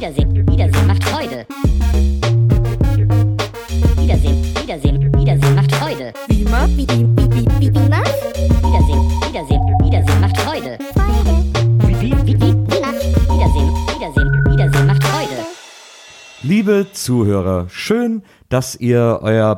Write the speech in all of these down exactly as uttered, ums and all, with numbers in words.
Wiedersehen, Wiedersehen macht Freude. Wiedersehen, Wiedersehen, Wiedersehen macht Freude. Wie ma? Wie, wie, wie, wie, wie ma? Wiedersehen, Wiedersehen, Wiedersehen macht Freude. Wie, wie, wie, wie, wie ma? Wiedersehen, Wiedersehen, Wiedersehen macht Freude. Liebe Zuhörer, schön, dass ihr euer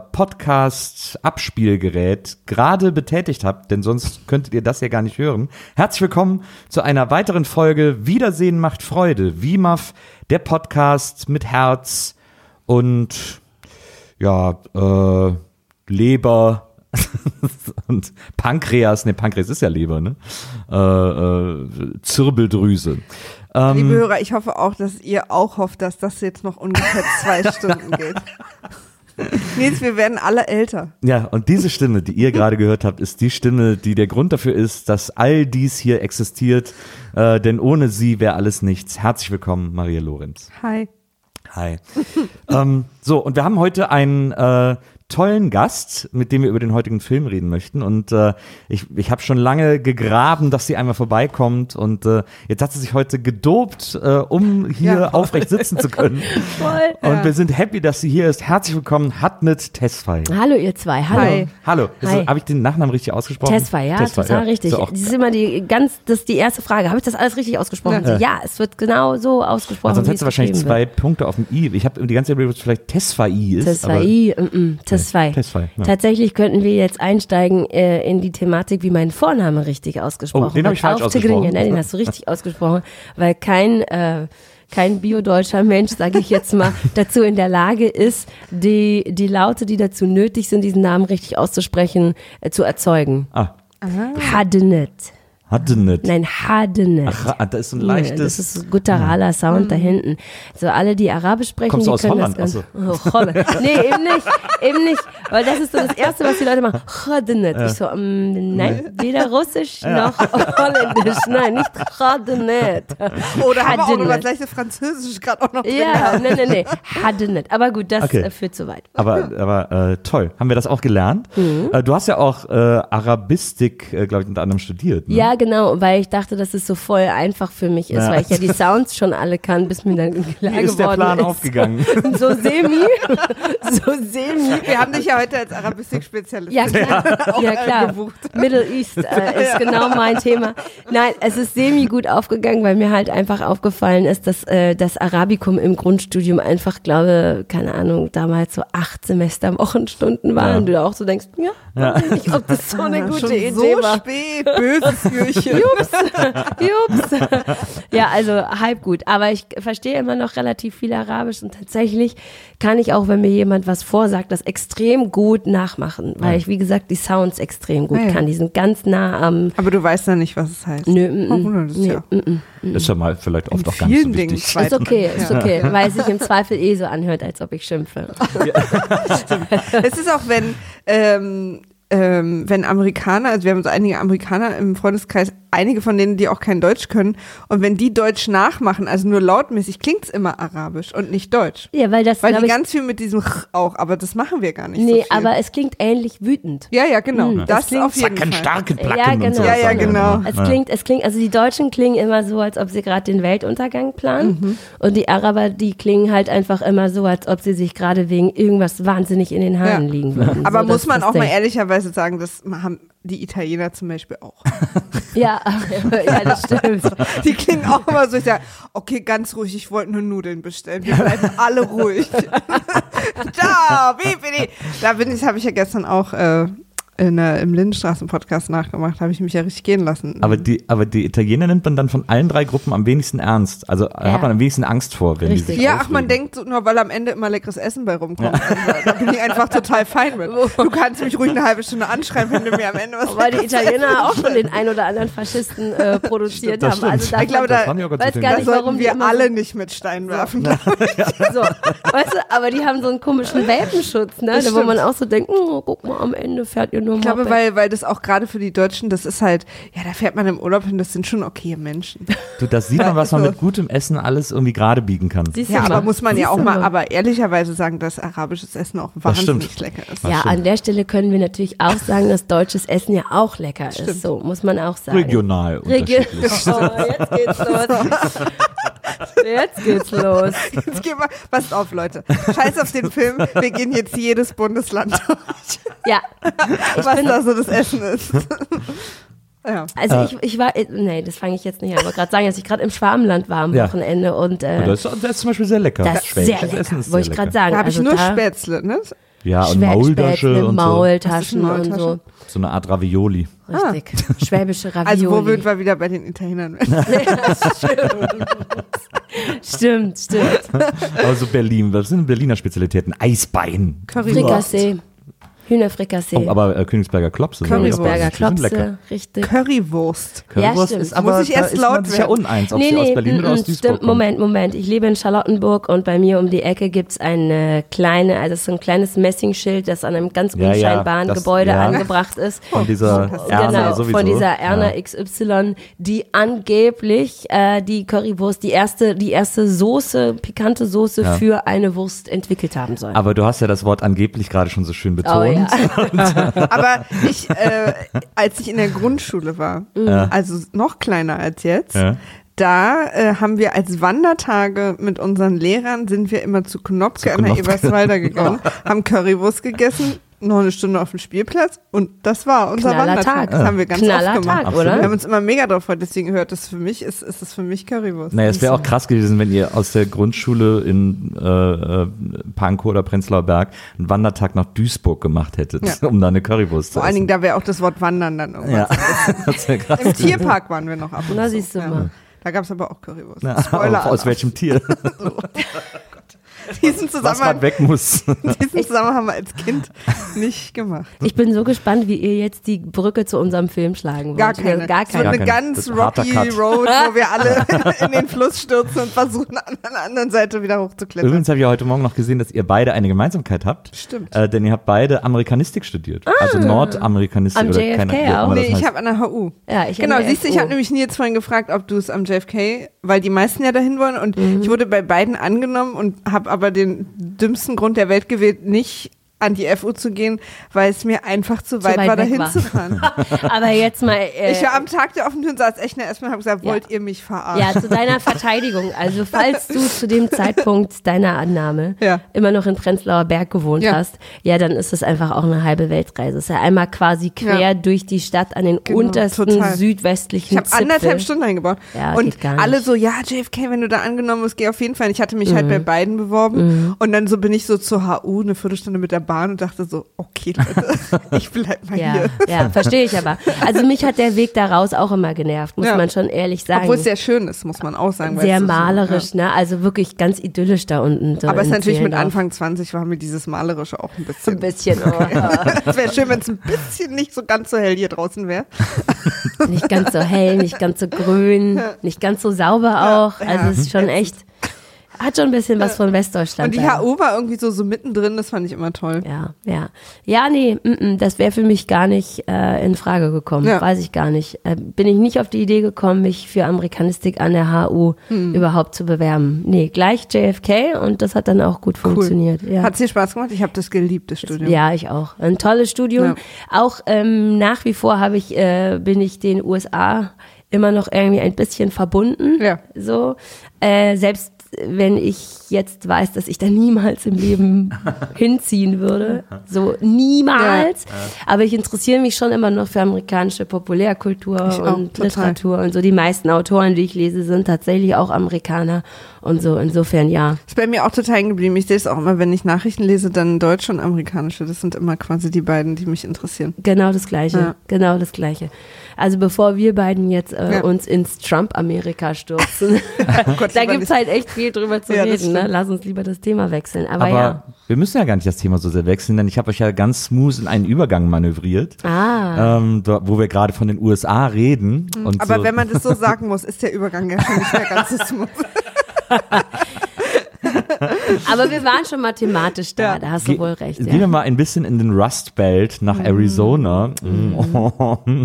Podcast-Abspielgerät gerade betätigt habt, denn sonst könntet ihr das ja gar nicht hören. Herzlich willkommen zu einer weiteren Folge Wiedersehen macht Freude. W M A F, der Podcast mit Herz und ja, äh, Leber und Pankreas, ne, Pankreas ist ja Leber, ne? Äh, äh, Zirbeldrüse. Ähm, Liebe Hörer, ich hoffe auch, dass ihr auch hofft, dass das jetzt noch ungefähr zwei Stunden geht. Nils, wir werden alle älter. Ja, und diese Stimme, die ihr gerade gehört habt, ist die Stimme, die der Grund dafür ist, dass all dies hier existiert, äh, denn ohne sie wäre alles nichts. Herzlich willkommen, Maria Lorenz. Hi. Hi. ähm, so, und wir haben heute einen äh, tollen Gast, mit dem wir über den heutigen Film reden möchten. Und äh, ich, ich habe schon lange gegraben, dass sie einmal vorbeikommt. Und äh, jetzt hat sie sich heute gedopt, äh, um hier ja, aufrecht sitzen zu können. Voll. Und ja. wir sind happy, dass sie hier ist. Herzlich willkommen, Hatmet Tesfaye. Hallo ihr zwei, hallo. Hi. Hallo, habe ich den Nachnamen richtig ausgesprochen? Tesfaye, ja, Tesfaye, total ja. richtig. So, Das ist immer die ganz, das ist die erste Frage. Habe ich das alles richtig ausgesprochen? Ja, ja es wird genau so ausgesprochen. Also sonst hättest du wahrscheinlich zwei wird. Punkte auf dem I. Ich habe die ganze Zeit überlegt, vielleicht Tesfaye ist. Tesfaye, mm -mm, Tesfaye. Tesfaye. Ja. Tatsächlich könnten wir jetzt einsteigen äh, in die Thematik, wie mein Vorname richtig ausgesprochen wird. Oh, den habe ich falsch ausgesprochen. Ja, nein, den hast du richtig ausgesprochen, weil kein äh, kein biodeutscher Mensch, sage ich jetzt mal, dazu in der Lage ist, die die Laute, die dazu nötig sind, diesen Namen richtig auszusprechen, äh, zu erzeugen. Ah. Hadenet. Hadenet. Nein, Hadenet. Ach, da ist so ein leichtes. Das ist ein gutteraler Sound da hinten. So alle, die Arabisch sprechen, Kommst die du aus können Holland? das ganz. Oh, Holland. Nee, eben nicht, eben nicht, weil das ist so das Erste, was die Leute machen. Hadenet. Ja. Ich so, um, nein, weder Russisch ja. noch Holländisch. Nein, nicht Hadenet. Oder haben wir auch noch das gleiche Französisch gerade auch noch drin. Ja, nein, nein, nein. Hadenet. Aber gut, das okay. äh, führt zu weit. Aber, aber äh, toll. Haben wir das auch gelernt? Mhm. Äh, du hast ja auch äh, Arabistik, äh, glaube ich, unter anderem studiert. Ne? Ja, genau, weil ich dachte, dass es so voll einfach für mich ist, ja. weil ich ja die Sounds schon alle kann, bis mir dann klar geworden ist. Ist der Plan ist. aufgegangen? So semi, so semi. Wir haben dich ja heute als Arabistik-Spezialist ja, klar. auch ja, klar. gebucht. Middle East äh, ist genau mein Thema. Nein, es ist semi gut aufgegangen, weil mir halt einfach aufgefallen ist, dass äh, das Arabikum im Grundstudium einfach, glaube, keine Ahnung, damals so acht Semester Wochenstunden waren. Ja. Und du da auch so denkst, ja, ja. weiß nicht, ob das so eine ja, gute schon Idee so war. Spät, böses Jürchen. Jups, jups. Ja, also halb gut. Aber ich verstehe immer noch relativ viel Arabisch und tatsächlich kann ich auch, wenn mir jemand was vorsagt, das extrem gut nachmachen, weil ja. ich, wie gesagt, die Sounds extrem gut ja, ja. kann. Die sind ganz nah am... Aber du weißt ja nicht, was es heißt. Nö, m -m. Oh, das ist, Nö, ja. m -m. ist ja mal vielleicht oft In auch gar nicht so wichtig. Dingen ist okay, ist ja. okay, weil es sich im Zweifel eh so anhört, als ob ich schimpfe. Es ist auch, wenn... Ähm, Ähm, wenn Amerikaner, also wir haben so einige Amerikaner im Freundeskreis, einige von denen, die auch kein Deutsch können, und wenn die Deutsch nachmachen, also nur lautmäßig, klingt's immer arabisch und nicht deutsch. Ja, weil das, Weil die ich, ganz viel mit diesem Ch auch, aber das machen wir gar nicht nee, so viel. aber es klingt ähnlich wütend. Ja, ja, genau. Mhm. Das klingt auf jeden Zacken, Fall. starken Placken Ja, genau. und so. Ja, ja, genau. Es klingt, es klingt, also die Deutschen klingen immer so, als ob sie gerade den Weltuntergang planen mhm. und die Araber, die klingen halt einfach immer so, als ob sie sich gerade wegen irgendwas wahnsinnig in den Haaren ja. liegen würden. Aber so, muss man auch Ding. mal ehrlicherweise sagen, das haben die Italiener zum Beispiel auch. Ja, ja, das stimmt. Die klingen auch immer so, ich sage, okay, ganz ruhig, ich wollte nur Nudeln bestellen. Wir bleiben alle ruhig. Da, wie bin ich? Da bin ich, habe ich ja gestern auch äh, in, äh, im Lindenstraßen-Podcast nachgemacht, habe ich mich ja richtig gehen lassen. Aber die, aber die Italiener nimmt man dann von allen drei Gruppen am wenigsten ernst. Also ja. hat man am wenigsten Angst vor, wenn Richtig. die sich Ja, aufregen. ach, man denkt so, nur weil am Ende immer leckeres Essen bei rumkommt. Ja. Da bin ich einfach total fein mit. Du kannst mich ruhig eine halbe Stunde anschreien, wenn du mir am Ende was Weil die Italiener auch schon den ein oder anderen Faschisten äh, produziert das haben. Also ich glaube, da weiß gar nicht, da warum sollten wir die alle so nicht mit Steinen werfen. So, weißt du, aber die haben so einen komischen Welpenschutz, ne? Da, wo man auch so denkt, oh, guck mal, am Ende fährt ihr nur Ich glaube, weil, weil das auch gerade für die Deutschen, das ist halt, ja, da fährt man im Urlaub hin, das sind schon okay Menschen. Du, das sieht man, was man mit gutem Essen alles irgendwie gerade biegen kann. Siehst Ja, du aber mal. muss man Siehst ja auch du mal, aber ehrlicherweise sagen, dass arabisches Essen auch wahnsinnig stimmt. lecker ist. Das Ja, stimmt. an der Stelle können wir natürlich auch sagen, dass deutsches Essen ja auch lecker Stimmt. ist. So muss man auch sagen. Regional Region- unterschiedlich. Oh, jetzt geht's los. Jetzt geht's los. Jetzt gehen wir, passt auf, Leute. Scheiß auf den Film, wir gehen jetzt jedes Bundesland durch. Ja. Was da so das Essen ist. Ja. Also ich, ich war, nee, das fange ich jetzt nicht an. Ich wollte gerade sagen, dass ich gerade im Schwabenland war am Ja. Wochenende und äh, Und das, ist, das ist zum Beispiel sehr lecker. das ist sehr Schwäbisches lecker, Essen ist wollte sehr ich gerade lecker. sagen. Da habe ich also nur da Spätzle, ne? Ja, und Schwä- Maultasche Spätzle, und so. Maultaschen Was ist eine und so. Maultasche? So eine Art Ravioli. Richtig. Schwäbische Ravioli. Also wo würden wir wieder bei den Italienern? Stimmt, stimmt. Aber so Berlin, was sind Berliner Spezialitäten? Eisbein. Frikassee. Hühnerfrikassee. Oh, aber äh, Königsberger Klopse. sind Königsberger die sind lecker. Klopse, richtig. Currywurst. Currywurst Ja, ist stimmt. aber, Muss ich da erst ist laut man sich ja werden? uneins, ob Nee, sie nee, aus Berlin oder mm, aus mm, Duisburg stimmt, kommen. Moment, Moment. Ich lebe in Charlottenburg und bei mir um die Ecke gibt's eine kleine, also so ein kleines Messingschild, das an einem ganz Ja, ja, unscheinbaren das- Gebäude ja. angebracht ist. Von dieser Erna Genau, sowieso. von dieser Erna Ja. X Y, die angeblich äh, die Currywurst, die erste, die erste Soße, pikante Soße Ja. für eine Wurst entwickelt haben soll. Aber du hast ja das Wort angeblich gerade schon so schön betont. Oh, ja. Aber ich, äh, als ich in der Grundschule war, also noch kleiner als jetzt, Ja. da äh, haben wir als Wandertage mit unseren Lehrern, sind wir immer zu Knopke Zu an der Knopke. Eberswalder gegangen, haben Currywurst gegessen, noch eine Stunde auf dem Spielplatz und das war unser Knaller Wandertag. Tag. Das haben wir ganz Knaller oft gemacht. Tag, Absolut. oder? Wir haben uns immer mega drauf gefreut, deswegen hört das für mich, ist, ist das für mich Currywurst. Naja, es wäre auch krass gewesen, wenn ihr aus der Grundschule in äh, äh, Pankow oder Prenzlauer Berg einen Wandertag nach Duisburg gemacht hättet, Ja. um da eine Currywurst zu Vor allen essen. Dingen, da wäre auch das Wort Wandern dann irgendwann. Ja, das wäre krass. Im Tierpark waren wir noch ab und Na, zu. siehst du ja. mal. Da gab es aber auch Currywurst. Na, Spoiler. aus welchem Tier? Diesen Was Zusammenhang, gerade weg muss. diesen Zusammenhang haben wir als Kind nicht gemacht. Ich bin so gespannt, wie ihr jetzt die Brücke zu unserem Film schlagen wollt. Gar keine. Gar Es wird keine. eine keine. ganz Das wird ein harter rocky Cut. Road, wo wir alle in den Fluss stürzen und versuchen, an der anderen Seite wieder hochzuklettern. Übrigens habe ich ja heute Morgen noch gesehen, dass ihr beide eine Gemeinsamkeit habt. Stimmt. Äh, denn ihr habt beide Amerikanistik studiert. Also Nordamerikanistik Am oder J F K keine wie auch auch? immer das Nee, ich heißt. habe an der H U. Ja, ich Genau, an der siehst du, ich F U. habe nämlich Nils vorhin gefragt, ob du es am J F K, weil die meisten ja dahin wollen und ich wurde bei beiden angenommen und habe aber den dümmsten Grund der Welt gewählt, nicht an die F U zu gehen, weil es mir einfach zu weit, weit war, weg dahin war. zu fahren. Aber jetzt mal. Äh, Ich war am Tag der offenen Tür, saß echt in der S-Bahn und habe gesagt, Ja. wollt ihr mich verarschen? Ja, zu deiner Verteidigung. Also falls du zu dem Zeitpunkt deiner Annahme Ja. immer noch in Prenzlauer Berg gewohnt Ja. hast, ja, dann ist es einfach auch eine halbe Weltreise. Es ist ja einmal quasi quer Ja. durch die Stadt an den Genau, untersten total. südwestlichen Ich habe Zipfel. anderthalb Stunden eingebaut. Ja, und geht gar nicht. alle so, ja, J F K, wenn du da angenommen wirst, geh auf jeden Fall. Ich hatte mich Mhm. halt bei beiden beworben. Und dann so bin ich so zur H U, eine Viertelstunde mit der Bahn und dachte so, okay, Leute, ich bleib mal Ja, hier. ja, verstehe ich aber. Also mich hat der Weg da raus auch immer genervt, muss Ja. man schon ehrlich sagen. Obwohl es sehr schön ist, muss man auch sagen. weil sehr es so- malerisch, ne? Also wirklich ganz idyllisch da unten. So Aber es ist in natürlich mit Zehlendorf. Anfang zwanzig war mir dieses Malerische auch ein Ein bisschen. bisschen, oh, Es wäre schön, wenn es ein bisschen nicht so ganz so hell hier draußen wäre. nicht ganz so hell, nicht ganz so grün, nicht ganz so sauber auch. Ja, Also ja. es ist schon echt, hat schon ein bisschen was von Westdeutschland. Und die da. H U war irgendwie so, so mittendrin, das fand ich immer toll. Ja, ja. Ja, nee, mm, mm, das wäre für mich gar nicht äh, in Frage gekommen. Ja. Weiß ich gar nicht. Äh, bin ich nicht auf die Idee gekommen, mich für Amerikanistik an der H U Hm. überhaupt zu bewerben. Nee, gleich J F K und das hat dann auch gut funktioniert. Ja. Hat es dir Spaß gemacht? Ich habe das geliebt, das Studium. Ja, ich auch. Ein tolles Studium. Ja. Auch ähm, nach wie vor habe ich, äh, bin ich den U S A immer noch irgendwie ein bisschen verbunden. Ja. So. Äh, selbst wenn ich jetzt weiß, dass ich da niemals im Leben hinziehen würde. So niemals. Aber ich interessiere mich schon immer noch für amerikanische Populärkultur Ich auch, und total. Literatur und so. Die meisten Autoren, die ich lese, sind tatsächlich auch Amerikaner und so. Insofern ja. Ist bei mir auch total hängen geblieben. Ich sehe es auch immer, wenn ich Nachrichten lese, dann deutsche und amerikanische. Das sind immer quasi die beiden, die mich interessieren. Genau das Gleiche, Ja. genau das Gleiche. Also bevor wir beiden jetzt äh, Ja. uns ins Trump-Amerika stürzen, Gott, da lieber gibt's nicht. halt echt viel drüber zu Ja, das reden. Ne? stimmt. Lass uns lieber das Thema wechseln. Aber, Aber ja. wir müssen ja gar nicht das Thema so sehr wechseln, denn ich habe euch ja ganz smooth in einen Übergang manövriert, Ah, ähm, da, wo wir gerade von den U S A reden. Und Aber so, wenn man das so sagen muss, ist der Übergang ja schon nicht mehr ganz so smooth. aber wir waren schon mathematisch da, Ja. da hast du Ge- wohl recht. Gehen Ja. wir mal ein bisschen in den Rust Belt nach Arizona,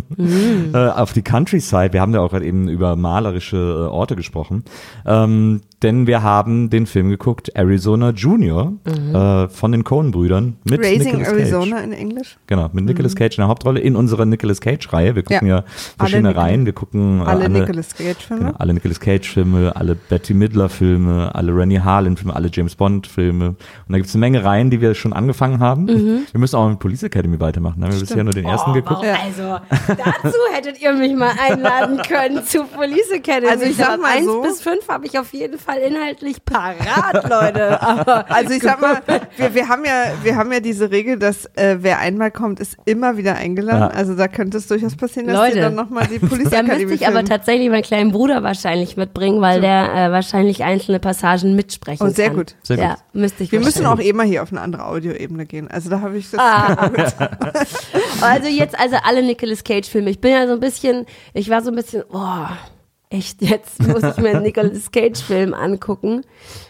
äh, auf die Countryside. Wir haben ja auch gerade eben über malerische äh, Orte gesprochen. Ähm, denn wir haben den Film geguckt, Arizona Junior, mhm. äh, von den Coen-Brüdern mit Raising Nicolas Arizona Cage. in Englisch. Genau, mit Nicolas Cage in der Hauptrolle in unserer Nicolas Cage-Reihe. Wir gucken ja, Ja. verschiedene Alle Reihen. Wir gucken äh, Alle, alle, Nicolas Cage-Filme. genau, alle Nicolas Cage-Filme, alle Bette Midler-Filme, alle Rennie Harlin-Filme, alle James Bond-Filme. Und da gibt es eine Menge Reihen, die wir schon angefangen haben. Mhm. Wir müssen auch mit Police Academy weitermachen. Da haben wir bisher nur den ersten Oh, geguckt. wow. Also, dazu hättet ihr mich mal einladen können zu Police Academy. Also ich sag mal eins so- bis fünf habe ich auf jeden Fall inhaltlich parat, Leute. Aber Also ich sag mal, wir, wir haben ja, wir haben ja diese Regel, dass äh, wer einmal kommt, ist immer wieder eingeladen. Ja. Also da könnte es durchaus passieren, dass Leute. die dann nochmal die Police da Academy müsste ich aber filmen. tatsächlich meinen kleinen Bruder wahrscheinlich mitbringen, weil der äh, wahrscheinlich einzelne Passagen mitsprechen Oh, kann. sehr gut. Sehr gut. Ja, müsste ich Wir müssen wahrscheinlich. auch eh mal hier auf eine andere Audioebene gehen. Also da habe ich das. Ah. Also jetzt also alle Nicolas Cage Filme. Ich bin ja so ein bisschen, ich war so ein bisschen, oh, echt, jetzt muss ich mir einen Nicolas Cage Film angucken.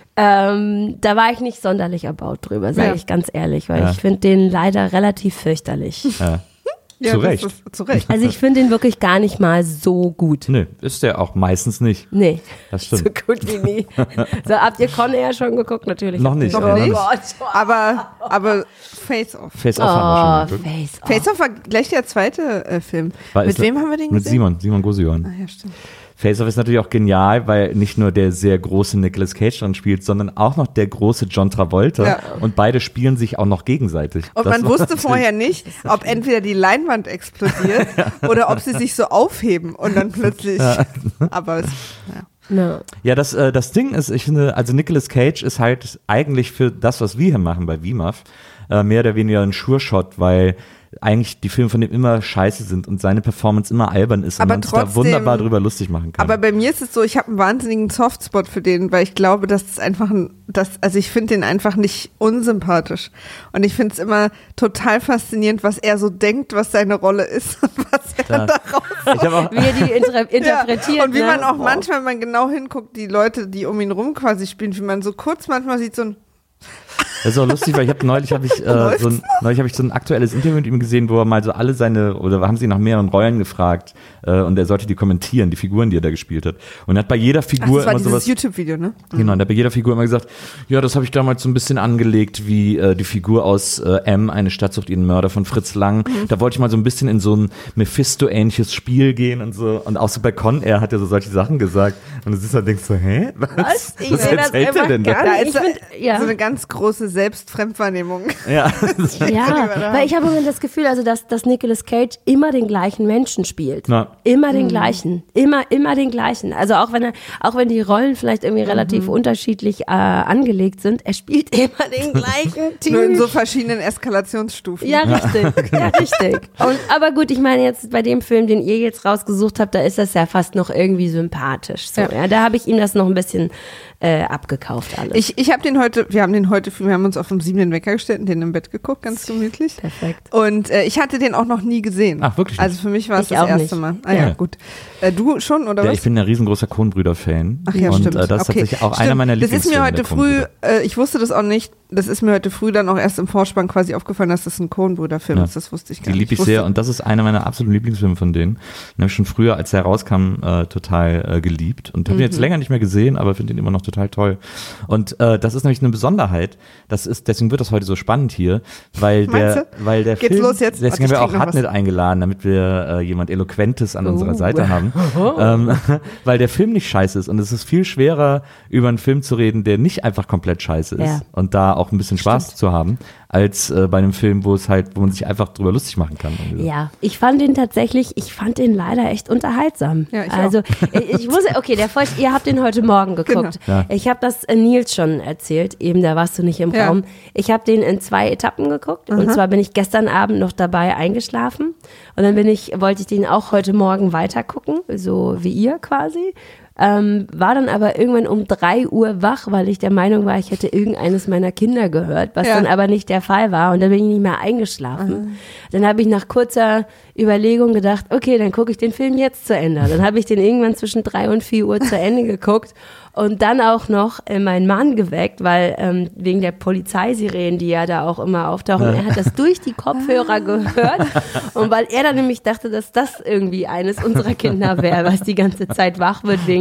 Ähm, da war ich nicht sonderlich erbaut drüber, sage Ja. ich ganz ehrlich, weil Ja. ich finde den leider relativ fürchterlich. Ja. Ja, Zu das Recht. ist- Zu Recht. Also ich finde den wirklich gar nicht mal so gut. Nee, ist der auch meistens nicht. Nee, Das so stimmt. gut wie nie. So, habt ihr Con Air schon geguckt? Natürlich. Noch nicht. Noch ja, nicht. noch Aber, aber Face Off. Face Off Oh, haben wir schon geguckt. Face Off. Face Off war gleich der zweite äh, Film. War- Mit ist wem da- haben wir den Mit gesehen? Simon, Simon Gosion. Ah, ja, stimmt. Face Off ist natürlich auch genial, weil nicht nur der sehr große Nicolas Cage dran spielt, sondern auch noch der große John Travolta. Ja. Und beide spielen sich auch noch gegenseitig. Und Das man war wusste natürlich- vorher nicht, ob entweder die Leinwand explodiert oder ob sie sich so aufheben und dann plötzlich. Aber es, ja. No. Ja, das, äh, das Ding ist, ich finde, also Nicolas Cage ist halt eigentlich für das, was wir hier machen bei V M A F, äh, mehr oder weniger ein Sure-Shot, weil eigentlich die Filme von dem immer scheiße sind und seine Performance immer albern ist und Aber man sich da trotzdem- wunderbar drüber lustig machen kann. Aber bei mir ist es so, ich habe einen wahnsinnigen Softspot für den, weil ich glaube, dass es einfach ein, das, also ich finde den einfach nicht unsympathisch. Und ich finde es immer total faszinierend, was er so denkt, was seine Rolle ist und was er Das- daraus ich habe auch, Wie er die inter interpretiert. Ja, und wie ne? man auch Oh. manchmal, wenn man genau hinguckt, die Leute, die um ihn rum quasi spielen, wie man so kurz manchmal sieht, so ein das ist auch lustig, weil ich habe neulich habe ich äh, so ein, neulich habe ich so ein aktuelles Interview mit ihm gesehen, wo er mal so alle seine oder haben sie nach mehreren Rollen gefragt äh, und er sollte die kommentieren, die Figuren, die er da gespielt hat. Und er hat bei jeder Ach, Figur das war immer dieses sowas. YouTube-Video, ne? Genau, und er hat bei jeder Figur immer gesagt, ja, das habe ich damals so ein bisschen angelegt wie äh, die Figur aus äh, M, eine Stadt sucht ihren Mörder von Fritz Lang. Mhm. Da wollte ich mal so ein bisschen in so ein Mephisto-ähnliches Spiel gehen und so. Und auch so bei Con Air hat er so solche Sachen gesagt. Und du sitzt da und denkst so, hä? Was, Was? Ich was sehe das erzählt er einfach denn gar da? Da Ich ist find, ja. so eine ganz große Selbstfremdwahrnehmung. Ja, Ja, weil ich habe immer das Gefühl, also dass, dass Nicolas Cage immer den gleichen Menschen spielt. Na. Immer den gleichen. Immer, immer den gleichen. Also auch wenn er, auch wenn die Rollen vielleicht irgendwie relativ unterschiedlich äh, angelegt sind, er spielt immer den gleichen Typ. Nur in so verschiedenen Eskalationsstufen. Ja, richtig. Ja, richtig. Und, aber gut, ich meine jetzt bei dem Film, den ihr jetzt rausgesucht habt, da ist das ja fast noch irgendwie sympathisch. So, ja. Ja. Da habe ich ihm das noch ein bisschen äh, abgekauft alles. Ich, ich habe den heute, wir haben den heute, wir haben uns auf dem siebenten Wecker gestellt und den im Bett geguckt, ganz gemütlich. Perfekt. Und äh, ich hatte den auch noch nie gesehen. Ach, wirklich nicht? Also für mich war es Ich das auch erste nicht. Mal. Ah ja, Ja. gut. Äh, du schon, oder Ja, was? ich bin ein riesengroßer Coen-Brüder-Fan. Ach ja, und stimmt. äh, das ist Okay. tatsächlich auch Stimmt. einer meiner Das ist mir Lieblingsfilme heute der früh, Coen-Brüder. äh, ich wusste das auch nicht, das ist mir heute früh dann auch erst im Vorspann quasi aufgefallen, dass das ein Coen-Brüder-Film Ja. ist. Das wusste ich gar Die nicht. liebe ich wusste- sehr und das ist einer meiner absoluten Lieblingsfilme von denen. Den habe ich schon früher, als er rauskam, äh, total äh, geliebt und habe ihn jetzt Mhm. länger nicht mehr gesehen, aber finde ihn immer noch total toll. Und äh, das ist nämlich eine Besonderheit. Das ist, deswegen wird das heute so spannend hier, weil Meinst der, weil der Geht's Film, los jetzt? deswegen Warte, haben ich wir auch trink noch Hartnett was. eingeladen, damit wir äh, jemand Eloquentes an unserer Oh. Seite haben, ähm, weil der Film nicht scheiße ist und es ist viel schwerer, über einen Film zu reden, der nicht einfach komplett scheiße ist Ja. und da auch ein bisschen Spaß zu haben, als äh, bei einem Film, wo es halt, wo man sich einfach drüber lustig machen kann. irgendwie so. Ja, ich fand den tatsächlich, ich fand den leider echt unterhaltsam. Ja, ich also ich, ich muss, okay, der Folge, ihr habt den heute Morgen geguckt. Genau. Ja. Ich habe das äh, Nils schon erzählt, eben da warst du nicht im Ja. Raum. Ich habe den in zwei Etappen geguckt und zwar bin ich gestern Abend noch dabei eingeschlafen und dann bin ich, wollte ich den auch heute Morgen weiter gucken, so wie ihr quasi. Ähm, war dann aber irgendwann um drei Uhr wach, weil ich der Meinung war, ich hätte irgendeines meiner Kinder gehört, was Ja. dann aber nicht der Fall war und dann bin ich nicht mehr eingeschlafen. Dann habe ich nach kurzer Überlegung gedacht, okay, dann gucke ich den Film jetzt zu Ende. Dann habe ich den irgendwann zwischen drei und vier Uhr zu Ende geguckt und dann auch noch äh, meinen Mann geweckt, weil ähm, wegen der Polizeisirenen, die ja da auch immer auftauchen, er hat das durch die Kopfhörer gehört und weil er dann nämlich dachte, dass das irgendwie eines unserer Kinder wäre, was die ganze Zeit wach wird wegen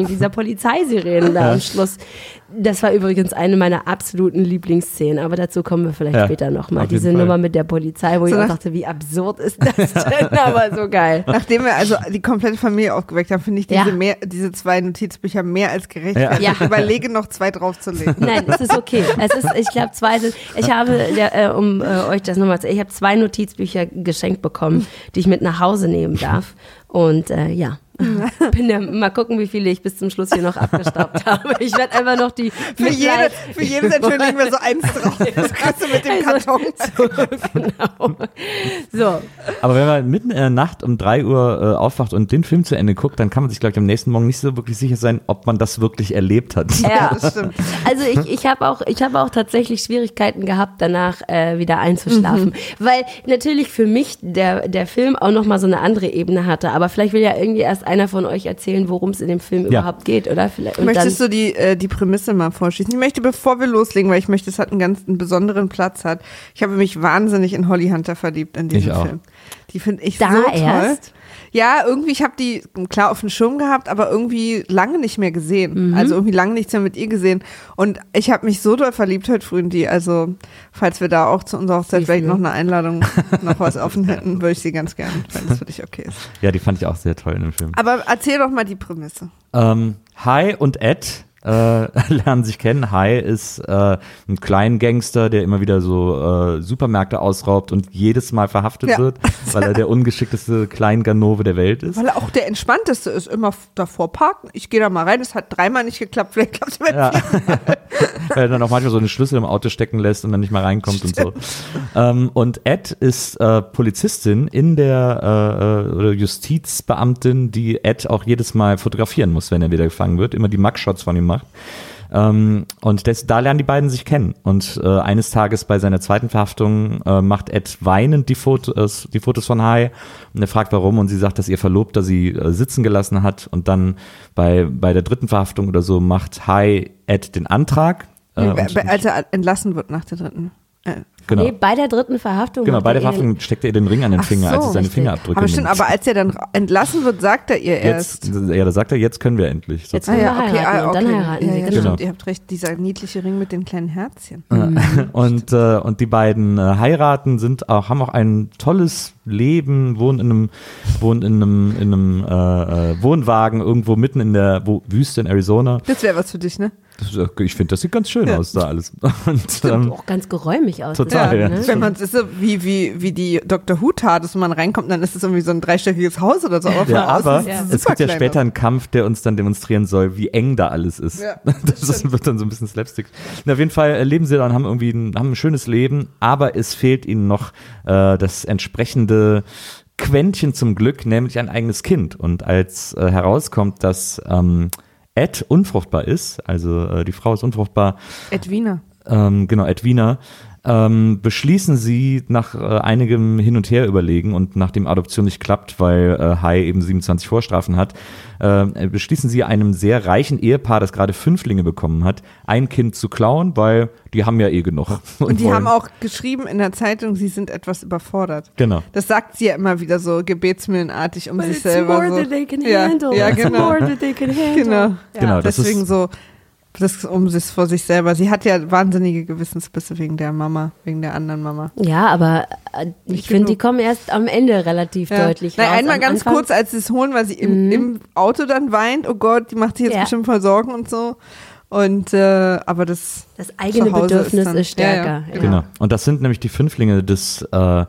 dieser Polizeisirenen da am Schluss. Das war übrigens eine meiner absoluten Lieblingsszenen, aber dazu kommen wir vielleicht Ja, später nochmal. auf jeden Diese Fall. Nummer mit der Polizei, wo So ich auch nach- dachte, wie absurd ist das denn, aber so geil. Nachdem wir also die komplette Familie aufgeweckt haben, finde ich diese, Ja. mehr, diese zwei Notizbücher mehr als gerechtfertigt. Ja. Ich überlege noch zwei draufzulegen. Nein, es ist okay. Es ist, ich glaube, zwei sind. Ich habe, äh, um äh, euch das nochmal zu, ich habe zwei Notizbücher geschenkt bekommen, die ich mit nach Hause nehmen darf. Und äh, ja. Bin der, mal gucken, wie viele ich bis zum Schluss hier noch abgestaubt habe. Ich werde einfach noch die Für, jede, für jedes Entschuldigung legen wir so eins drauf. Das kriegst du mit dem Karton. So, genau. So, Aber wenn man mitten in der Nacht um drei Uhr äh, aufwacht und den Film zu Ende guckt, dann kann man sich, glaube ich, am nächsten Morgen nicht so wirklich sicher sein, ob man das wirklich erlebt hat. ja. Das stimmt. Also ich, ich habe auch, ich habe auch tatsächlich Schwierigkeiten gehabt, danach äh, wieder einzuschlafen, weil natürlich für mich der der Film auch noch mal so eine andere Ebene hatte. Aber vielleicht will ja irgendwie erst einer von euch erzählen, worum es in dem Film Ja. überhaupt geht, oder? Vielleicht, und Möchtest dann, du die, äh, die Prämisse mal vorschießen? Ich möchte, bevor wir loslegen, weil ich möchte, es hat einen ganz einen besonderen Platz hat. Ich habe mich wahnsinnig in Holly Hunter verliebt in diesem Ich auch. Film. Die finde ich Da so toll. erst? Ja, irgendwie, ich habe die klar auf dem Schirm gehabt, aber irgendwie lange nicht mehr gesehen. Mhm. Also irgendwie lange nichts mehr mit ihr gesehen. Und ich habe mich so doll verliebt heute früh in die. Also, falls wir da auch zu unserer Hochzeit Siehst vielleicht du. noch eine Einladung, noch was offen hätten, würde ich sie ganz gerne, wenn das für dich okay ist. Ja, die fand ich auch sehr toll in dem Film. Aber erzähl doch mal die Prämisse. Ähm, Hai und Ed äh, lernen sich kennen. Hai ist äh, ein Kleingangster, der immer wieder so äh, Supermärkte ausraubt und jedes Mal verhaftet Ja. wird, weil er der ungeschickteste Kleinganove der Welt ist. Weil er auch der entspannteste ist, immer f- davor parken. Ich gehe da mal rein, es hat dreimal nicht geklappt, vielleicht klappt es beim Ja. vierten Mal. Weil er dann auch manchmal so einen Schlüssel im Auto stecken lässt und dann nicht mal reinkommt und so. Ähm, und Ed ist äh, Polizistin in der äh, oder Justizbeamtin, die Ed auch jedes Mal fotografieren muss, wenn er wieder gefangen wird, immer die Mugshots von ihm macht. Ähm, und das, da lernen die beiden sich kennen. Und äh, eines Tages bei seiner zweiten Verhaftung äh, macht Ed weinend die Fotos, die Fotos von Hai und er fragt warum und sie sagt, dass ihr Verlobter sie äh, sitzen gelassen hat und dann bei, bei der dritten Verhaftung oder so macht Hai Ed den Antrag. Äh, Bei- und- bei- Als er entlassen wird nach der dritten. Äh, genau. nee, bei der dritten Verhaftung. Genau, macht bei er der ihr- Verhaftung steckt er ihr den Ring an den Ach Finger, so, als sie seine richtig. Fingerabdrücke aber stimmt, nimmt. aber als er dann ra- entlassen wird, sagt er ihr erst. Jetzt, ja, da sagt er, jetzt können wir endlich. Jetzt Ah können ja, wir okay, heiraten ah, und okay. dann heiraten ja, sie. ja, Genau. Genau. stimmt, ihr habt recht, dieser niedliche Ring mit den kleinen Herzchen. Und, äh, und die beiden äh, heiraten, sind auch, haben auch ein tolles Leben, wohnen in einem, wohnen in einem, in einem äh, äh, Wohnwagen irgendwo mitten in der Wo Wüste in Arizona. Das wäre was für dich, ne? Das, äh, ich finde, das sieht ganz schön Ja. aus da alles. Und, ähm, Auch ganz geräumig aus. Total, ja. ne? Wenn man es ist so wie, wie, wie die Doctor Who tat, dass man reinkommt, dann ist es irgendwie so ein dreistöckiges Haus oder so. Aber von ja, außen aber ist Ja. es gibt ja superklein später aus. einen Kampf, der uns dann demonstrieren soll, wie eng da alles ist. Ja, das ist, wird dann so ein bisschen Slapstick. Und auf jeden Fall äh, leben sie da und haben irgendwie ein, haben ein schönes Leben, aber es fehlt ihnen noch äh, das entsprechende Quäntchen zum Glück, nämlich ein eigenes Kind. Und als äh, herauskommt, dass ähm, Ed unfruchtbar ist, also äh, die Frau ist unfruchtbar, Edwina. ähm, genau, Edwina, ähm, beschließen sie nach äh, einigem Hin- und Her überlegen und nachdem Adoption nicht klappt, weil äh, Hai eben siebenundzwanzig Vorstrafen hat, äh, beschließen sie einem sehr reichen Ehepaar, das gerade Fünflinge bekommen hat, ein Kind zu klauen, weil die haben ja eh genug. Und die wollen- haben auch geschrieben in der Zeitung, sie sind etwas überfordert. Genau. Das sagt sie ja immer wieder so gebetsmühlenartig um But sich it's selber. more So. than they can ja, handle. ja, It's genau. more than they can handle. Genau. Ja. Genau, das Deswegen ist, so, das um sich vor sich selber. Sie hat ja wahnsinnige Gewissensbisse wegen der Mama, wegen der anderen Mama. Ja, aber äh, ich Nicht finde, die genug. kommen erst am Ende relativ Ja. deutlich Nein, raus. einmal Am ganz Anfang- kurz, als sie es holen, weil sie im, Mhm. im Auto dann weint, oh Gott, die macht sich jetzt Ja. bestimmt voll Sorgen und so. Und äh, aber das Das eigene zu Hause Bedürfnis dann- ist stärker. Ja, ja. Ja. Genau. Und das sind nämlich die Fünflinge des äh,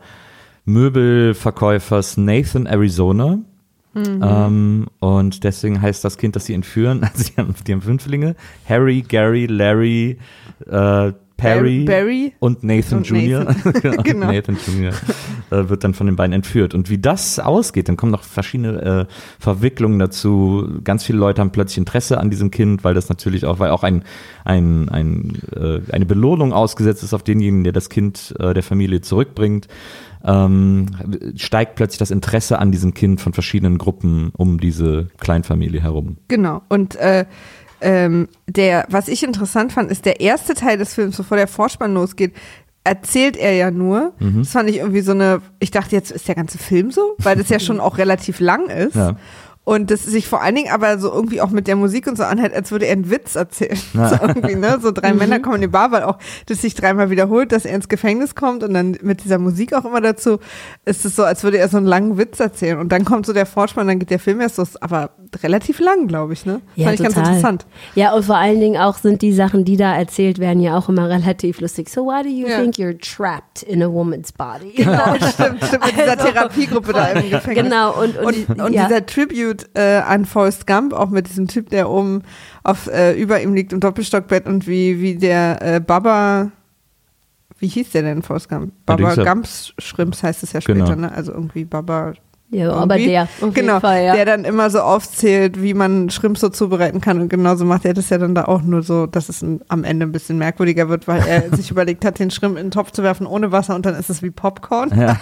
Möbelverkäufers Nathan Arizona. Mhm. Ähm, und deswegen heißt das Kind, das sie entführen, also die haben, die haben Fünflinge, Harry, Gary, Larry, äh, Perry Barry und Nathan und Junior Und Genau. Nathan Junior äh, wird dann von den beiden entführt. Und wie das ausgeht, dann kommen noch verschiedene äh, Verwicklungen dazu. Ganz viele Leute haben plötzlich Interesse an diesem Kind, weil das natürlich auch, weil auch ein, ein, ein, äh, eine Belohnung ausgesetzt ist auf denjenigen, der das Kind äh, der Familie zurückbringt. Ähm, steigt plötzlich das Interesse an diesem Kind von verschiedenen Gruppen um diese Kleinfamilie herum. Genau. Und äh, ähm, der, was ich interessant fand, ist der erste Teil des Films, bevor der Vorspann losgeht, erzählt er ja nur. Mhm. Das fand ich irgendwie so eine, ich dachte, jetzt ist der ganze Film so, weil das ja schon auch relativ lang ist. Ja. Und das sich vor allen Dingen aber so irgendwie auch mit der Musik und so anhört, als würde er einen Witz erzählen. So irgendwie, ne? So drei Männer kommen in die Bar, weil auch das sich dreimal wiederholt, dass er ins Gefängnis kommt und dann mit dieser Musik auch immer dazu ist es so, als würde er so einen langen Witz erzählen. Und dann kommt so der Vorspann, dann geht der Film erst los, aber relativ lang, glaube ich, ne? Ja, Fand ich total. ganz interessant. Ja, und vor allen Dingen auch sind die Sachen, die da erzählt werden, ja auch immer relativ lustig. So why do you Ja. think you're trapped in a woman's body? Genau, stimmt, stimmt, mit dieser Also, Therapiegruppe da im Gefängnis. Genau, und, und, Und, die, und ja. dieser Tribute äh, an Forrest Gump, auch mit diesem Typ, der oben auf, äh, über ihm liegt im Doppelstockbett und wie, wie der äh, Baba, wie hieß der denn, Forrest Gump? Baba Ja, Gumps Schrimps heißt es ja später, Genau. ne? Also irgendwie Baba. Ja, aber irgendwie. der, auf genau, jeden Fall, ja. der dann immer so aufzählt, wie man Shrimps so zubereiten kann und genauso macht er das ja dann da auch, nur so, dass es ein, am Ende ein bisschen merkwürdiger wird, weil er sich überlegt hat, den Shrimp in den Topf zu werfen ohne Wasser und dann ist es wie Popcorn. Ja.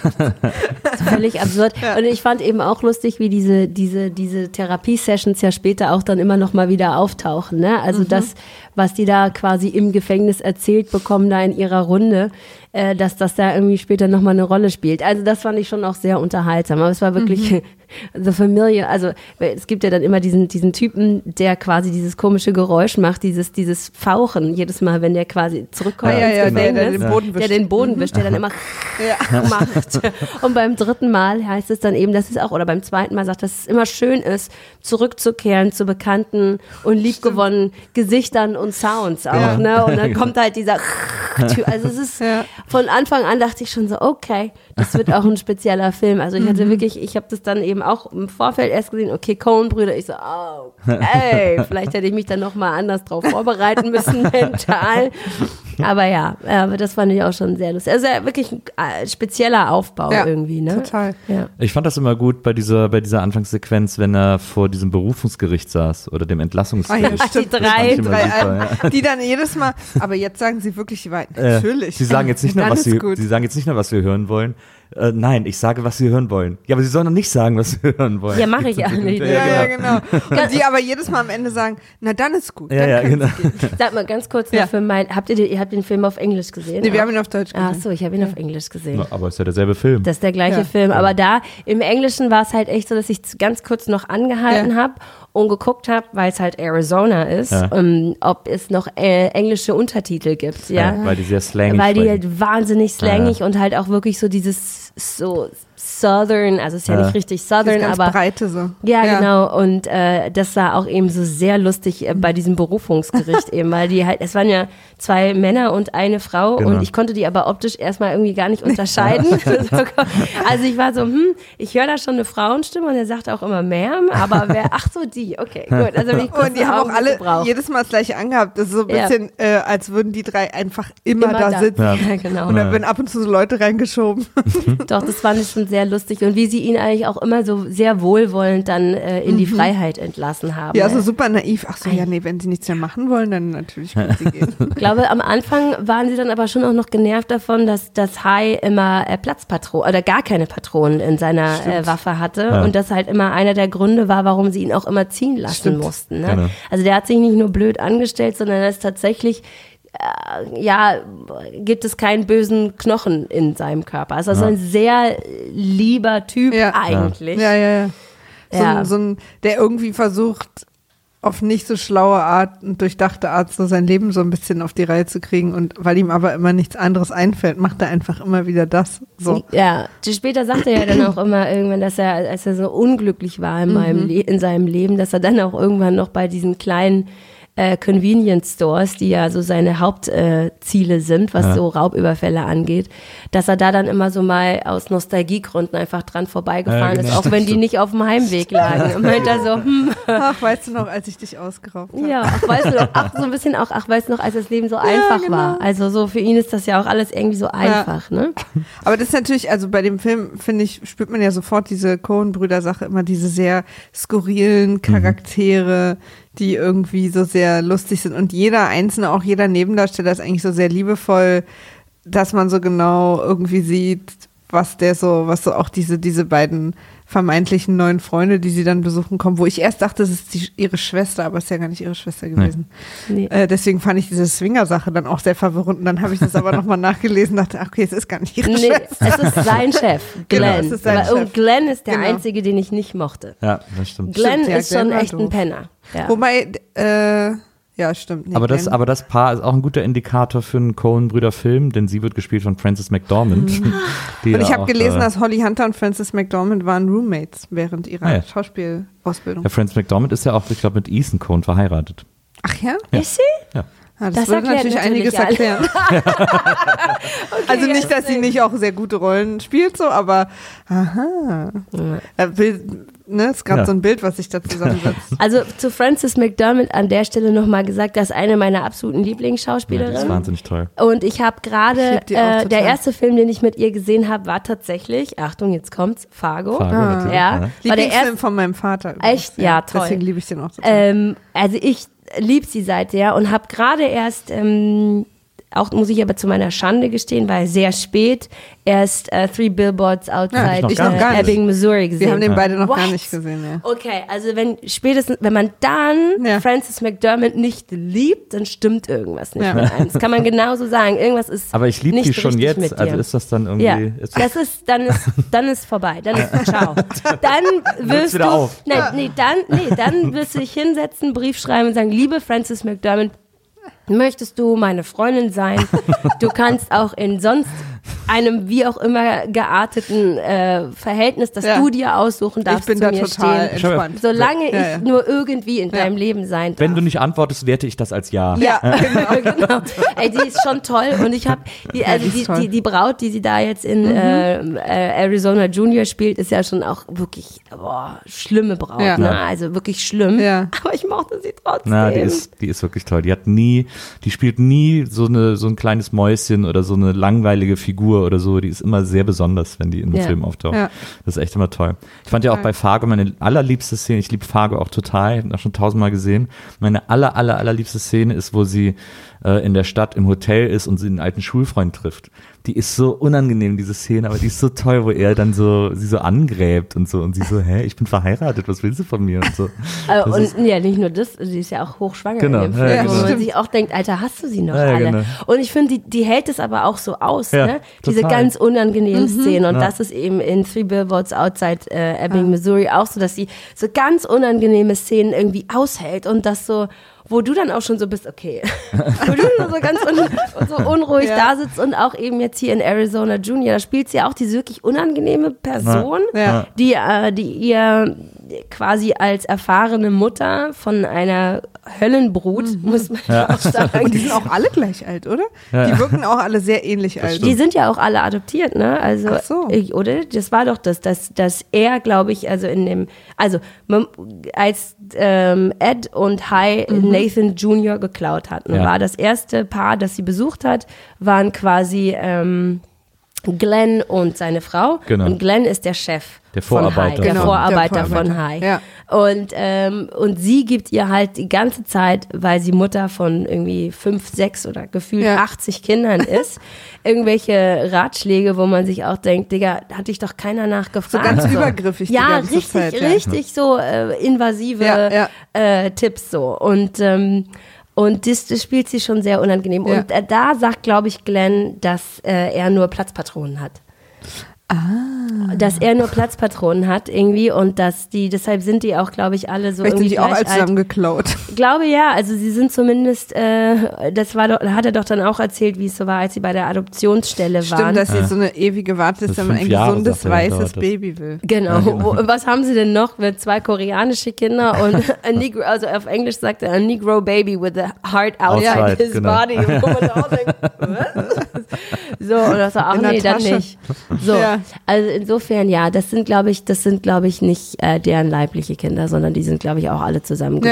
Völlig absurd. Ja. Und ich fand eben auch lustig, wie diese, diese, diese Therapie-Sessions ja später auch dann immer noch mal wieder auftauchen. Ne? Also das, was die da quasi im Gefängnis erzählt bekommen, da in ihrer Runde, äh, dass das da irgendwie später noch mal eine Rolle spielt. Also das fand ich schon auch sehr unterhaltsam. Aber es war wirklich mhm. the familiar, also es gibt ja dann immer diesen, diesen Typen, der quasi dieses komische Geräusch macht, dieses, dieses Fauchen, jedes Mal, wenn der quasi zurückkommt Ah, ja, ins ja, Gefängnis, der, der den Boden wischt. der den Boden wischt, der dann immer Ja. macht. Und beim dritten Mal heißt es dann eben, dass es auch, oder beim zweiten Mal sagt, dass es immer schön ist, zurückzukehren zu bekannten und liebgewonnenen Gesichtern und Sounds auch, Ja. ne? Und dann kommt halt dieser also es ist, Ja. von Anfang an dachte ich schon so, okay, das wird auch ein spezieller Film. Also ich hatte wirklich, ich habe das dann eben auch im Vorfeld erst gesehen, okay, Coen-Brüder, ich so, oh, okay, vielleicht hätte ich mich dann nochmal anders drauf vorbereiten müssen, mental. Aber ja, aber das fand ich auch schon sehr lustig. Also wirklich ein äh, spezieller Aufbau Ja, irgendwie, ne? total. Ja. Ich fand das immer gut bei dieser, bei dieser Anfangssequenz, wenn er vor diesem Berufungsgericht saß oder dem Ah, Entlassungsgericht. ja, stimmt. Die Das fand drei, ich immer Drei super, Alben, ja. die dann jedes Mal, aber jetzt sagen sie wirklich die Wahrheit. Äh, Natürlich. Sie sagen jetzt nicht nur, Dann was ist sie, gut. sie sagen jetzt nicht nur, was wir hören wollen. Äh, nein, ich sage, was sie hören wollen. Ja, aber sie sollen doch nicht sagen, was wir hören wollen. Ja, mache ich ja nicht. Ja, Ja, genau. ja, genau. Und die aber jedes Mal am Ende sagen, na dann ist gut. Ja, dann ja, können genau. Sie gehen. Sag mal ganz kurz noch Ja. für mein, habt ihr, den, ihr habt den Film auf Englisch gesehen? Nee, wir haben ihn auf Deutsch gesehen. Ach so, ich habe ihn auf Englisch gesehen. Na, aber ist ja derselbe Film. Das ist der gleiche Ja. Film. Aber da im Englischen war es halt echt so, dass ich ganz kurz noch angehalten Ja. habe und geguckt habe, weil es halt Arizona ist, Ja. um, ob es noch äh, englische Untertitel gibt. Ja, Ja, weil die sehr slangig Weil die sprechen. halt wahnsinnig slangig und halt auch wirklich so dieses so Southern, also es ist ja, Ja. nicht richtig Das Southern, ist ganz aber breite so. ja, genau. Und äh, das war auch eben so sehr lustig äh, bei diesem Berufungsgericht eben, weil die halt, es waren ja zwei Männer und eine Frau Genau. und ich konnte die aber optisch erstmal irgendwie gar nicht unterscheiden. Also ich war so, hm, ich höre da schon eine Frauenstimme und er sagt auch immer Ma'am, aber wer, ach so, die, okay, gut. Also bin ich kurz Und die haben auch alle gebraucht. jedes Mal das gleiche angehabt. Das ist so ein Ja. bisschen, äh, als würden die drei einfach immer, immer da, sitzen. Ja. Ja, genau. Und dann werden ab und zu so Leute reingeschoben. Doch, das fand ich schon sehr lustig. Und wie sie ihn eigentlich auch immer so sehr wohlwollend dann äh, in die Freiheit entlassen haben. Ja, so super naiv. Ach so, ja, nee, wenn sie nichts mehr machen wollen, dann natürlich können sie gehen. Ich glaube, am Anfang waren sie dann aber schon auch noch genervt davon, dass das Hai immer äh, Platzpatronen oder gar keine Patronen in seiner äh, Waffe hatte Ja. und das halt immer einer der Gründe war, warum sie ihn auch immer ziehen lassen Stimmt. mussten. Ne? Genau. Also der hat sich nicht nur blöd angestellt, sondern er ist tatsächlich äh, ja, gibt es keinen bösen Knochen in seinem Körper. Also, also Ja. ein sehr lieber Typ Ja. eigentlich. Ja, ja, ja. So, Ja. Ein, so ein, der irgendwie versucht, auf nicht so schlaue Art und durchdachte Art so sein Leben so ein bisschen auf die Reihe zu kriegen und weil ihm aber immer nichts anderes einfällt, macht er einfach immer wieder das. So. Ja, später sagte er ja dann auch immer irgendwann, dass er, als er so unglücklich war in, meinem Le- in seinem Leben, dass er dann auch irgendwann noch bei diesen kleinen äh, Convenience Stores, die ja so seine Hauptziele äh, Ziele sind, was Ja. so Raubüberfälle angeht, dass er da dann immer so mal aus Nostalgiegründen einfach dran vorbeigefahren Ja, genau. ist, auch wenn die nicht auf dem Heimweg lagen. Und meinte er so, hm, Ach, weißt du noch, als ich dich ausgeraubt habe? ja, ach, weißt du noch, ach, so ein bisschen auch, ach, weißt du noch, als das Leben so einfach genau. war. Also so für ihn ist das ja auch alles irgendwie so einfach, ne? Aber das ist natürlich, also bei dem Film, finde ich, spürt man ja sofort diese Coen-Brüder-Sache, immer diese sehr skurrilen Charaktere, die irgendwie so sehr lustig sind. Und jeder einzelne, auch jeder Nebendarsteller ist eigentlich so sehr liebevoll, dass man so genau irgendwie sieht, was der so, was so auch diese, diese beiden vermeintlichen neuen Freunde, die sie dann besuchen kommen, wo ich erst dachte, das ist die, ihre Schwester, aber es ist ja gar nicht ihre Schwester gewesen. Nee. Äh, deswegen fand ich diese Swinger-Sache dann auch sehr verwirrend und dann habe ich das aber nochmal nachgelesen und dachte, ach, okay, es ist gar nicht ihre Nee, Schwester. es ist sein Chef, Glenn. Genau, es ist sein Aber, Chef. Und Glenn ist der Genau. einzige, den ich nicht mochte. Ja, das stimmt. Glenn Stimmt, ja, ist Glenn schon war echt ein doof. Penner. Ja. Wobei, äh, ja, stimmt. Nee, Aber das, Glenn- aber das Paar ist auch ein guter Indikator für einen Coen-Brüder-Film, denn sie wird gespielt von Frances McDormand. die und ich ja habe auch, gelesen, äh, dass Holly Hunter und Frances McDormand waren Roommates während ihrer Ah, ja. Schauspielausbildung. ja, Frances McDormand ist ja auch, ich glaube, mit Ethan Coen verheiratet. Ach ja? Ist sie? Ja. Ah, das, Das würde erklärt natürlich natürlich einiges alles. erklären. also ja, nicht, dass sie nicht auch sehr gute Rollen spielt, so, aber aha. Äh, Bild, ne, ist gerade Ja. so ein Bild, was sich da zusammensetzt. Also zu Frances McDormand an der Stelle nochmal gesagt, das ist eine meiner absoluten Ja, die ist Lieblingsschauspielerinnen. wahnsinnig toll. Und ich habe Ich gerade, lieb die auch äh, total. der erste Film, den ich mit ihr gesehen habe, war tatsächlich, Achtung, jetzt kommt's, Fargo. Fargo, Ah. natürlich, Ja. ja. War der Lieblingsfilm erste, von meinem Vater. übrigens. Echt? Ja, toll. Deswegen liebe ich den auch total. ähm, also ich liebe sie seither und habe gerade erst, ähm, auch muss ich aber zu meiner Schande gestehen, weil sehr spät erst äh, Three Billboards Outside ich noch gar äh, nicht. Ebbing, Missouri gesehen. Wir haben den beide noch What? gar nicht gesehen, ja. Okay, also wenn spätestens, wenn man dann Ja. Frances McDormand nicht liebt, dann stimmt irgendwas nicht Ja. mit einem. Das kann man genauso sagen. Irgendwas ist Aber ich liebe nicht die schon richtig jetzt, mit dir. also ist das dann irgendwie... Ja, Ist das ist, dann ist, dann ist vorbei, dann ist ciao. Dann wirst wieder du, auf. nein, nee, dann, nee, dann wirst du dich hinsetzen, Brief schreiben und sagen, liebe Frances McDormand, möchtest du meine Freundin sein? Du kannst auch in sonst einem wie auch immer gearteten äh, Verhältnis, das Ja. du dir aussuchen darfst, Ich bin zu da mir total stehen. entspannt. Solange Ja, ja. ich nur irgendwie in deinem Leben sein darf. Wenn du nicht antwortest, werte ich das als Ja. Ja, genau. genau. Ey, die ist schon toll und ich habe, die, also die ist die, toll. die, die Braut, die sie da jetzt in äh, äh, Arizona Junior spielt, ist ja schon auch wirklich, boah, schlimme Braut, Ja. ne? Also wirklich schlimm. Ja. Aber ich mochte sie trotzdem. Na, die ist, die ist wirklich toll. Die hat nie, die spielt nie so eine, so ein kleines Mäuschen oder so eine langweilige Figur oder so. Die ist immer sehr besonders, wenn die in einem Ja. Film auftaucht. Ja. Das ist echt immer toll. Ich fand ja auch bei Fargo meine allerliebste Szene, ich liebe Fargo auch total, ich habe ihn auch schon tausendmal gesehen. Meine aller, aller, allerliebste Szene ist, wo sie äh, in der Stadt im Hotel ist und sie einen alten Schulfreund trifft. Die ist so unangenehm, diese Szene, aber die ist so toll, wo er dann so, sie so angräbt und so und sie so, hä, ich bin verheiratet, was willst du von mir und so. Äh, Das und ist- ja, nicht nur das, sie ist ja auch hochschwanger Genau, in dem Film, ja, wo genau. man sich auch denkt, Alter, hast du sie noch Ja, ja, alle? genau. Und ich finde, die, die hält es aber auch so aus, Ja, ne? Diese total. ganz unangenehmen Szenen. Und Ja. das ist eben in Three Billboards Outside äh, Ebbing, Missouri auch so, dass sie so ganz unangenehme Szenen irgendwie aushält und das so, wo du dann auch schon so bist, okay, wo du so ganz un, so unruhig Ja. da sitzt und auch eben jetzt hier in Arizona Junior, da spielt sie auch diese wirklich unangenehme Person, Ja. die, äh, die ihr quasi als erfahrene Mutter von einer Höllenbrut, muss man ja. auch sagen. Und die sind auch alle gleich alt, oder? Ja. Die wirken auch alle sehr ähnlich alt. Die sind ja auch alle adoptiert, ne? Also, Ach so. ich, oder? Das war doch das, dass, dass er, glaube ich, also in dem, also man, als ähm, Ed und Hi Nathan Junior geklaut hatten, Ja. war das erste Paar, das sie besucht hat, waren quasi ähm, Glenn und seine Frau. Genau. Und Glenn ist der Chef Der von Hi, Vorarbeiter. der Genau, Vorarbeiter der von Vorarbeiter. Hi. Ja. Und, ähm, und sie gibt ihr halt die ganze Zeit, weil sie Mutter von irgendwie fünf, sechs oder gefühlt Ja. achtzig Kindern ist, irgendwelche Ratschläge, wo man sich auch denkt, Digga, hat dich doch keiner So nachgefragt. ganz übergriffig die ja, ganze richtig, Zeit. Ja. richtig so äh, invasive Ja, ja. Äh, Tipps so. Und ähm, und das, das spielt sie schon sehr unangenehm. Ja. Und äh, da sagt, glaube ich, Glenn, dass äh, er nur Platzpatronen hat. Ah. Dass er nur Platzpatronen hat irgendwie und dass die, deshalb sind die auch, glaube ich, alle so Vielleicht sind irgendwie die auch gleich alle alt. zusammen geklaut. Ich glaube ja, also sie sind zumindest, äh, das war doch, hat er doch dann auch erzählt, wie es so war, als sie bei der Adoptionsstelle waren. Stimmt, dass sie so eine ewige Warteliste Das haben, ein fünf Jahre, gesundes, sagt er, weißes dauert das. Baby will. Genau. Wo, was haben sie denn noch? Mit zwei koreanische Kinder und a Negro, also auf Englisch sagt er, a Negro baby with a heart outside, Outside, his genau. body. Wo man auch denkt, was? So, und das war, ach In der nee, dann Tasche. nicht. So, Ja. also insofern, ja, das sind, glaube ich, das sind, glaube ich, nicht äh, deren leibliche Kinder, sondern die sind, glaube ich, auch alle zusammengesucht.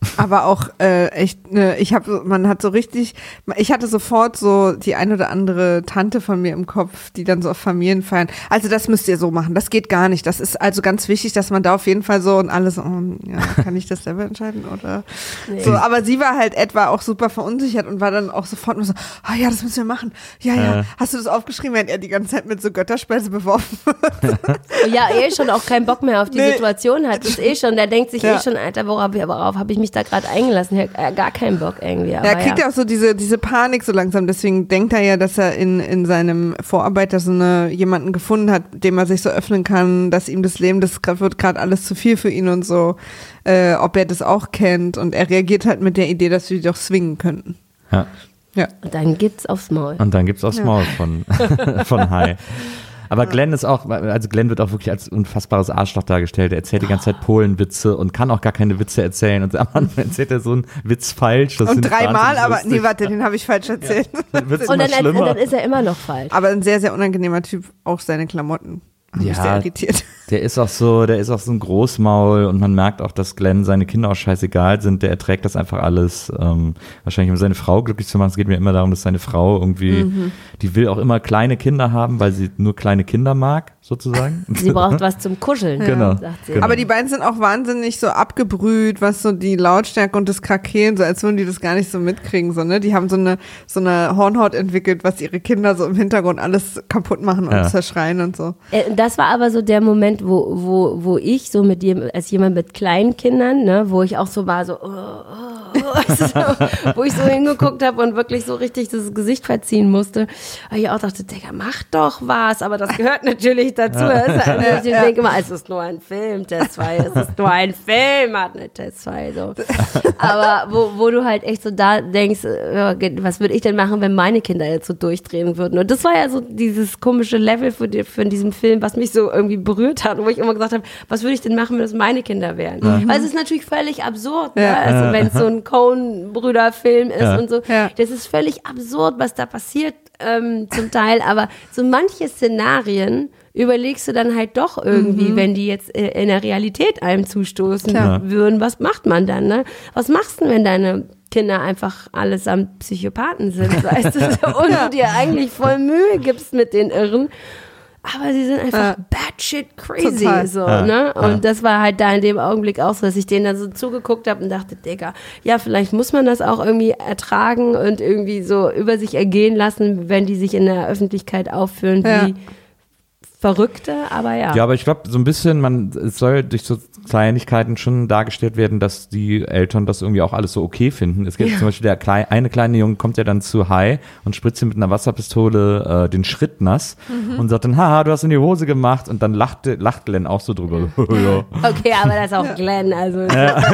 Aber auch äh, echt, ne, ich habe, man hat so richtig, ich hatte sofort so die ein oder andere Tante von mir im Kopf, die dann so auf Familien feiern. Also das müsst ihr so machen, das geht gar nicht. Das ist also ganz wichtig, dass man da auf jeden Fall so und alles, oh, ja, kann ich das selber entscheiden oder nee. so. Aber sie war halt etwa auch super verunsichert und war dann auch sofort nur so, ah ja, das müssen wir machen. Ja, ja, äh. hast du das aufgeschrieben, während er die ganze Zeit mit so Götterspeise beworfen wird? Ja, eh schon auch keinen Bock mehr auf die nee. Situation hat. Das ist eh schon, der denkt sich ja. eh schon, Alter, worauf, worauf habe ich mich da gerade eingelassen? Ja, gar keinen Bock irgendwie. Aber er kriegt ja ja auch so diese, diese Panik so langsam, deswegen denkt er ja, dass er in, in seinem Vorarbeiter so eine, jemanden gefunden hat, dem er sich so öffnen kann, dass ihm das Leben, das wird gerade alles zu viel für ihn und so, äh, ob er das auch kennt und er reagiert halt mit der Idee, dass wir die doch swingen könnten. Ja. Ja. Und dann gibt's aufs Maul. Und dann gibt's aufs ja. Maul von, von Hai. Aber Glenn ist auch, also Glenn wird auch wirklich als unfassbares Arschloch dargestellt. Er erzählt die ganze Zeit Polenwitze und kann auch gar keine Witze erzählen. Und am Anfang erzählt er so einen Witz falsch. Das und dreimal, aber lustig. Nee, warte, den habe ich falsch erzählt. Ja. Und dann, und dann ist er immer noch falsch. Aber ein sehr, sehr unangenehmer Typ, auch seine Klamotten. Hab ja, sehr irritiert. Der ist auch so, der ist auch so ein Großmaul und man merkt auch, dass Glenn seine Kinder auch scheißegal sind. Der erträgt das einfach alles. Ähm, wahrscheinlich, um seine Frau glücklich zu machen. Es geht mir immer darum, dass seine Frau irgendwie, mhm. die will auch immer kleine Kinder haben, weil sie nur kleine Kinder mag, sozusagen. Sie braucht was zum Kuscheln. Genau. Sagt sie. genau. Aber die beiden sind auch wahnsinnig so abgebrüht, was so die Lautstärke und das Krakeelen, so als würden die das gar nicht so mitkriegen, so, ne? Die haben so eine, so eine Hornhaut entwickelt, was ihre Kinder so im Hintergrund alles kaputt machen und ja. zerschreien und so. Das war aber so der Moment, wo, wo, wo ich so mit dem, als jemand mit kleinen Kindern, ne, wo ich auch so war, so, oh, oh, oh, so wo ich so hingeguckt habe und wirklich so richtig das Gesicht verziehen musste. Aber ich auch dachte, Digga, mach doch was, aber das gehört natürlich dazu. Ja. Ich ja. denke immer, es ist nur ein Film, Test zwei, es ist nur ein Film, hat eine Test zwei, so. Aber wo, wo du halt echt so da denkst, was würde ich denn machen, wenn meine Kinder jetzt so durchdrehen würden? Und das war ja so dieses komische Level für, die, für diesen Film, was mich so irgendwie berührt hat, wo ich immer gesagt habe, was würde ich denn machen, wenn das meine Kinder wären? Mhm. Weil es ist natürlich völlig absurd, ja. ne? Also wenn es so ein Coen-Brüder-Film ist ja. und so. Ja. Das ist völlig absurd, was da passiert ähm, zum Teil, aber so manche Szenarien überlegst du dann halt doch irgendwie, mhm. wenn die jetzt in der Realität einem zustoßen Klar. würden, was macht man dann, ne? Was machst du, wenn deine Kinder einfach allesamt Psychopathen sind, weißt du? Und du dir eigentlich voll Mühe gibst mit den Irren. Aber sie sind einfach äh, batshit crazy, total. so, ja, ne? Und ja. das war halt da in dem Augenblick auch so, dass ich denen dann so zugeguckt habe und dachte, Digga, ja, vielleicht muss man das auch irgendwie ertragen und irgendwie so über sich ergehen lassen, wenn die sich in der Öffentlichkeit aufführen, ja. wie Verrückte, aber ja. Ja, aber ich glaube, so ein bisschen, man, es soll durch so Kleinigkeiten schon dargestellt werden, dass die Eltern das irgendwie auch alles so okay finden. Es gibt ja. zum Beispiel der Klei- eine kleine Junge kommt ja dann zu Hai und spritzt ihm mit einer Wasserpistole äh, den Schritt nass mhm. und sagt dann, haha, du hast in die Hose gemacht und dann lacht, lacht Glenn auch so drüber. ja. Okay, aber das ist auch Glenn, also. Ja,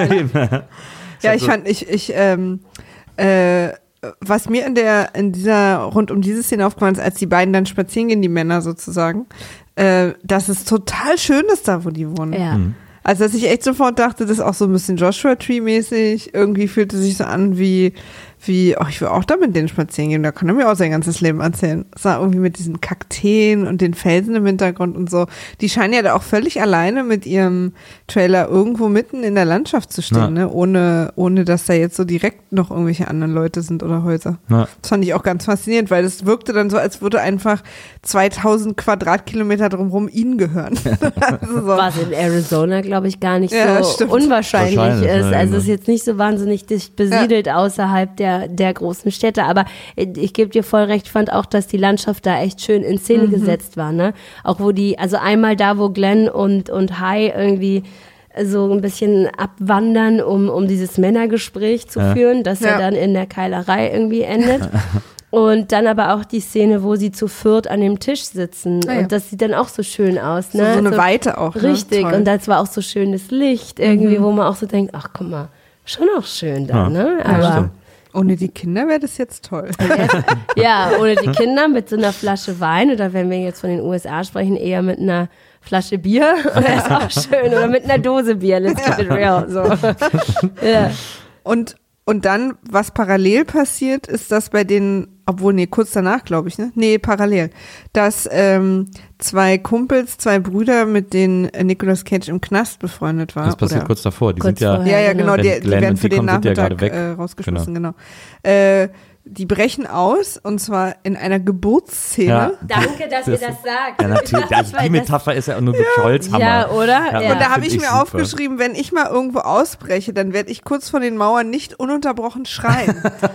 ja ich fand, ich, ich, ähm, äh, was mir in der, in dieser, rund um diese Szene aufgefallen ist, als die beiden dann spazieren gehen, die Männer sozusagen, äh, dass es total schön ist da, wo die wohnen. Ja. Mhm. Also, dass ich echt sofort dachte, das ist auch so ein bisschen Joshua Tree-mäßig. Irgendwie fühlte sich so an wie, wie, oh, ich will auch da mit denen spazieren gehen. Da kann er mir auch sein ganzes Leben erzählen. Es war irgendwie mit diesen Kakteen und den Felsen im Hintergrund und so. Die scheinen ja da auch völlig alleine mit ihrem Trailer irgendwo mitten in der Landschaft zu stehen, ja. ne? Ohne, ohne dass da jetzt so direkt noch irgendwelche anderen Leute sind oder Häuser. Ja. Das fand ich auch ganz faszinierend, weil das wirkte dann so, als würde einfach zweitausend Quadratkilometer drumherum ihnen gehören. also so. Was in Arizona, glaube ich, gar nicht ja, so stimmt. unwahrscheinlich ist. Ja, also es ist jetzt nicht so wahnsinnig dicht besiedelt ja. außerhalb der, der großen Städte. Aber ich gebe dir voll recht, fand auch, dass die Landschaft da echt schön in Szene mhm. gesetzt war. Ne? Auch wo die, also einmal da, wo Glenn und, und Hai irgendwie so ein bisschen abwandern, um, um dieses Männergespräch zu ja. führen, das ja. ja dann in der Keilerei irgendwie endet. Und dann aber auch die Szene, wo sie zu viert an dem Tisch sitzen. Ah, ja. Und das sieht dann auch so schön aus. Ne? So, so eine so, Weite auch. Richtig. Ne? Und das war auch so schönes Licht irgendwie, mhm. wo man auch so denkt, ach guck mal, schon auch schön da. Ja. Ne? Aber ja, ohne die Kinder wäre das jetzt toll. Ja, ohne die Kinder mit so einer Flasche Wein oder wenn wir jetzt von den U S A sprechen, eher mit einer Flasche Bier. Das ist auch schön. Oder mit einer Dose Bier. Let's keep it real. So. Ja. Und Und dann, was parallel passiert, ist, dass bei den obwohl, nee, kurz danach, glaube ich, ne? Nee, parallel, dass ähm, zwei Kumpels, zwei Brüder, mit denen Nicolas Cage im Knast befreundet war. Das passiert oder? kurz davor. Die Kurz sind ja, vorher. Ja, ja, genau, Wenn die, die Glenn werden und für die den kommen, sind ja Nachmittag gerade weg. äh, rausgeschmissen, genau. Äh, die brechen aus, und zwar in einer Geburtsszene. Ja. Danke, dass Das- ihr das sagt. Ja, natürlich. Ich dachte, Also die Metapher ist ja auch nur mit Holzhammer. Ja, oder? Ja, Ja. aber Und da habe find ich mir super. aufgeschrieben, wenn ich mal irgendwo ausbreche, dann werde ich kurz vor den Mauern nicht ununterbrochen schreien.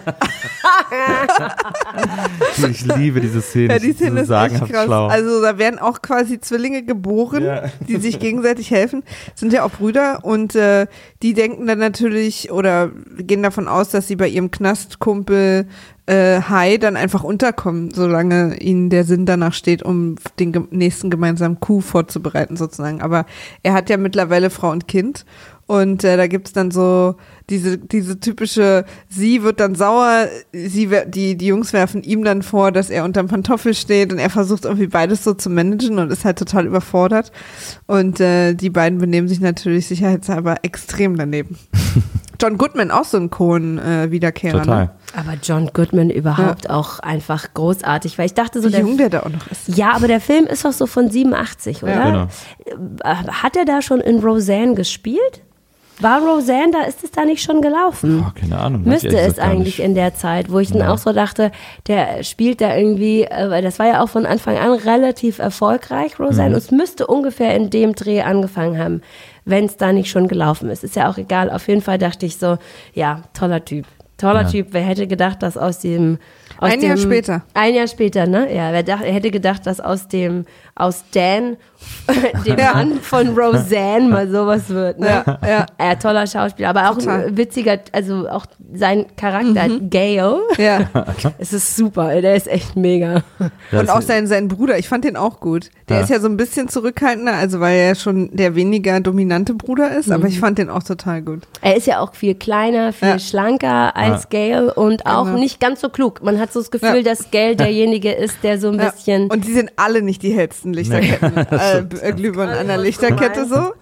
Ich liebe diese Szene. Ja, die Szene so ist sagenhaft echt krass. schlau. Also da werden auch quasi Zwillinge geboren, Ja. die sich gegenseitig helfen. Sind ja auch Brüder, und äh, die denken dann natürlich oder gehen davon aus, dass sie bei ihrem Knastkumpel äh, Hai dann einfach unterkommen, solange ihnen der Sinn danach steht, um den ge- nächsten gemeinsamen Coup vorzubereiten sozusagen. Aber er hat ja mittlerweile Frau und Kind. Und äh, da gibt's dann so diese diese typische, sie wird dann sauer, sie wer- die die Jungs werfen ihm dann vor, dass er unterm Pantoffel steht, und er versucht irgendwie beides so zu managen und ist halt total überfordert. Und äh, die beiden benehmen sich natürlich sicherheitshalber extrem daneben. John Goodman, auch so ein Coen-Wiederkehrer. Total. Ne? Aber John Goodman überhaupt auch einfach großartig, weil ich dachte so, Wie der, jung der da auch noch ist. ja, aber der Film ist doch so von siebenundachtzig, oder? Genau. Äh, Hat er da schon in Roseanne gespielt? War Roseanne da, ist es da nicht schon gelaufen? Oh, keine Ahnung. weiß ich Müsste ehrlich es gesagt gar eigentlich nicht. in der Zeit, wo ich dann Ja. auch so dachte, der spielt da irgendwie, äh, weil das war ja auch von Anfang an relativ erfolgreich, Roseanne, Mhm. und es müsste ungefähr in dem Dreh angefangen haben, wenn es da nicht schon gelaufen ist. Ist ja auch egal, auf jeden Fall dachte ich so, ja, toller Typ. Toller Ja. Typ, wer hätte gedacht, dass aus dem... Aus Ein dem, Jahr später. Ein Jahr später, ne? Ja, wer dacht, er hätte gedacht, dass aus dem, aus Dan, dem Ja. Mann von Roseanne, mal sowas wird, ne? Ja, ja. Ja, toller Schauspieler, aber auch Total. ein witziger, also auch sein Charakter, Gale, Ja. es ist super, der ist echt mega. Das Und auch ist- sein, sein Bruder, ich fand den auch gut. Der Ja. ist ja so ein bisschen zurückhaltender, also weil er ja schon der weniger dominante Bruder ist, aber ich fand den auch total gut. Er ist ja auch viel kleiner, viel Ja. schlanker als Ja. Gale und auch Genau. nicht ganz so klug. Man hat so das Gefühl, Ja. dass Gale derjenige ist, der so ein Ja. bisschen... Und die sind alle nicht die hellsten Lichterketten, äh, b- äh, Glühbirnen an der Lichterkette so.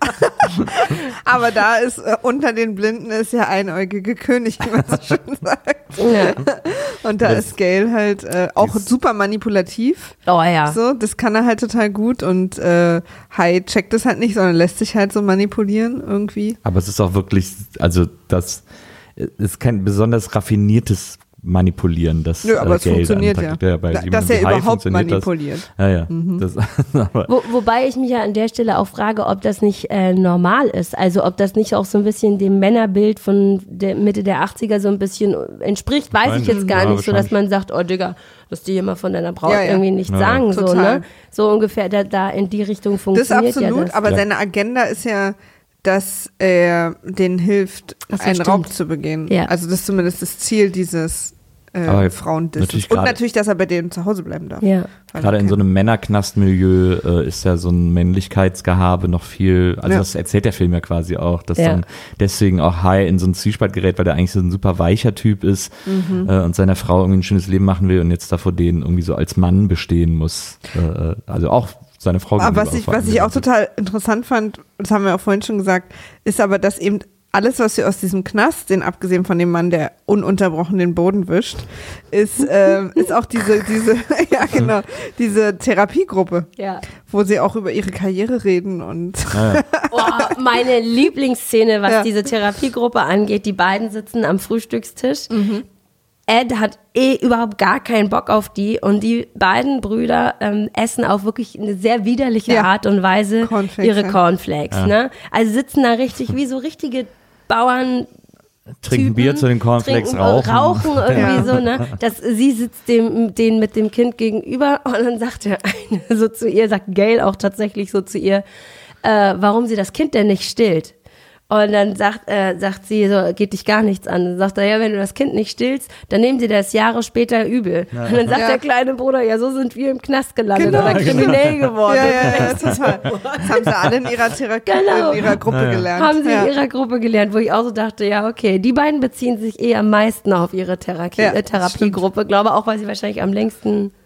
Aber da ist äh, unter den Blinden ist ja einäugige König, wie man so schön sagt. ja. Und da Das- ist Gale halt äh, auch Dies- super manipulativ. Oh ja. So, das kann er halt total gut, und äh, Hai checkt es halt nicht, sondern lässt sich halt so manipulieren irgendwie. Aber es ist auch wirklich, also das ist kein besonders raffiniertes Manipulieren, das Nö, aber äh, es Geld funktioniert ja. anpackt. Ja, bei Da- jemandem dass er wie Hai überhaupt funktioniert das. manipuliert. Ja, ja. Mhm. Das, aber, Wo, wobei ich mich ja an der Stelle auch frage, ob das nicht äh, normal ist. Also ob das nicht auch so ein bisschen dem Männerbild von der Mitte der achtziger so ein bisschen entspricht, weiß ich jetzt gar Ja, nicht, so dass wahrscheinlich. man sagt, oh Digga, dass die immer von deiner Braut Ja, ja. irgendwie nichts Ja. sagen. So, Total. ne? So ungefähr da, da in die Richtung Das ist funktioniert absolut, ja das. aber Ja. seine Agenda ist ja, dass er denen hilft, Ach so, einen stimmt. Raub zu begehen. Ja. Also das ist zumindest das Ziel dieses äh, Aber Frauendisses. natürlich Und gerade- natürlich, dass er bei denen zu Hause bleiben darf. Ja. Weil Gerade er in so kein- einem Männerknastmilieu äh, ist ja so ein Männlichkeitsgehabe noch viel, also Ja. das erzählt der Film ja quasi auch, dass Ja. dann deswegen auch Hai in so einen Zwiespalt gerät, weil der eigentlich so ein super weicher Typ ist Mhm. äh, und seiner Frau irgendwie ein schönes Leben machen will und jetzt da vor denen irgendwie so als Mann bestehen muss. Äh, also auch seine Frau. Aber was gegenüber ich, vor was allem. ich auch total interessant fand, das haben wir auch vorhin schon gesagt, ist aber, dass eben alles, was wir aus diesem Knast sehen, abgesehen von dem Mann, der ununterbrochen den Boden wischt, ist, ähm, ist auch diese, diese, ja genau, diese Therapiegruppe, Ja. wo sie auch über ihre Karriere reden und Oh, meine Lieblingsszene, was Ja. diese Therapiegruppe angeht. Die beiden sitzen am Frühstückstisch. Mhm. Ed hat eh überhaupt gar keinen Bock auf die und die beiden Brüder ähm, essen auf wirklich eine sehr widerliche Ja. Art und Weise Cornflakes, ihre ja. Cornflakes. Ja. Ne? Also sitzen da richtig wie so richtige Bauern. Trinken Typen, Bier zu den Cornflakes, trinken, rauchen. Rauchen irgendwie Ja. so, ne? Dass sie sitzt dem, den mit dem Kind gegenüber und dann sagt der eine so zu ihr, sagt Gail auch tatsächlich so zu ihr, äh, warum sie das Kind denn nicht stillt. Und dann sagt, äh, sagt sie so, geht dich gar nichts an. Dann sagt er, ja, wenn du das Kind nicht stillst, dann nehmen sie das Jahre später übel. Und dann sagt Ja. der kleine Bruder, ja, so sind wir im Knast gelandet Genau, oder kriminell geworden. ja, ja, ja, total. Das haben sie alle in ihrer Therapie, Genau. in ihrer Gruppe gelernt. Haben sie ja. in ihrer Gruppe gelernt, wo ich auch so dachte, ja, okay, die beiden beziehen sich eh am meisten auf ihre Therapie, Ja, äh, Therapiegruppe. Glaube auch, weil sie wahrscheinlich am längsten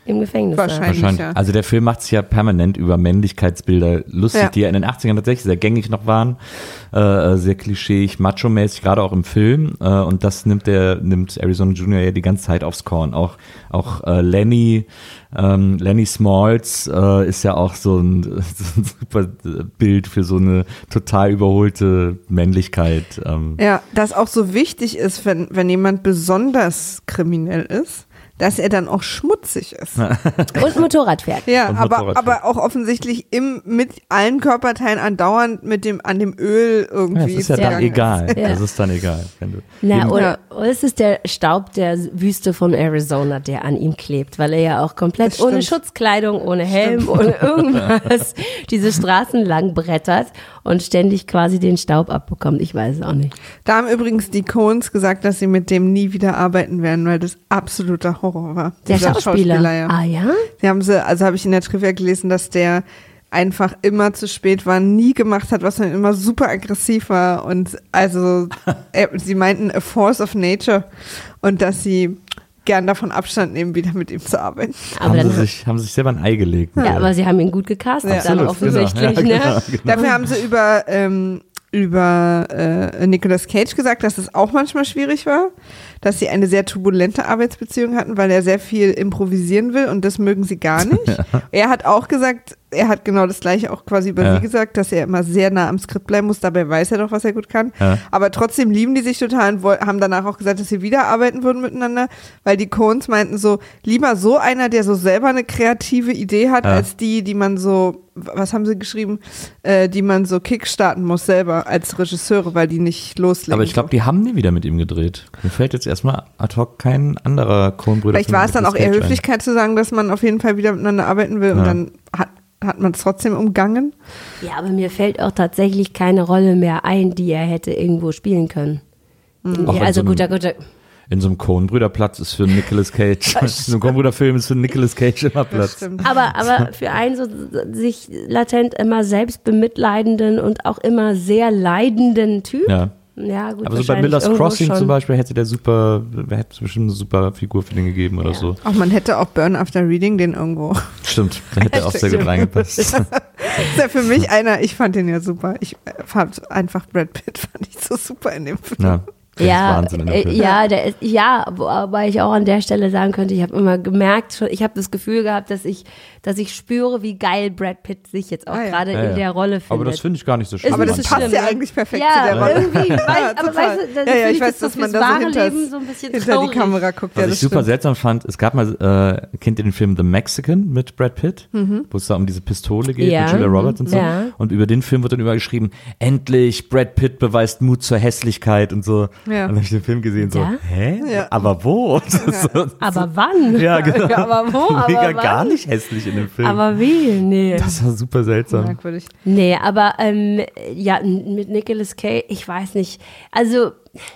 im Gefängnis Wahrscheinlich. saß. Ja. Also der Film macht sich ja permanent über Männlichkeitsbilder lustig, Ja. die ja in den achtzigern tatsächlich sehr gängig noch waren, äh, sehr klischeeig, macho-mäßig, gerade auch im Film. Äh, und das nimmt der nimmt Arizona Junior ja die ganze Zeit aufs Korn. Auch auch äh, Lenny ähm, Lenny Smalls äh, ist ja auch so ein, so ein super Bild für so eine total überholte Männlichkeit. Ähm. Ja, das auch so wichtig ist, wenn, wenn jemand besonders kriminell ist, dass er dann auch schmutzig ist. Und Motorrad fährt. Ja, Und aber, Motorrad aber auch offensichtlich im, mit allen Körperteilen andauernd mit dem, an dem Öl Ja, irgendwie. das ist ja gegangen dann egal. Ja. Das ist dann egal. Wenn du Na, Eben- oder, Ja. oder es ist der Staub der Wüste von Arizona, der an ihm klebt, weil er ja auch komplett Das stimmt. ohne Schutzkleidung, ohne Helm, ohne irgendwas diese Straßen lang brettert und ständig quasi den Staub abbekommt. Ich weiß es auch nicht. Da haben übrigens die Coens gesagt, dass sie mit dem nie wieder arbeiten werden, weil das absoluter Horror war. Der Dieser Schauspieler. ja. Ah ja? Sie haben sie, also habe ich in der Trivia gelesen, dass der einfach immer zu spät war, nie gemacht hat, was dann immer super aggressiv war und also äh, sie meinten a force of nature und dass sie gern davon Abstand nehmen, wieder mit ihm zu arbeiten. Aber haben, dann, sie sich, haben sie sich selber ein Ei gelegt. ja, aber sie haben ihn gut gecastet, Ja. dann Absolut, offensichtlich. genau. Ja, Ne? genau, genau. Dafür haben sie über ähm, über äh, Nicolas Cage gesagt, dass es auch manchmal schwierig war, dass sie eine sehr turbulente Arbeitsbeziehung hatten, weil er sehr viel improvisieren will und das mögen sie gar nicht. Ja. Er hat auch gesagt, er hat genau das Gleiche auch quasi über Ja. sie gesagt, dass er immer sehr nah am Skript bleiben muss, dabei weiß er doch, was er gut kann. Ja. Aber trotzdem lieben die sich total und woll- haben danach auch gesagt, dass sie wieder arbeiten würden miteinander, weil die Coens meinten so, lieber so einer, der so selber eine kreative Idee hat, Ja. als die, die man so, was haben sie geschrieben, äh, die man so kickstarten muss selber als Regisseure, weil die nicht loslegen. Aber ich glaube, die haben nie wieder mit ihm gedreht. Mir fällt jetzt erstmal ad hoc kein anderer Coen-Brüder. Vielleicht war es dann auch eher Höflichkeit zu sagen, dass man auf jeden Fall wieder miteinander arbeiten will und Ja. dann hat, hat man es trotzdem umgangen. Ja, aber mir fällt auch tatsächlich keine Rolle mehr ein, die er hätte irgendwo spielen können. In, Auch in also so einem- guter, guter. In so einem Coen-Brüder-Platz ist für Nicolas Cage. In so einem Coen-Brüder-Film ist für Nicolas Cage immer Das Platz. stimmt. Aber, aber für einen so sich latent immer selbst bemitleidenden und auch immer sehr leidenden Typ. Ja. Ja, gut, Aber so bei wahrscheinlich Miller's irgendwo Crossing schon. zum Beispiel hätte der super, hätte es bestimmt eine super Figur für den gegeben oder Ja. so. Auch man hätte auch Burn After Reading den irgendwo. Stimmt, da hätte er auch sehr gut reingepasst. Ist ja für mich einer, ich fand den ja super. Ich äh, fand einfach Brad Pitt fand ich so super in dem Film. Ja, der Ja, ist Wahnsinn in dem äh, Film. ja, der ist, ja, wobei ich auch an der Stelle sagen könnte, ich habe immer gemerkt, schon- ich habe das Gefühl gehabt, dass ich, dass ich spüre, wie geil Brad Pitt sich jetzt auch Ah, ja. gerade Ja, in ja. der Rolle findet. Aber das finde ich gar nicht so schlimm. Ist Aber nicht das so passt schlimm, ja ne? eigentlich perfekt ja, zu der Rolle. irgendwie, weiß, aber total. weißt du, dann Ja, ja, finde ich weiß, das dass so man fürs da so wahre hinters- Leben so ein bisschen hinter traurig. die Kamera guckt. Ja, Was das ich super stimmt. seltsam fand, es gab mal, äh, kennt ihr den Film The Mexican mit Brad Pitt, wo es da um diese Pistole geht Ja. mit Julia Roberts und so. Ja. Und über den Film wird dann überall geschrieben, endlich, Brad Pitt beweist Mut zur Hässlichkeit und so. Ja. Und dann habe ich den Film gesehen, so, Ja? hä? Ja. Aber wo? So, Aber wann? ja, genau. Ja, aber wo? Aber Mega wann? gar nicht hässlich in dem Film. Aber wie? Nee. das war super seltsam. Merkwürdig. Nee, aber ähm, ja, n- mit Nicolas Cage, ich weiß nicht. Also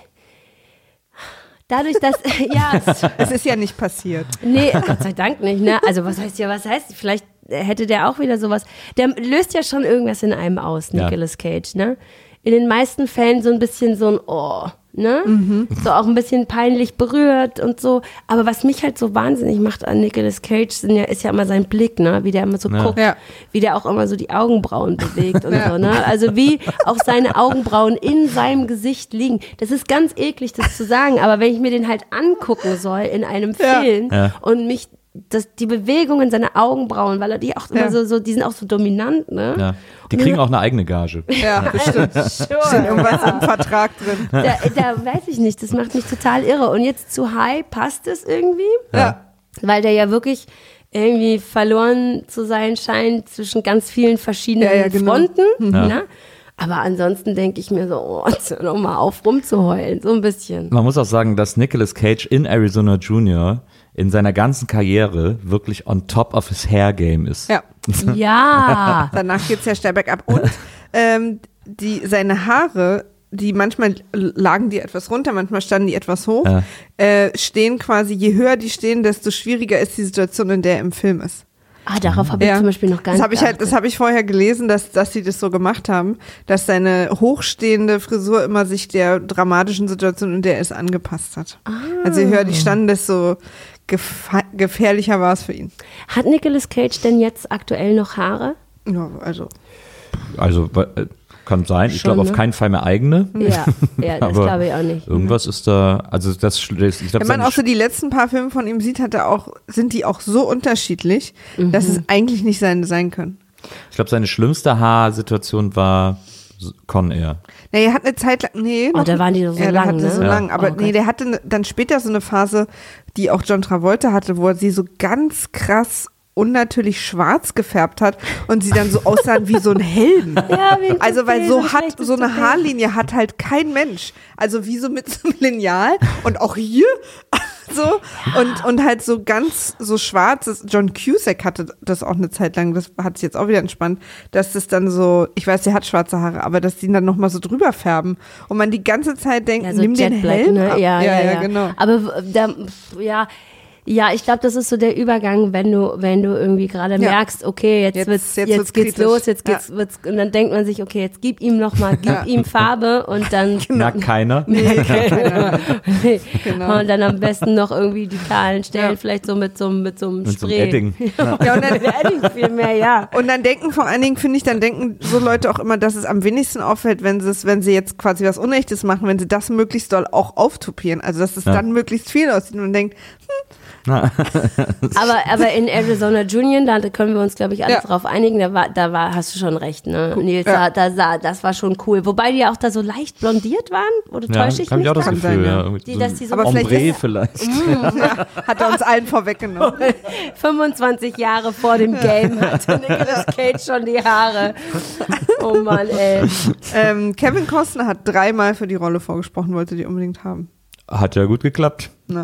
dadurch, dass ja, es, Es ist ja nicht passiert. nee, Gott sei Dank nicht, ne? Also was heißt ja, was heißt, vielleicht hätte der auch wieder sowas. Der löst ja schon irgendwas in einem aus, Ja. Nicolas Cage, ne? In den meisten Fällen so ein bisschen so ein Oh, ne? So auch ein bisschen peinlich berührt und so. Aber was mich halt so wahnsinnig macht an Nicolas Cage, sind ja, ist ja immer sein Blick, ne? Wie der immer so Ja. guckt, Ja. wie der auch immer so die Augenbrauen bewegt und so, ne? Also wie auch seine Augenbrauen in seinem Gesicht liegen. Das ist ganz eklig, das zu sagen, aber wenn ich mir den halt angucken soll in einem Ja. Film Ja. und mich das, die Bewegungen seiner Augenbrauen, weil er die auch immer Ja. so, so, die sind auch so dominant, ne? Ja. Die kriegen auch eine eigene Gage. Ja, bestimmt. Sure. Irgendwas im Vertrag drin. Da, da weiß ich nicht, das macht mich total irre. Und jetzt zu High passt es irgendwie, Ja. weil der ja wirklich irgendwie verloren zu sein scheint zwischen ganz vielen verschiedenen Ja, ja, genau. Fronten. Ja. Ne? Aber ansonsten denke ich mir so, oh, jetzt hör doch mal auf rumzuheulen, so ein bisschen. Man muss auch sagen, dass Nicolas Cage in Arizona Junior in seiner ganzen Karriere wirklich on top of his hair game ist. Ja. Ja, Danach geht es ja steil bergab. Und ähm, die, seine Haare, die manchmal lagen die etwas runter, manchmal standen die etwas hoch, Ja. äh, stehen quasi, je höher die stehen, desto schwieriger ist die Situation, in der er im Film ist. ah, darauf habe ich zum Beispiel noch gar das nicht habe ich halt, das habe ich vorher gelesen, dass, dass sie das so gemacht haben, dass seine hochstehende Frisur immer sich der dramatischen Situation, in der er es angepasst hat. Ah. Also je höher die standen, desto gefa- gefährlicher war es für ihn. Hat Nicolas Cage denn jetzt aktuell noch Haare? Ja, also. Also äh, kann sein. Ich Schon, glaube ne? auf keinen Fall mehr eigene. Ja, ja, das Aber glaube ich auch nicht. Irgendwas ist da, also das, ich glaube, Wenn man seine auch so die letzten paar Filme von ihm sieht, hat er auch, sind die auch so unterschiedlich, dass Mhm. es eigentlich nicht seine sein können. Ich glaube, seine schlimmste Haarsituation war Con Air. Nee, er hat eine Zeit lang, nee. Oh, noch- da waren die so ja, der lang, hatte ne? so Ja. lang, aber Oh nee, Gott. der hatte ne- dann später so eine Phase, die auch John Travolta hatte, wo er sie so ganz krass unnatürlich schwarz gefärbt hat und sie dann so aussahen wie so ein Helden. Ja, wie ein Also weil Toupet, so ein hat schlechtes so eine Toupet. Haarlinie hat halt kein Mensch. Also wie so mit so einem Lineal und auch hier so und und halt so ganz so schwarzes. John Cusack hatte das auch eine Zeit lang. Das hat sich jetzt auch wieder entspannt, dass das dann so, ich weiß, der hat schwarze Haare, aber dass die ihn dann noch mal so drüber färben und man die ganze Zeit denkt, Ja, so nimm Jet den Black, Helm ne? ab. Ja, ja, ja, genau. Aber w- da, ja, ja, ich glaube, das ist so der Übergang, wenn du, wenn du irgendwie gerade Ja. merkst, okay, jetzt, Jetzt- wird's, jetzt jetzt, wird's geht's kritisch. los, jetzt geht's, wird's, und dann denkt man sich, okay, jetzt gib ihm noch mal, gib Ja. ihm Farbe und dann, Merkt keiner. Genau. und dann am besten noch irgendwie die kahlen Stellen, Ja. vielleicht so mit so, einem- mit so einem Mit so einem Spray. Edding. Ja, und dann, Edding viel mehr, ja. Und dann denken vor allen Dingen, finde ich, dann denken so Leute auch immer, dass es am wenigsten auffällt, wenn sie es, wenn sie jetzt quasi was Unrechtes machen, wenn sie das möglichst doll auch auftupieren. Also dass es Ja. dann möglichst viel aussieht und man denkt, Aber, aber in Arizona Junior, da können wir uns, glaube ich, alle Ja. drauf einigen, da war, da war, hast du schon recht, ne? Nils, Ja. da, da, sah- das war schon cool. Wobei die ja auch da so leicht blondiert waren, oder Ja, täusche ich habe mich ich auch das da? Kann Gefühl. sein, ja. Ja. Irgendwie Die, so dass ein die so Aber vielleicht Ombre ist- vielleicht. hat er uns allen vorweggenommen. fünfundzwanzig Jahre vor dem Game hatte Nicolas Cage schon die Haare. Oh Mann, ey. ähm, Kevin Costner hat dreimal für die Rolle vorgesprochen, wollte die unbedingt haben. Hat ja gut geklappt. Na.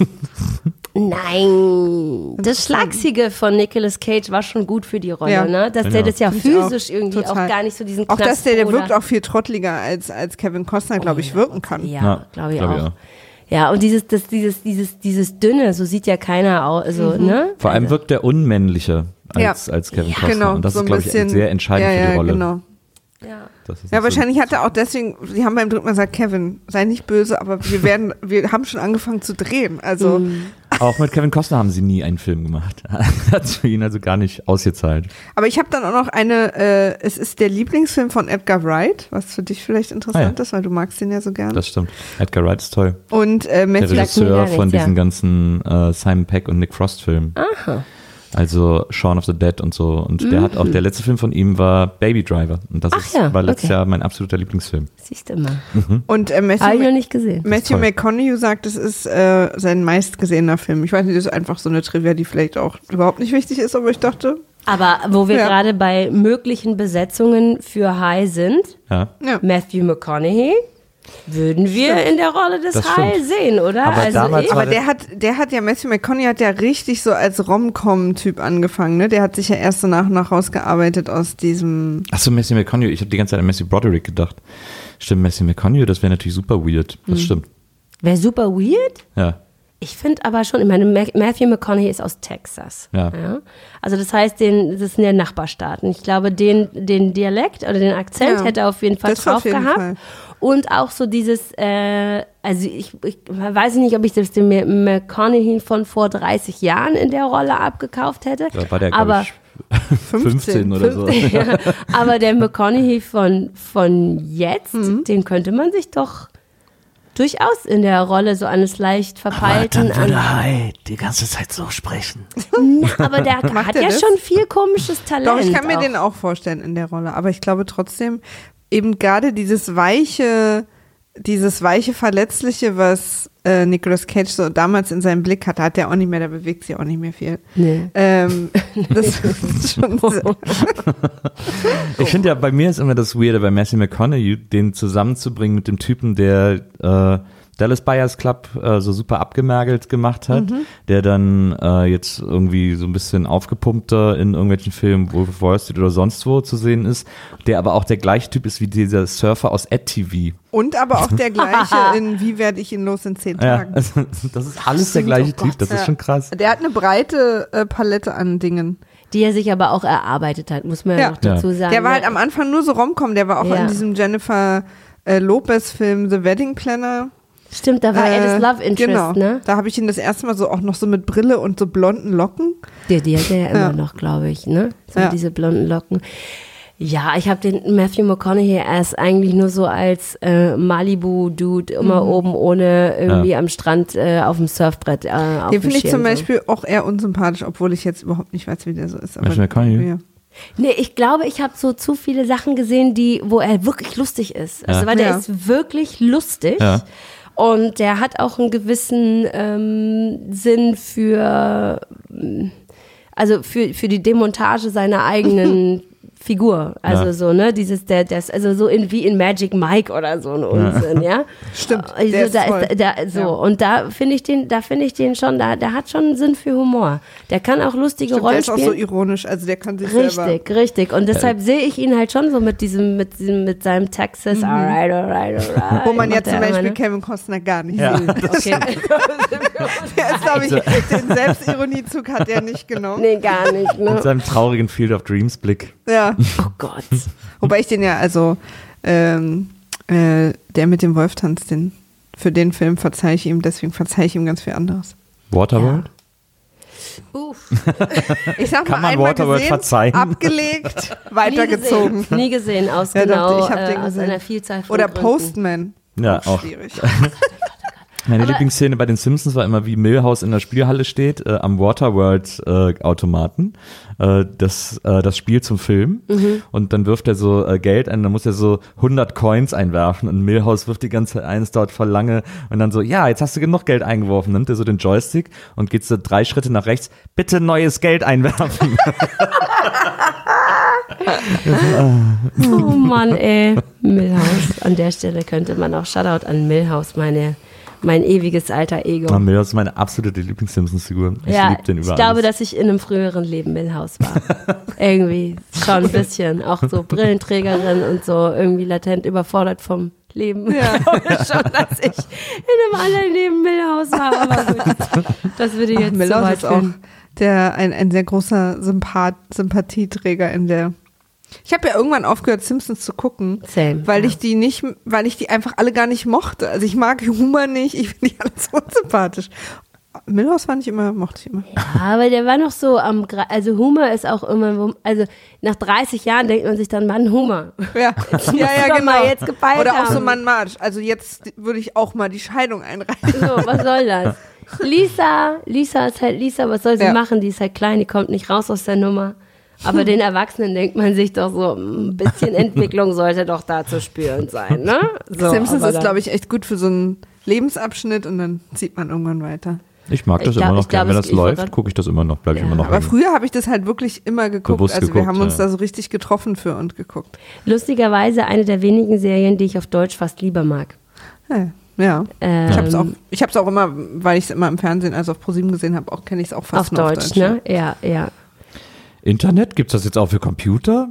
Nein, das Schlagsiege von Nicolas Cage war schon gut für die Rolle, Ja. ne? Dass Genau. der das ja Find ich auch. physisch irgendwie Total. auch gar nicht so diesen Auch Knast dass der, der oder- wirkt auch viel trottliger als, als Kevin Costner, glaube ich, wirken kann. Ja, Ja, glaube ich glaub auch. ich auch. Ja, und dieses, das, dieses, dieses, dieses Dünne, so sieht ja keiner aus, also, ne? Vor allem wirkt der unmännlicher als, Ja. als Kevin Ja. Costner. Genau, Und das so ist, ein glaube ich, bisschen, sehr entscheidend ja, für die ja, Rolle. Genau. Ja. Das ist Ja, so- wahrscheinlich hat er auch deswegen, sie haben beim dritten Mal gesagt, Kevin, sei nicht böse, aber wir werden, wir haben schon angefangen zu drehen. Also, Auch mit Kevin Costner haben sie nie einen Film gemacht. Hat es für ihn also gar nicht ausgezahlt. aber ich habe dann auch noch eine, äh, es ist der Lieblingsfilm von Edgar Wright, was für dich vielleicht interessant Ah, ja. ist, weil du magst den ja so gern. Das stimmt. Edgar Wright ist toll. Und äh, Der Matthew, sagt mir Regisseur gar von nichts, diesen ja. ganzen äh, Simon Pegg und Nick Frost Filmen. Aha. Also Shaun of the Dead und so. Und der hat auch, der letzte Film von ihm war Baby Driver. Und das Ach ist, ja, war letztes okay. Jahr mein absoluter Lieblingsfilm. Siehst du mal. und äh, Habe ich noch Matthew, nicht gesehen. Matthew toll. McConaughey sagt, es ist äh, sein meistgesehener Film. Ich weiß nicht, das ist einfach so eine Trivia, die vielleicht auch überhaupt nicht wichtig ist, aber ich dachte, Aber wo wir Ja. gerade bei möglichen Besetzungen für High sind, Ja. ja. Matthew McConaughey, würden wir in der Rolle des Das High stimmt. sehen, oder? Aber also damals ich, war Aber der hat, der hat ja, Matthew McConaughey hat ja richtig so als Rom-Com-Typ angefangen, ne? Der hat sich ja erst so nach und nach rausgearbeitet aus diesem, Achso, Matthew McConaughey. Ich habe die ganze Zeit an Matthew Broderick gedacht. Stimmt, Matthew McConaughey, das wäre natürlich super weird. Das stimmt. wäre super weird. Ja. Ich finde aber schon, ich meine, Ma- Matthew McConaughey ist aus Texas. Ja. Also das heißt, den, das sind ja Nachbarstaaten. Ich glaube, den, den Dialekt oder den Akzent Ja, hätte er auf jeden Fall das drauf auf jeden gehabt. Fall. Und auch so dieses, äh, also ich, ich weiß nicht, ob ich das dem McConaughey von vor dreißig Jahren in der Rolle abgekauft hätte. Da war der, aber glaube ich, fünfzehn oder so. ja, aber der McConaughey von, von jetzt, den könnte man sich doch durchaus in der Rolle so eines leicht verpeilten. an, Hi die ganze Zeit so sprechen. Na, aber der Macht hat er ja das? schon viel komisches Talent. doch, ich kann mir auch. den auch vorstellen in der Rolle, aber ich glaube trotzdem eben gerade dieses weiche, dieses weiche Verletzliche, was äh, Nicolas Cage so damals in seinem Blick hatte, hat er auch nicht mehr, der bewegt sich auch nicht mehr viel. Nee. Ähm, das ist schon sehr, Ich finde ja, bei mir ist immer das Weirde bei Matthew McConaughey, den zusammenzubringen mit dem Typen, der äh, Dallas Buyers Club äh, so super abgemergelt gemacht hat, der dann äh, jetzt irgendwie so ein bisschen aufgepumpter in irgendwelchen Filmen, Wolf of Wall Street oder sonst wo zu sehen ist, der aber auch der gleiche Typ ist wie dieser Surfer aus Ed T V. und aber auch der gleiche in Wie werde ich ihn los in zehn Ja, Tagen. also, das ist alles der stimmt, gleiche oh Typ, Gott. das ist Ja. schon krass. Der hat eine breite äh, Palette an Dingen. Die er sich aber auch erarbeitet hat, muss man ja, Ja. noch dazu sagen. Der war halt Ja. am Anfang nur so Rom-Com, der war auch Ja. in diesem Jennifer äh, Lopez-Film The Wedding Planner. Stimmt, da war Äh, er das Love Interest, genau. ne? Da habe ich ihn das erste Mal so auch noch so mit Brille und so blonden Locken. Die, die hat er ja immer Ja. noch, glaube ich, ne? So Ja. diese blonden Locken. Ja, ich habe den Matthew McConaughey erst eigentlich nur so als äh, Malibu-Dude immer Mhm. oben ohne irgendwie am Strand äh, auf dem Surfbrett äh, auf Den dem finde ich Schirm zum so. Beispiel auch eher unsympathisch, obwohl ich jetzt überhaupt nicht weiß, wie der so ist. Aber Matthew McConaughey? ja. Nee, ich glaube, ich habe so zu viele Sachen gesehen, die, wo er wirklich lustig ist. Also, Ja. weil der Ja. ist wirklich lustig. Ja. Und der hat auch einen gewissen ähm, Sinn für, ähm, also für, für die Demontage seiner eigenen Figur. Also Ja. so, ne, dieses, der, das, also so in, wie in Magic Mike oder so ein Unsinn, ja. Stimmt, Also der ist da toll. da, so, Ja. und da finde ich den, da finde ich den schon, da, der hat schon einen Sinn für Humor. Der kann auch lustige Stimmt, der Rollen ist auch spielen. so ironisch, also der kann sich selber... Richtig, richtig. Und deshalb sehe ich ihn halt schon so mit diesem, mit diesem, mit seinem Texas, alright, alright, alright. Wo man ja macht zum er immer, Beispiel ne? Kevin Costner gar nicht Ja. sieht. Okay. Der ist, glaube ich, den Selbstironiezug hat er nicht genommen. Nee, gar nicht, Mit ne? seinem traurigen Field of Dreams Blick. Ja, Oh Gott. wobei ich den ja, also ähm, äh, der mit dem Wolf tanzt, den, für den Film verzeihe ich ihm, deswegen verzeihe ich ihm ganz viel anderes. Waterworld? Uff. Ich sag Kann mal, man einmal Waterworld gesehen, verzeihen? abgelegt, Nie weitergezogen. gesehen, nie gesehen, aus Ja, doch, genau, ich hab den äh, aus gesehen. einer Vielzahl von Oder Gründen. Postman. Ja, auch. Schwierig. Meine Aber- Lieblingsszene bei den Simpsons war immer, wie Milhouse in der Spielhalle steht, äh, am Waterworld-Automaten, äh, das, äh, das Spiel zum Film. Mhm. Und dann wirft er so äh, Geld ein, dann muss er so hundert Coins einwerfen und Milhouse wirft die ganze Zeit ein, es dauert voll lange. Und dann so, ja, jetzt hast du genug Geld eingeworfen, nimmt er so den Joystick und geht so drei Schritte nach rechts, bitte neues Geld einwerfen. Oh Mann, ey. Milhouse. An der Stelle könnte man auch Shoutout an Milhouse, meine, mein ewiges alter Ego. Oh, Milhouse ist meine absolute Lieblings-Simpsons-Figur. Ich ja, liebe den über ich glaube, alles. dass ich in einem früheren Leben Milhouse war. Irgendwie schon ein bisschen. Auch so Brillenträgerin und so irgendwie latent überfordert vom Leben. Ja. Ich glaube schon, dass ich in einem anderen Leben Milhouse war. Aber gut, das würde jetzt zu Milhouse weit ist auch führen. der, ein, ein sehr großer Sympath Sympathieträger in der. Ich habe ja irgendwann aufgehört, Simpsons zu gucken, Same, weil ja. ich die nicht, weil ich die einfach alle gar nicht mochte. Also ich mag Humor nicht, ich finde die alle so unsympathisch. Milhouse fand ich immer, mochte ich immer. Ja, aber der war noch so am, Gra- also Humor ist auch immer, also nach dreißig Jahren denkt man sich dann, Mann, Humor. Ja, musst ja, du ja, doch genau. mal jetzt gepeilt Oder auch so haben. Mann Marsch. Also jetzt würde ich auch mal die Scheidung einreichen. So, was soll das? Lisa, Lisa ist halt Lisa, was soll sie Ja. machen? Die ist halt klein, die kommt nicht raus aus der Nummer. Aber den Erwachsenen denkt man sich doch so, ein bisschen Entwicklung sollte doch da zu spüren sein, ne? So, Simpsons aber ist, dann- glaube ich, echt gut für so einen Lebensabschnitt und dann zieht man irgendwann weiter. Ich mag das Ich glaub- immer noch ich glaub, gerne. Wenn es- das ich wollt läuft, grad- gucke ich das immer noch, bleibe ich Ja, immer noch Aber hängen. früher habe ich das halt wirklich immer geguckt. Bewusst also wir geguckt, haben uns ja. da so richtig getroffen für und geguckt. Lustigerweise eine der wenigen Serien, die ich auf Deutsch fast lieber mag. Ja. ja. Ähm, Ich habe es auch, ich hab's auch immer, weil ich es immer im Fernsehen, also auf ProSieben gesehen habe, auch kenne ich es auch fast auf nur Deutsch, auf Deutsch. ne? Ja, ja. Internet, gibt's das jetzt auch für Computer?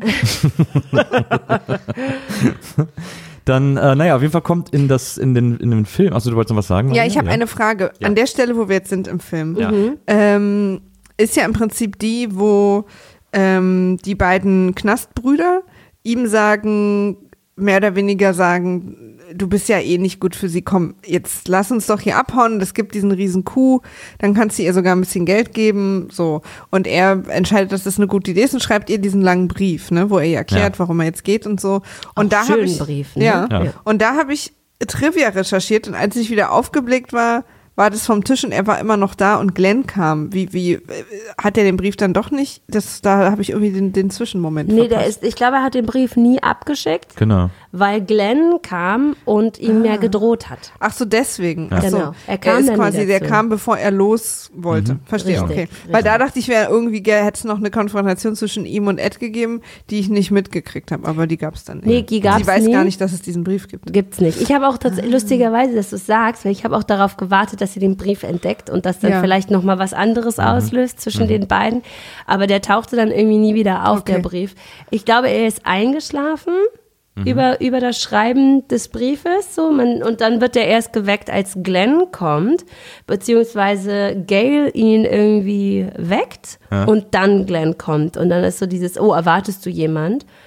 Dann, äh, naja, auf jeden Fall kommt in das, in den, in den Film, achso, du wolltest noch was sagen? Ja, Maria? ich habe eine Frage. Ja. An der Stelle, wo wir jetzt sind im Film, Ja. ähm, ist ja im Prinzip die, wo ähm, die beiden Knastbrüder ihm sagen, mehr oder weniger sagen, du bist ja eh nicht gut für sie, komm, jetzt lass uns doch hier abhauen, das gibt diesen riesen Coup, dann kannst du ihr sogar ein bisschen Geld geben, so. Und er entscheidet, dass das eine gute Idee ist und schreibt ihr diesen langen Brief, ne, wo er ihr erklärt, Ja. warum er jetzt geht und so. Und Auch da habe schönen ich, Brief, ne? ja, Ja. und da habe ich Trivia recherchiert und als ich wieder aufgeblickt war, war das vom Tisch und er war immer noch da und Glenn kam. Wie, wie, äh, hat er den Brief dann doch nicht? Das, da habe ich irgendwie den, den Zwischenmoment Nee, der verpasst. ist, ich glaube, er hat den Brief nie abgeschickt, Genau. weil Glenn kam und ihm Ah. ja gedroht hat. Ach so, deswegen. Ach so. Genau. Er Er, kam ist dann quasi, nie der dazu. kam, bevor er los wollte. Verstehe, Richtig, okay. richtig. Weil da dachte ich, wäre irgendwie, hätte es noch eine Konfrontation zwischen ihm und Ed gegeben, die ich nicht mitgekriegt habe, aber die gab es dann nicht. Nee, die gab's Sie weiß nie. gar nicht, dass es diesen Brief gibt. Gibt's nicht. Ich habe auch tatsächlich, lustigerweise, dass du es sagst, weil ich habe auch darauf gewartet, dass sie den Brief entdeckt und das dann Ja. vielleicht nochmal was anderes auslöst zwischen den beiden. Aber der tauchte dann irgendwie nie wieder auf, Okay. der Brief. Ich glaube, er ist eingeschlafen über, über das Schreiben des Briefes. So. Man, und dann wird er erst geweckt, als Glenn kommt, beziehungsweise Gail ihn irgendwie weckt und dann Glenn kommt. Und dann ist so dieses, oh, erwartest du jemand?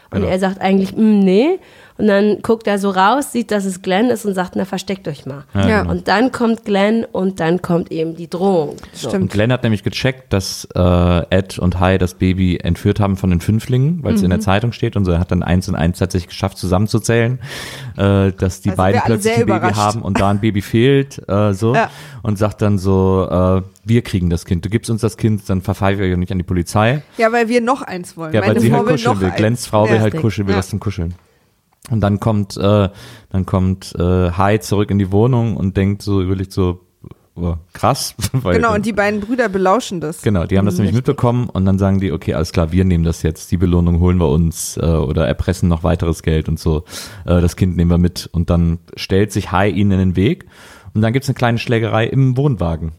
Und Genau. er sagt eigentlich, mm, nee. Und dann guckt er so raus, sieht, dass es Glenn ist und sagt, na, versteckt euch mal. Ja. Und dann kommt Glenn und dann kommt eben die Drohung. So. Stimmt. Und Glenn hat nämlich gecheckt, dass äh, Ed und Hai das Baby entführt haben von den Fünflingen, weil es Mhm. in der Zeitung steht und so. Er hat dann eins und eins tatsächlich geschafft zusammenzuzählen, äh, dass die Also beiden wir alle plötzlich sehr ein Baby überrascht. haben und da ein Baby fehlt, äh, so. Ja. Und sagt dann so, äh, wir kriegen das Kind. Du gibst uns das Kind, dann verpfeife ich euch nicht an die Polizei. Ja, weil wir noch eins wollen. Ja, Meine weil sie Frau halt will kuscheln noch will. eins. Glenns Frau will Ja. halt kuscheln, will Ja. was zum Kuscheln. Und dann kommt, äh, dann kommt äh, Hai zurück in die Wohnung und denkt so, überlegt so, oh, krass. Weil, Genau, und die beiden Brüder belauschen das. Genau, die haben das nämlich mitbekommen und dann sagen die, okay, alles klar, wir nehmen das jetzt, die Belohnung holen wir uns äh, oder erpressen noch weiteres Geld und so. Äh, das Kind nehmen wir mit und dann stellt sich Hai ihnen in den Weg und dann gibt's eine kleine Schlägerei im Wohnwagen.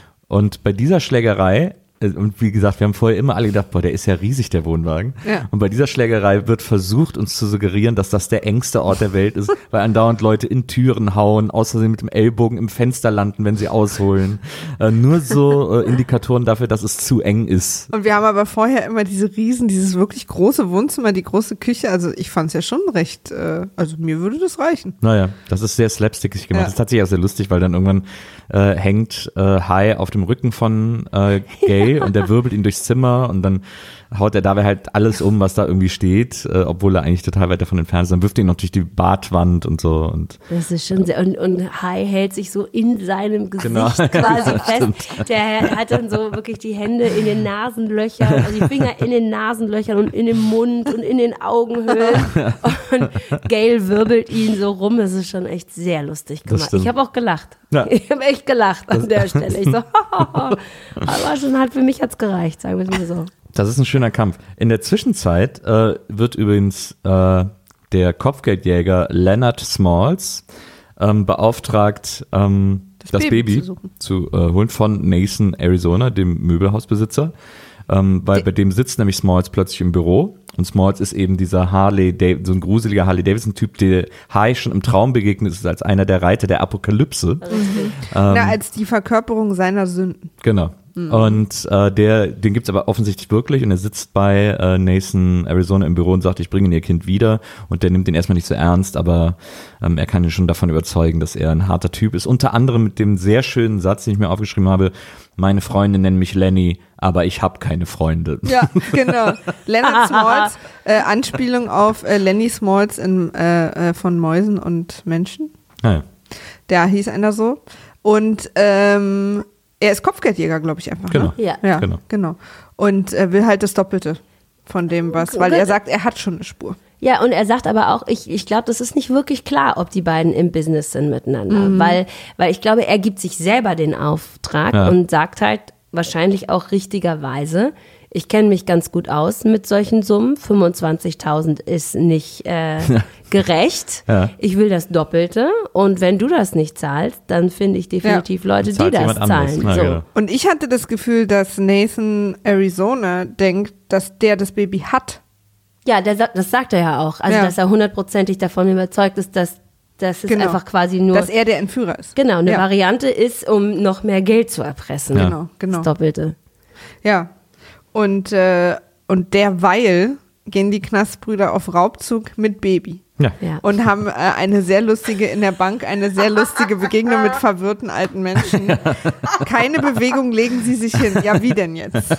Und bei dieser Schlägerei, äh, und wie gesagt, wir haben vorher immer alle gedacht, boah, der ist ja riesig, der Wohnwagen. Ja. Und bei dieser Schlägerei wird versucht, uns zu suggerieren, dass das der engste Ort der Welt ist, weil andauernd Leute in Türen hauen, außerdem mit dem Ellbogen im Fenster landen, wenn sie ausholen. Äh, nur so äh, Indikatoren dafür, dass es zu eng ist. Und wir haben aber vorher immer diese Riesen, dieses wirklich große Wohnzimmer, die große Küche. Also ich fand es ja schon recht, äh, also mir würde das reichen. Naja, das ist sehr slapstickig gemacht. Ja. Das ist tatsächlich auch sehr lustig, weil dann irgendwann äh, hängt äh, Hai auf dem Rücken von äh, Gail und der wirbelt ihn durchs Zimmer und dann haut er dabei halt alles um, was da irgendwie steht, äh, obwohl er eigentlich total weit davon entfernt ist. Dann wirft er ihn noch durch die Badwand und so. Und Das ist schon sehr, und, und Hai hält sich so in seinem Gesicht Genau. quasi Ja, fest. Der hat dann so wirklich die Hände in den Nasenlöchern, also die Finger in den Nasenlöchern und in dem Mund und in den Augenhöhlen. Und Gail wirbelt ihn so rum. Das ist schon echt sehr lustig gemacht. stimmt. Ich habe auch gelacht. Ja. Ich habe echt gelacht an der Stelle. Ich so, aber schon halt für mich hat's gereicht, sagen wir es mal so. das ist ein schöner Kampf. In der Zwischenzeit äh, wird übrigens äh, der Kopfgeldjäger Leonard Smalls ähm, beauftragt, ähm, das, Das Baby, Baby zu, zu äh, holen von Nathan Arizona, dem Möbelhausbesitzer. Ähm, weil bei dem sitzt nämlich Smalls plötzlich im Büro und Smalls ist eben dieser Harley, Dav- so ein gruseliger Harley-Davidson-Typ, der Hai schon im Traum begegnet ist als einer der Reiter der Apokalypse. Ähm, Na, als die Verkörperung seiner Sünden. Genau. Und äh, der, den gibt's aber offensichtlich wirklich und er sitzt bei äh, Nathan Arizona im Büro und sagt, ich bringe Ihnen Ihr Kind wieder und der nimmt ihn erstmal nicht so ernst, aber ähm, er kann ihn schon davon überzeugen, dass er ein harter Typ ist. Unter anderem mit dem sehr schönen Satz, den ich mir aufgeschrieben habe, meine Freunde nennen mich Lenny, aber ich habe keine Freunde. Ja, genau. Leonard Smalls, äh, Anspielung auf äh, Lenny Smalls in, äh, äh, von Mäusen und Menschen. Naja. Da hieß einer so. Und ähm, er ist Kopfgeldjäger, glaube ich einfach. Genau. Ne? Ja. Ja, Genau. genau. Und äh, will halt das Doppelte von dem, was, weil er sagt, er hat schon eine Spur. Ja, und er sagt aber auch, ich, ich glaube, das ist nicht wirklich klar, ob die beiden im Business sind miteinander. Weil, weil ich glaube, er gibt sich selber den Auftrag Ja. und sagt halt wahrscheinlich auch richtigerweise, ich kenne mich ganz gut aus mit solchen Summen. fünfundzwanzigtausend ist nicht äh, gerecht. Ja. Ich will das Doppelte. Und wenn du das nicht zahlst, dann finde ich definitiv Leute, die Zahlt das jemand anderes. zahlen. Na, so. genau. Und ich hatte das Gefühl, dass Nathan Arizona denkt, dass der das Baby hat. Ja, der, sa- das sagt er ja auch. Also, Ja. dass er hundertprozentig davon überzeugt ist, dass das ist Genau. einfach quasi nur... Dass er der Entführer ist. Genau, eine Ja. Variante ist, um noch mehr Geld zu erpressen. Ja. Genau, genau. Das Doppelte. Ja. Und, äh, und derweil gehen die Knastbrüder auf Raubzug mit Baby. Ja. Ja. Und haben äh, eine sehr lustige, in der Bank, eine sehr lustige Begegnung mit verwirrten alten Menschen. Keine Bewegung, legen sie sich hin. Ja, wie denn jetzt?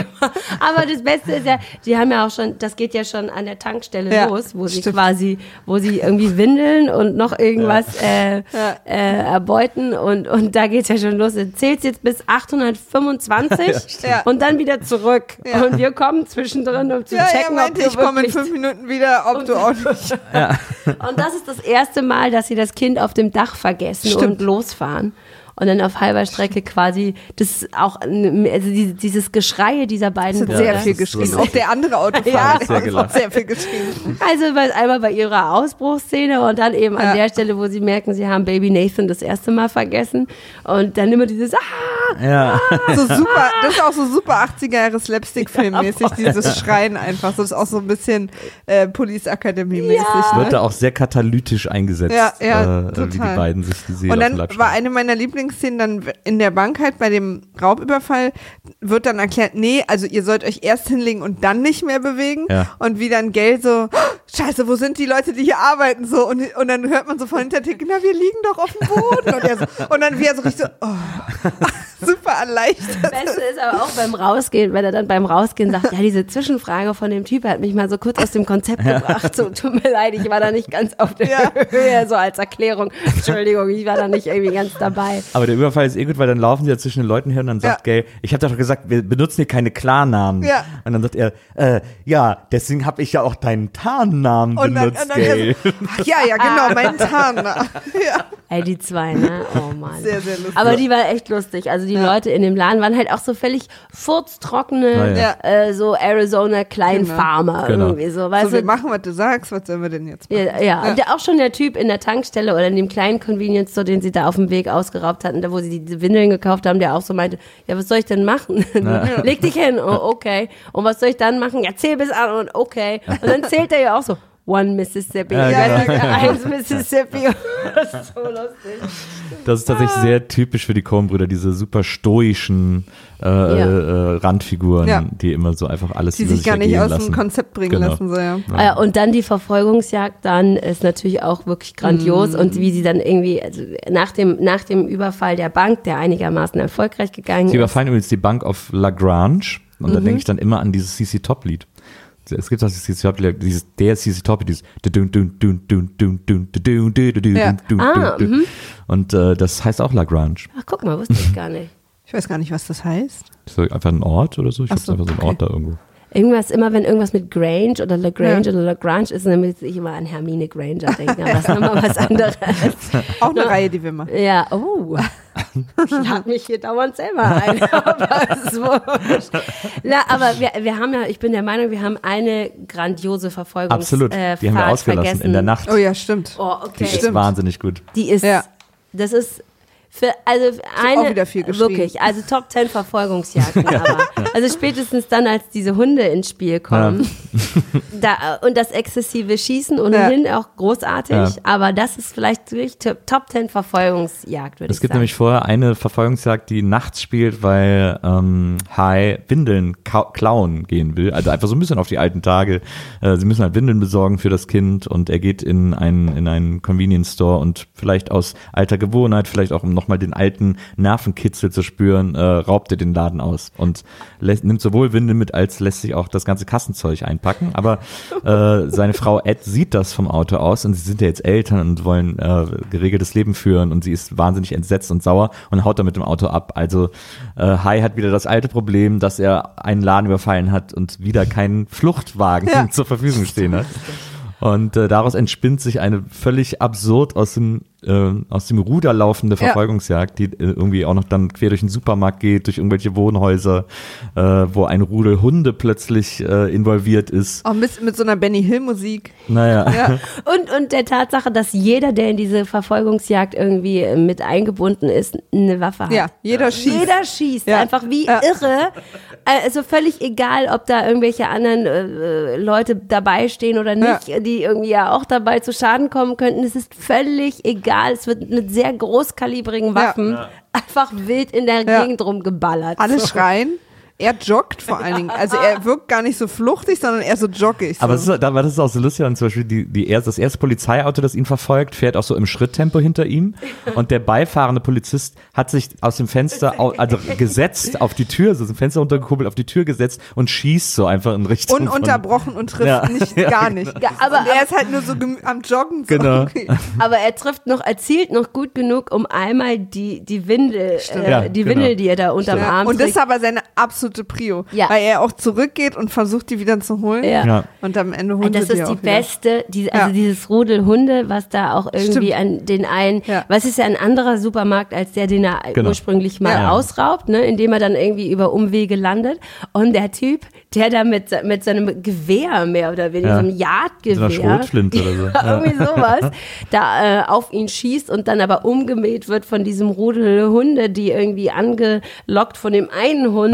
Aber das Beste ist ja, die haben ja auch schon, das geht ja schon an der Tankstelle Ja, los, wo sie stimmt. quasi, wo sie irgendwie windeln und noch irgendwas äh, Ja. äh, erbeuten und, und da geht's ja schon los. Du zählst jetzt bis achthundertfünfundzwanzig Ja. und dann wieder zurück. Ja. Und wir kommen zwischendrin, um zu Ja, er checken, ob meinte, du ich komme in wirklich... fünf Minuten wieder, ob du auch nicht. Und das ist das erste Mal, dass sie das Kind auf dem Dach vergessen Stimmt. und losfahren. Und dann auf halber Strecke quasi, das ist auch, also die- dieses Geschreie dieser beiden Es hat Brüder. sehr viel das ist so geschrien. lustig. Auch der andere Autofahrer Ja. hat Sehr auch gelacht. sehr viel geschrien. Also bei- einmal bei ihrer Ausbruchsszene und dann eben Ja. an der Stelle, wo sie merken, sie haben Baby Nathan das erste Mal vergessen. Und dann immer dieses Ah! Ja. So super, das ist auch so super achtziger Jahre Slapstick-Film-mäßig, dieses Schreien einfach. So, das ist auch so ein bisschen äh, Police Academy-mäßig. Wird Ne? da auch sehr katalytisch eingesetzt, Ja, ja, äh, wie die total. beiden sich die Seele Und auf den dann Leib war schreiben. eine meiner Lieblingsszenen dann in der Bank halt bei dem Raubüberfall wird dann erklärt, nee, also ihr sollt euch erst hinlegen und dann nicht mehr bewegen. Ja. Und wie dann Gail so, oh, scheiße, wo sind die Leute, die hier arbeiten? So und, und dann hört man so von hinterher, na, wir liegen doch auf dem Boden. Und, er so, und dann wie er so richtig so, oh, super erleichtert. Das Beste ist aber auch beim Rausgehen, wenn er dann beim Rausgehen sagt, ja, diese Zwischenfrage von dem Typ hat mich mal so kurz aus dem Konzept gebracht. So, tut mir leid, ich war da nicht ganz auf der Ja. Höhe, so als Erklärung. Entschuldigung, ich war da nicht irgendwie ganz dabei. Aber der Überfall ist eh gut, weil dann laufen sie ja zwischen den Leuten her und dann sagt Ja. Gail, ich habe doch gesagt, wir benutzen hier keine Klarnamen. Ja. Und dann sagt er, äh, ja, deswegen habe ich ja auch deinen Tarnnamen Und dann, benutzt, und dann er Gail. so, ach ja, ja, genau, mein Tarner. Ja, Ey, die zwei, ne? Oh Mann. sehr, sehr lustig. Aber die war echt lustig. Also die Ja. Leute in dem Laden waren halt auch so völlig furztrockene, Ah, ja. äh, so Arizona Kleinfarmer Genau. irgendwie so. Weißt so, wir du? machen, was du sagst, was sollen wir denn jetzt machen? Ja, ja. Und der, auch schon der Typ in der Tankstelle oder in dem kleinen Convenience Store, den sie da auf dem Weg ausgeraubt hatten, da wo sie diese Windeln gekauft haben, der auch so meinte, ja, was soll ich denn machen? Ja. Leg dich hin, oh, okay. Und was soll ich dann machen? Ja, zähl bis an und okay. Und dann zählt er ja auch so, One Mississippi, Ja, ja, genau. eins Mississippi. Das ist so lustig. Das ist tatsächlich sehr typisch für die Coen-Brüder, diese super stoischen äh, Ja. äh, Randfiguren, Ja. die immer so einfach alles Die über sich gar nicht ergehen aus lassen. dem Konzept bringen Genau. lassen. So, ja. Ja. Und dann die Verfolgungsjagd dann ist natürlich auch wirklich grandios und wie sie dann irgendwie, also nach dem, nach dem Überfall der Bank, der einigermaßen erfolgreich gegangen Sie ist. überfallen übrigens die Bank auf Lagrange und da denke ich dann immer an dieses C C Top-Lied. Es gibt auch dieses C C Top-Lied, dieses, der C C Top, dieses dun dun dun dun dun dun dun dun dun Ja. dun Ah, dun. Und äh, das heißt auch Lagrange. Ach, guck mal, wusste ich gar nicht. Ich weiß gar nicht, was das heißt. Ist das einfach ein Ort oder so? Ich Ach glaube, es so, ist einfach so ein okay. Ort da irgendwo. Irgendwas, immer wenn irgendwas mit Grange oder Lagrange Ja. oder Lagrange ist, dann muss ich immer an Hermine Granger denken, aber das ist nochmal was anderes. Auch eine Reihe, die wir machen. Ja, oh. Ich lade mich hier dauernd selber ein. Aber, es ist wurscht. Na, aber wir, wir haben ja, ich bin der Meinung, wir haben eine grandiose Verfolgungs- Absolut. Äh, Die haben wir Fahrt ausgelassen vergessen. in der Nacht. Oh ja, stimmt. Oh, Die okay. ist wahnsinnig gut. Die ist, Ja. das ist für, also eine, auch wieder viel geschrien. wirklich, also Top Ten Verfolgungsjagden, aber, also spätestens dann, als diese Hunde ins Spiel kommen, da, und das exzessive Schießen ohnehin auch großartig, Ja. aber das ist vielleicht wirklich Top Top Ten Verfolgungsjagd, würde ich Es gibt sagen. nämlich vorher eine Verfolgungsjagd, die nachts spielt, weil ähm, Hai Windeln kau- klauen gehen will. Also einfach so ein bisschen auf die alten Tage. Äh, sie müssen halt Windeln besorgen für das Kind und er geht in einen, in einen Convenience Store und vielleicht aus alter Gewohnheit, vielleicht auch um nochmal den alten Nervenkitzel zu spüren, äh, raubt er den Laden aus und lässt, nimmt sowohl Windeln mit, als lässt sich auch das ganze Kassenzeug einpacken. Aber äh, seine Frau Ed sieht das vom Auto aus und sie sind ja jetzt Eltern und wollen äh, geregeltes Leben führen und sie ist wahnsinnig entsetzt und sauer und haut dann mit dem Auto ab. Also äh, Hai hat wieder das alte Problem, dass er einen Laden überfallen hat und wieder keinen Fluchtwagen Ja. zur Verfügung stehen hat. Und äh, daraus entspinnt sich eine völlig absurd aus dem äh, aus dem Ruder laufende Ja. Verfolgungsjagd, die äh, irgendwie auch noch dann quer durch den Supermarkt geht, durch irgendwelche Wohnhäuser, äh, wo ein Rudel Hunde plötzlich äh, involviert ist. Auch mit, mit so einer Benny Hill Musik. Naja, Ja. Und, und der Tatsache, dass jeder, der in diese Verfolgungsjagd irgendwie äh, mit eingebunden ist, eine Waffe hat. Ja, jeder schießt. Jeder schießt, Ja. einfach wie Ja. irre. Also völlig egal, ob da irgendwelche anderen äh, Leute dabei stehen oder nicht, die irgendwie ja auch dabei zu Schaden kommen könnten. Es ist völlig egal. Es wird mit sehr großkalibrigen Waffen einfach wild in der Ja. Gegend rumgeballert. Alle So. schreien. Er joggt vor allen Dingen. Also er wirkt gar nicht so fluchtig, sondern eher so joggig. So. aber das ist, aber das ist auch so lustig, und zum Beispiel die, die erst, das erste Polizeiauto, das ihn verfolgt, fährt auch so im Schritttempo hinter ihm und der beifahrende Polizist hat sich aus dem Fenster, au- also gesetzt auf die Tür, so aus dem Fenster runtergekuppelt, auf die Tür gesetzt und schießt so einfach in Richtung von, Ununterbrochen und trifft Ja. nicht, Ja, gar nicht. Ja, aber- und er ist halt nur so gemü- am Joggen. So. Genau. Okay. Aber er trifft noch, er zielt noch gut genug, um einmal die, die Windel, äh, Ja, die genau. Windel, die er da unterm Ja. Arm Und das trägt. ist aber seine absolute Prio. Ja. Weil er auch zurückgeht und versucht, die wieder zu holen. Ja. Ja. Und am Ende holen Das sie die ist die auch wieder. beste, die, also Ja. dieses Rudel Hunde, was da auch irgendwie Stimmt. an den einen, Ja. was ist ja ein anderer Supermarkt als der, den er Genau. ursprünglich mal Ja. ausraubt, ne, indem er dann irgendwie über Umwege landet. Und der Typ, der da mit, se- mit seinem Gewehr mehr oder weniger, Ja. so einem Jagdgewehr, So einer Schrotflinte oder so. ja, irgendwie sowas, da äh, auf ihn schießt und dann aber umgemäht wird von diesem Rudel Hunde, die irgendwie angelockt von dem einen Hund Ja.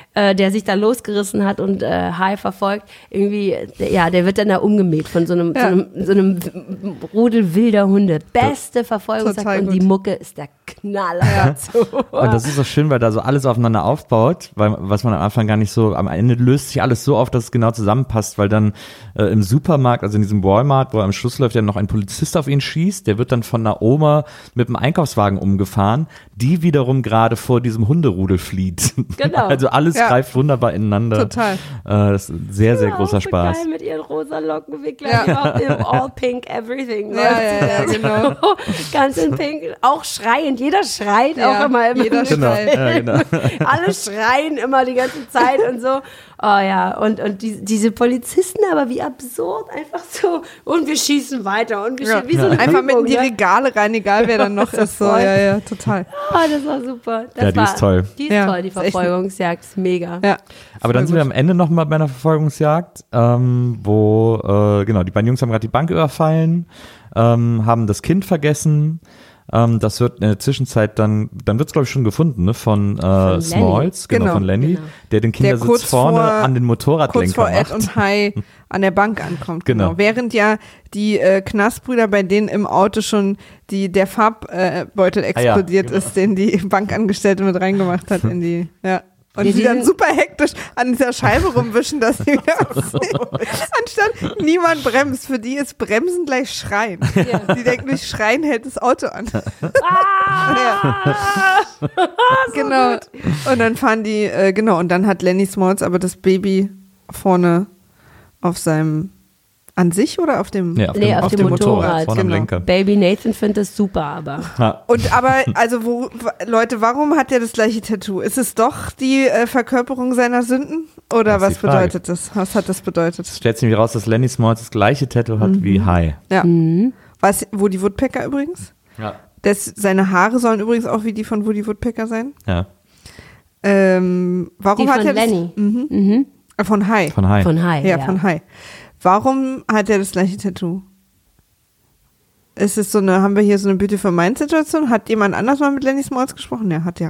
äh, der sich da losgerissen hat und äh, Hai verfolgt, irgendwie, der, ja, der wird dann da umgemäht von so einem, Ja. so einem, so einem Rudel wilder Hunde. Beste Verfolgungsjagd Total und gut. die Mucke ist der Knaller dazu. Und das ist so schön, weil da so alles aufeinander aufbaut, weil was man am Anfang gar nicht so, am Ende löst sich alles so auf, dass es genau zusammenpasst, weil dann äh, im Supermarkt, also in diesem Walmart, wo am Schluss läuft, ja noch ein Polizist auf ihn schießt, der wird dann von einer Oma mit einem Einkaufswagen umgefahren, die wiederum gerade vor diesem Hunderudel flieht. Genau. Also alles Ja. greift wunderbar ineinander. Total. Äh, das ist ein sehr, sehr Ja, großer auch so Spaß. Geil mit ihren rosa Lockenwicklern, Ja. ja. im all pink everything. Ja, ja, ja, genau. Ganz in pink, auch schreiend. Jeder schreit Ja, auch immer. immer jeder Genau, schreit. ja, genau. Alle schreien immer die ganze Zeit und so. Oh ja, und, und die, diese Polizisten, aber wie absurd, einfach so. Und wir schießen weiter und wir Ja. schießen, wie so eine Einfach mit Übung, in die ne? Regale rein, egal wer dann noch ist. So, voll. ja, ja, total. Oh, das war super. Das Ja, die war, ist toll. Die ist Ja, toll, die ist echt- Verfolgungsjagd ist mega. Ja. Aber dann Voll sind wir gut. am Ende nochmal bei einer Verfolgungsjagd, ähm, wo, äh, genau, die beiden Jungs haben gerade die Bank überfallen, ähm, haben das Kind vergessen. Ähm, das wird in der Zwischenzeit dann, dann wird es glaube ich schon gefunden, ne, von, äh, Lenny. Smalls, genau, Genau. von Lenny, Genau. der den Der Kindersitz kurz vorne vor- an den Kurz Motorradlenker vor Ed macht. und Hai an der Bank ankommt. Genau. Genau. Während ja die äh, Knastbrüder, bei denen im Auto schon die, der Farbbeutel äh, explodiert Ah ja, genau. ist, den die Bankangestellte mit reingemacht hat in die, ja. Und Ja, die die dann sind- super hektisch an dieser Scheibe rumwischen, dass sie wieder anstatt niemand bremst. Für die ist Bremsen gleich Schreien. Die denken, durch Schreien hält das Auto an. Ja. Genau. Und dann fahren die, äh, genau, und dann hat Lenny Smalls aber das Baby vorne auf seinem, an sich oder auf dem? Nee, auf, Nee, dem, auf auf dem dem Motorrad, Motorrad, vorne am genau. Lenker. Baby Nathan findet das super, aber Ja. Und aber, also wo, w- Leute, warum hat er das gleiche Tattoo? Ist es doch die äh, Verkörperung seiner Sünden? Oder Das ist was die Frage. bedeutet das? Was hat das bedeutet? Es stellt sich nämlich raus, dass Lenny Smalls das gleiche Tattoo hat Mhm. wie Hai. Ja. Mhm. Was, Woody Woodpecker übrigens? Ja. Das, seine Haare sollen übrigens auch wie die von Woody Woodpecker sein. Ja, Ähm, warum die hat von er Lenny. das? Mhm. Mhm. Äh, Von Hai. von Hai. Von Hai. Ja, Ja, von Hai. Warum hat er das gleiche Tattoo? Ist es so eine, haben wir hier so eine Beautiful Mind Situation? Hat jemand anders mal mit Lenny Smalls gesprochen? Ja, hat ja.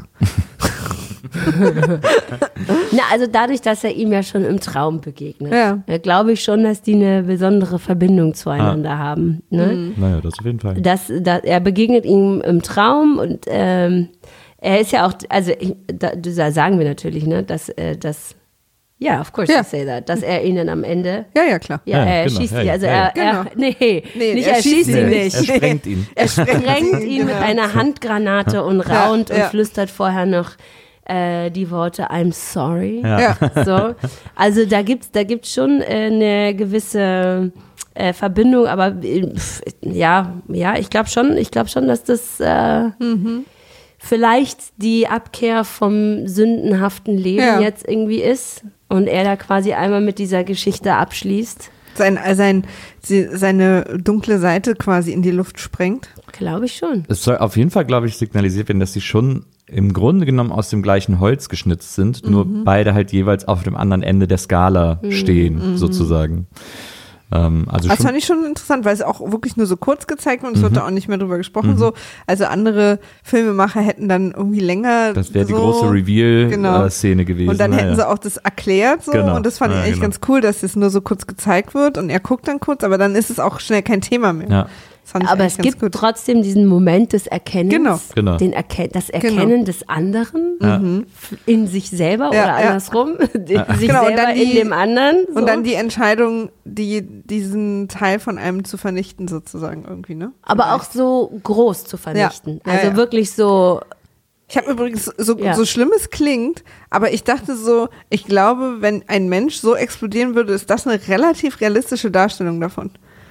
Na, also dadurch, dass er ihm ja schon im Traum begegnet, Ja. äh, glaube ich schon, dass die eine besondere Verbindung zueinander haben. Ne? Naja, das auf jeden Fall. Dass, dass er begegnet ihm im Traum und ähm, er ist ja auch, also ich, da, da sagen wir natürlich, ne, dass äh, das, ja, of course Ja. I say that, dass er ihn dann am Ende, Ja, ja, klar. ja, Ja, er genau, schießt ja, ihn, also ja, er, ja. er, nee, Nee, nicht er er schießt schießt ihn ihn Nee, nicht. er sprengt ihn. Er sprengt ihn mit Genau. einer Handgranate und Ja, raunt und ja. flüstert vorher noch äh, die Worte I'm sorry. Ja. Ja. So. Also da gibt's da gibt's schon äh, eine gewisse äh, Verbindung, aber äh, pf, ja, ja, ich glaube schon, ich glaube schon, dass das äh, vielleicht die Abkehr vom sündenhaften Leben Ja. jetzt irgendwie ist und er da quasi einmal mit dieser Geschichte abschließt. Sein, äh, sein, sie, seine dunkle Seite quasi in die Luft sprengt. Glaube ich schon. Es soll auf jeden Fall, glaube ich, signalisiert werden, dass sie schon im Grunde genommen aus dem gleichen Holz geschnitzt sind, nur beide halt jeweils auf dem anderen Ende der Skala stehen, sozusagen. Ähm, also Das schon, fand ich schon interessant, weil es auch wirklich nur so kurz gezeigt wird und es wird da auch nicht mehr drüber gesprochen. So. Also andere Filmemacher hätten dann irgendwie länger. das wäre die so, große Genau. Reveal-Szene gewesen. Und dann hätten naja. sie auch das erklärt so Genau. und das fand ich Ja, eigentlich genau. ganz cool, dass es nur so kurz gezeigt wird und er guckt dann kurz, aber dann ist es auch schnell kein Thema mehr. Ja. Das fand ich Aber eigentlich es ganz gibt gut. trotzdem diesen Moment des Erkennens, Genau. Genau. Den Erke das Erkennen Genau. des anderen Ja. in sich selber Ja, oder ja. andersrum, sich Genau, und selber dann in die- dem anderen. So. Und dann die Entscheidung, die, diesen Teil von einem zu vernichten sozusagen irgendwie, ne? aber auch so groß zu vernichten. Ja, ja, Also ja. wirklich so, Ich habe übrigens, so, Ja. so schlimm es klingt, aber ich dachte so, ich glaube, wenn ein Mensch so explodieren würde, ist das eine relativ realistische Darstellung davon.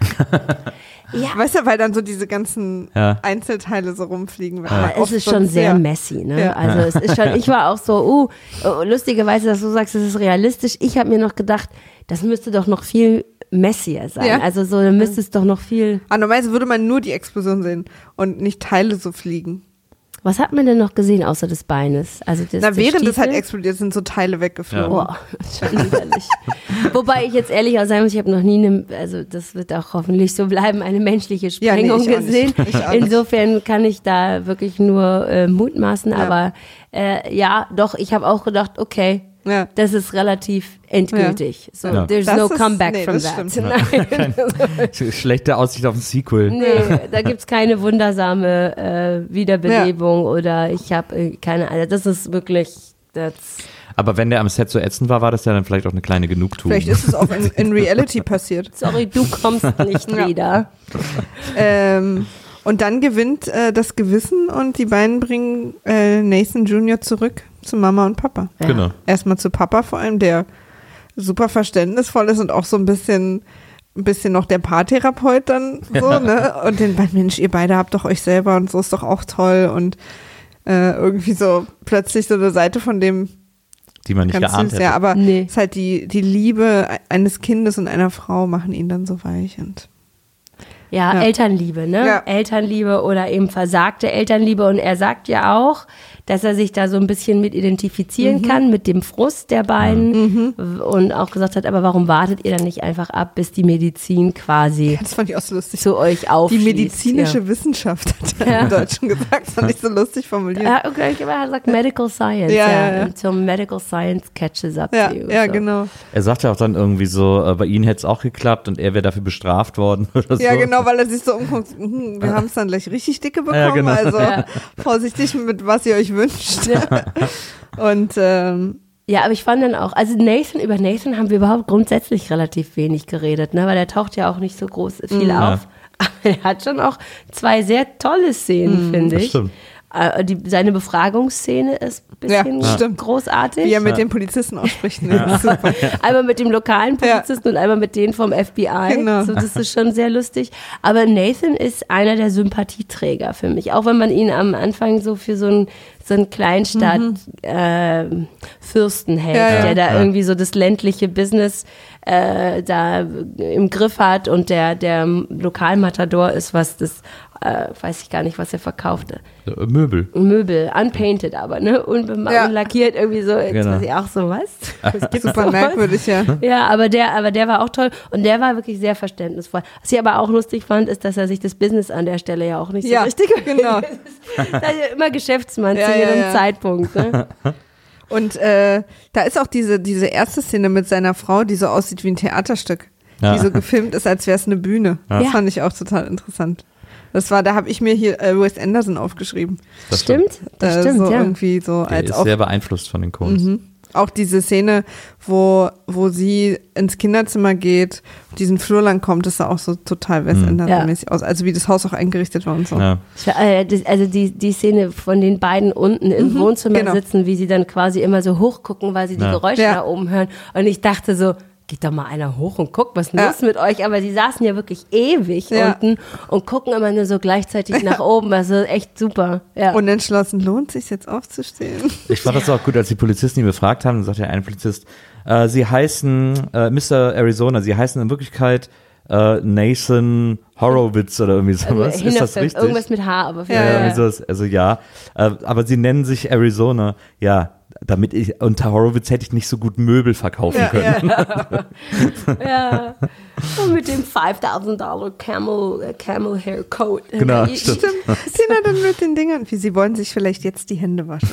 ja, Weißt du, weil dann so diese ganzen Ja. Einzelteile so rumfliegen. aber es ist schon sehr messy. Ne? Ja. Also es ist schon, ich war auch so, uh, oh, lustigerweise, dass du sagst, es ist realistisch. Ich habe mir noch gedacht, das müsste doch noch viel messier sein. Ja. Also so, dann müsste es doch noch viel. Ah, normalerweise würde man nur die Explosion sehen und nicht Teile so fliegen. Was hat man denn noch gesehen außer des Beines? Also das, Na, der während es halt Stiefel? explodiert, sind so Teile weggeflogen. Boah, schon widerlich. Wobei ich jetzt ehrlich auch sagen muss, ich habe noch nie eine, also das wird auch hoffentlich so bleiben, eine menschliche Ja, nee, Sprengung ich auch gesehen. nicht. Ich auch nicht. Insofern kann ich da wirklich nur äh, mutmaßen, Ja. aber äh, ja, doch, ich habe auch gedacht, okay, Ja. Das ist relativ endgültig. So, Ja. there's Das no ist- comeback nee, from das that. stimmt. Nein. Schlechte Aussicht auf ein Sequel. Nee, da gibt's keine wundersame äh, Wiederbelebung oder ich habe äh, keine Ahnung. Das ist wirklich, das. Aber wenn der am Set so ätzend war, war das ja dann vielleicht auch eine kleine Genugtuung. Vielleicht ist es auch in, in Reality passiert. Sorry, du kommst nicht Ja. wieder. Ähm, und dann gewinnt äh, das Gewissen und die beiden bringen äh, Nathan Junior zurück zu Mama und Papa. Ja. Genau. Erstmal zu Papa vor allem, der super verständnisvoll ist und auch so ein bisschen, ein bisschen noch der Paartherapeut dann so, Ja. ne? Und den beiden, Mensch, ihr beide habt doch euch selber und so ist doch auch toll und äh, irgendwie so plötzlich so eine Seite von dem Die man nicht ganz geahnt süß, hätte. ja, aber Nee. es ist halt die, die Liebe eines Kindes und einer Frau machen ihn dann so weich und Ja, Ja. Elternliebe, ne? Ja. Elternliebe oder eben versagte Elternliebe. Und er sagt ja auch, dass er sich da so ein bisschen mit identifizieren kann, mit dem Frust der beiden. Und auch gesagt hat, aber warum wartet ihr dann nicht einfach ab, bis die Medizin quasi das fand ich auch so lustig. zu euch Die aufschließt? medizinische Ja. Wissenschaft hat er im Deutschen gesagt, fand ich so lustig formuliert. Ja, okay, ich habe gesagt Medical Science. Ja, Ja, ja, ja. Until Medical Science catches up Ja, to you. ja, so. genau. Er sagt ja auch dann irgendwie so, äh, bei ihnen hätte es auch geklappt und er wäre dafür bestraft worden oder so. Ja, genau, weil er sich so umguckt, hm, wir haben es dann gleich richtig dicke bekommen, Ja, genau. also Ja. vorsichtig mit was ihr euch wünscht. Und ähm, Ja, aber ich fand dann auch, also Nathan, über Nathan haben wir überhaupt grundsätzlich relativ wenig geredet, ne, weil der taucht ja auch nicht so groß viel Ja. auf. Aber er hat schon auch zwei sehr tolle Szenen, finde Das ich. stimmt. Äh, Die, seine Befragungsszene ist ein bisschen Ja, stimmt. großartig. wie er mit den Polizisten ausspricht, ne? Das ist super. Einmal mit dem lokalen Polizisten und einmal mit denen vom F B I. Genau. So, das ist schon sehr lustig. Aber Nathan ist einer der Sympathieträger für mich. Auch wenn man ihn am Anfang so für so einen so einen Kleinstadt-Fürsten hält, Ja, ja. der da Ja. irgendwie so das ländliche Business äh, da im Griff hat und der, der Lokalmatador ist, was das, äh, weiß ich gar nicht, was er verkaufte. Äh, Möbel. Möbel, unpainted aber, ne? Unbema- Ja. unlackiert, irgendwie so, jetzt Genau. weiß ich auch so, was? Was gibt's Super sowas? merkwürdig, ja. Ja, aber der, aber der war auch toll und der war wirklich sehr verständnisvoll. Was ich aber auch lustig fand, ist, dass er sich das Business an der Stelle ja auch nicht Ja, so richtig genau. Da ist ja immer Geschäftsmann Ja, zu ja, jedem ja. Zeitpunkt. Ne? Und äh, da ist auch diese, diese erste Szene mit seiner Frau, die so aussieht wie ein Theaterstück, Ja. die so gefilmt ist, als wäre es eine Bühne. Das Ja. fand ich auch total interessant. Das war, da habe ich mir hier äh, Wes Anderson aufgeschrieben. Das Stimmt, das äh, stimmt, so ja. irgendwie so Der als ist auch, sehr beeinflusst von den Coens. mhm. auch diese Szene, wo, wo sie ins Kinderzimmer geht, diesen Flur lang kommt, das sah auch so total Wes Mhm. Anderson-mäßig aus. Also wie das Haus auch eingerichtet war und so. Ja. Ich war, äh, das, also die, die Szene von den beiden unten im Wohnzimmer genau. sitzen, wie sie dann quasi immer so hochgucken, weil sie die Ja. Geräusche Ja. da oben hören. Und ich dachte so, geht doch mal einer hoch und guckt, was ist Ja. los mit euch? Aber sie saßen ja wirklich ewig Ja. unten und gucken immer nur so gleichzeitig nach oben. Also echt super. Ja. Unentschlossen, lohnt sich jetzt aufzustehen? Ich fand das auch gut, als die Polizisten ihn befragt haben, dann sagt der eine Polizist, äh, sie heißen äh, Mister Arizona, sie heißen in Wirklichkeit äh, Nathan Horowitz oder irgendwie sowas. Also, Ist das Hinterfeld, richtig? Irgendwas mit H, aber Ja, Ja, ja, ja. irgendwie sowas. Also ja, äh, aber sie nennen sich Arizona. Ja, damit ich, unter Horowitz hätte ich nicht so gut Möbel verkaufen Ja, können. ja. ja. Und mit dem fünftausend Dollar Camel, äh, Camel Hair Coat. Genau, Ich- stimmt. Stimmt. Tina dann mit den Dingern, wie sie wollen sich vielleicht jetzt die Hände waschen.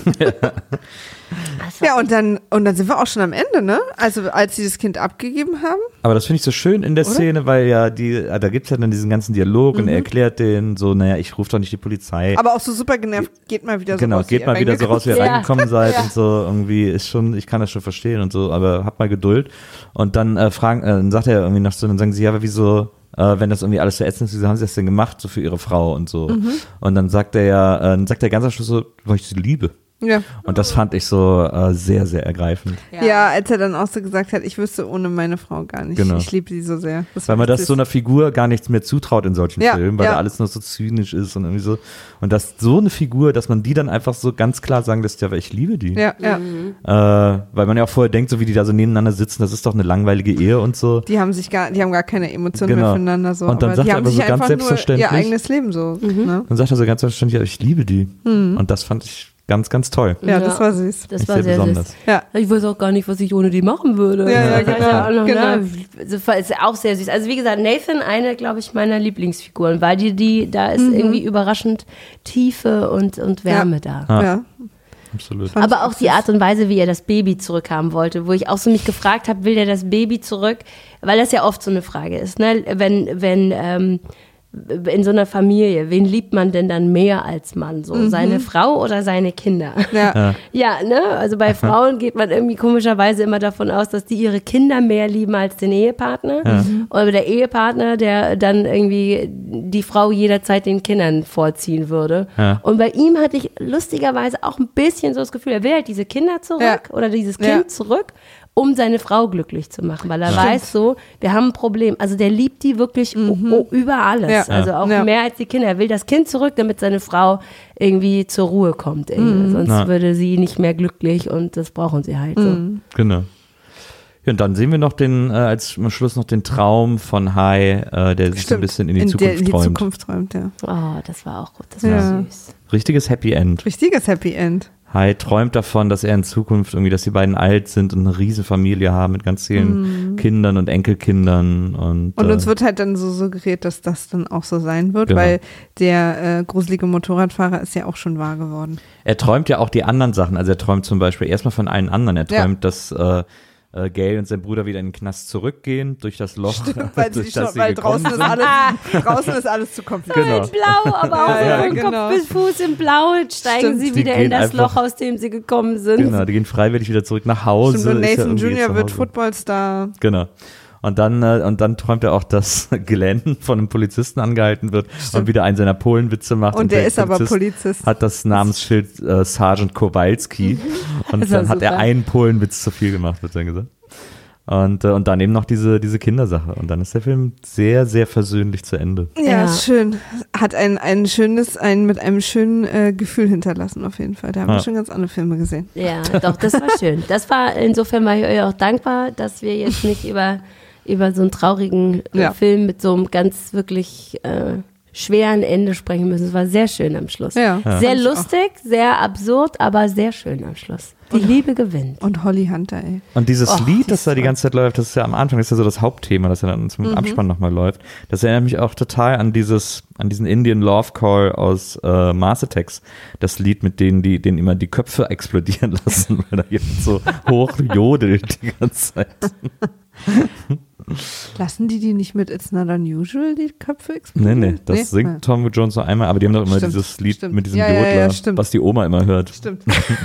Das war Ja, und dann, und dann sind wir auch schon am Ende, ne? Also als sie das Kind abgegeben haben. Aber das finde ich so schön in der Oder? Szene, weil ja die, äh, da gibt es ja dann diesen ganzen Dialog und er erklärt den so, naja, ich rufe doch nicht die Polizei. Aber auch so super genervt, geht mal wieder so Genau, raus. wie geht ihr mal wieder so raus, wie ihr Ja. reingekommen seid Ja. und so irgendwie ist schon, ich kann das schon verstehen und so, aber habt mal Geduld. Und dann äh, fragen, äh, dann sagt er irgendwie noch so, dann sagen sie, ja, aber wieso, äh, wenn das irgendwie alles so ätzend ist, wieso haben sie das denn gemacht, so für ihre Frau und so. Mhm. Und dann sagt er ja, äh, dann sagt er ganz am Schluss so, weil ich sie liebe. Ja. Und das fand ich so äh, sehr, sehr ergreifend. Ja. als er dann auch so gesagt hat, ich wüsste ohne meine Frau gar nicht. Genau. Ich liebe sie so sehr. Das Weil war man das süß. so einer Figur gar nichts mehr zutraut in solchen Ja, Filmen, weil ja. da alles nur so zynisch ist und irgendwie so. Und das so eine Figur, dass man die dann einfach so ganz klar sagen lässt, ja, weil ich liebe die. Ja, ja. Äh, weil man ja auch vorher denkt, so wie die da so nebeneinander sitzen, das ist doch eine langweilige Ehe und so. Die haben sich gar, die haben gar keine Emotionen Genau. mehr füreinander so. Und dann aber sagt die er haben aber sich so ganz einfach nur selbstverständlich- ihr eigenes Leben so. Ne? Dann sagt er so ganz verständlich, ja, ich liebe die. Und das fand ich ganz, ganz toll. Ja, Ja. das war süß. Das Nicht war sehr sehr besonders. süß. Ja. Ich weiß auch gar nicht, was ich ohne die machen würde. Ja, ja, Das ist genau, auch noch, genau. ne? Das ist auch sehr süß. Also wie gesagt, Nathan, eine, glaube ich, meiner Lieblingsfiguren, weil die, die, da ist irgendwie überraschend Tiefe und, und Wärme da. Ah. Ja. absolut. Fand Aber ich auch die Art und Weise, wie er das Baby zurückhaben wollte, wo ich auch so mich gefragt habe, will der das Baby zurück? Weil das ja oft so eine Frage ist, ne? Wenn, wenn ähm, in so einer Familie, wen liebt man denn dann mehr als Mann? So, Mhm. seine Frau oder seine Kinder? Ja. Ja. Ja, ne? Also bei Frauen geht man irgendwie komischerweise immer davon aus, dass die ihre Kinder mehr lieben als den Ehepartner. Ja. Oder der Ehepartner, der dann irgendwie die Frau jederzeit den Kindern vorziehen würde. Ja. Und bei ihm hatte ich lustigerweise auch ein bisschen so das Gefühl, er will halt diese Kinder zurück Ja. oder dieses Kind Ja. zurück, um seine Frau glücklich zu machen, weil er Ja. weiß so, wir haben ein Problem. Also der liebt die wirklich o- o- über alles. Ja. Also auch Ja. mehr als die Kinder. Er will das Kind zurück, damit seine Frau irgendwie zur Ruhe kommt. Irgendwie. Sonst Ja. würde sie nicht mehr glücklich und das brauchen sie halt so. Genau. Ja, und dann sehen wir noch den, äh, als am Schluss noch den Traum von Hai, äh, der sich so ein bisschen in die der, Zukunft in die träumt. Zukunft träumt, ja. Oh, das war auch gut. Das war Ja. süß. Richtiges Happy End. Richtiges Happy End. Hai träumt davon, dass er in Zukunft irgendwie, dass die beiden alt sind und eine riesen Familie haben mit ganz vielen Kindern und Enkelkindern. Und, Und äh, uns wird halt dann so suggeriert, dass das dann auch so sein wird, Genau. weil der äh, gruselige Motorradfahrer ist ja auch schon wahr geworden. er träumt ja auch die anderen Sachen. Also er träumt zum Beispiel erstmal von allen anderen. Er Ja. träumt, dass äh, äh, Gail und sein Bruder wieder in den Knast zurückgehen durch das Loch, Weil, sie durch schon, das sie weil gekommen draußen, ist sind. alles, draußen ist alles zu kompliziert. Genau. In Blau, aber auch Ja, von genau. Kopf bis Fuß in Blau steigen Stimmt. sie Die wieder gehen in das einfach- Loch, aus dem sie gekommen sind. Genau, die gehen freiwillig wieder zurück nach Hause. Stimmt, und ist ja Nathan irgendwie Junior zu wird Hause. Footballstar. Genau. Und dann, äh, und dann träumt er auch, dass Glenn von einem Polizisten angehalten wird und wieder einen seiner Polenwitze macht. Und der ist aber Polizist Polizist. Hat das Namensschild äh, Sergeant Kowalski. Und Das war dann hat er super. einen Polenwitz zu viel gemacht, wird dann gesagt. Und, äh, und dann eben noch diese, diese Kindersache. Und dann ist der Film sehr, sehr versöhnlich zu Ende. Ja, Ja. ist schön. Hat ein, ein schönes, ein mit einem schönen äh, Gefühl hinterlassen auf jeden Fall. Da haben Ja. wir schon ganz andere Filme gesehen. Ja, doch, das war schön. Das war, insofern war ich euch auch dankbar, dass wir jetzt nicht über, über so einen traurigen äh, Ja. Film mit so einem ganz wirklich äh, schweren Ende sprechen müssen. Es war sehr schön am Schluss. Ja, Ja. Sehr fand ich lustig, sehr absurd, aber sehr schön am Schluss. Die Liebe gewinnt. Und Holly Hunter, ey. Und dieses Och, Lied, die das da die ist ganze Zeit läuft, das ist ja am Anfang, das ist ja so das Hauptthema, das ja dann zum Abspann nochmal läuft. Das erinnert mich auch total an dieses, an diesen Indian Love Call aus äh, Mars Attacks. Das Lied, mit denen die, denen immer die Köpfe explodieren lassen, weil da jemand so hoch jodelt die ganze Zeit. Lassen die die nicht mit It's Not Unusual, die Köpfe Nee, explodieren? nee, das singt Tom Jones noch einmal, aber die haben doch immer Stimmt, dieses Lied stimmt. mit diesem Ja, ja, Jodler, ja, stimmt. was die Oma immer hört. Stimmt.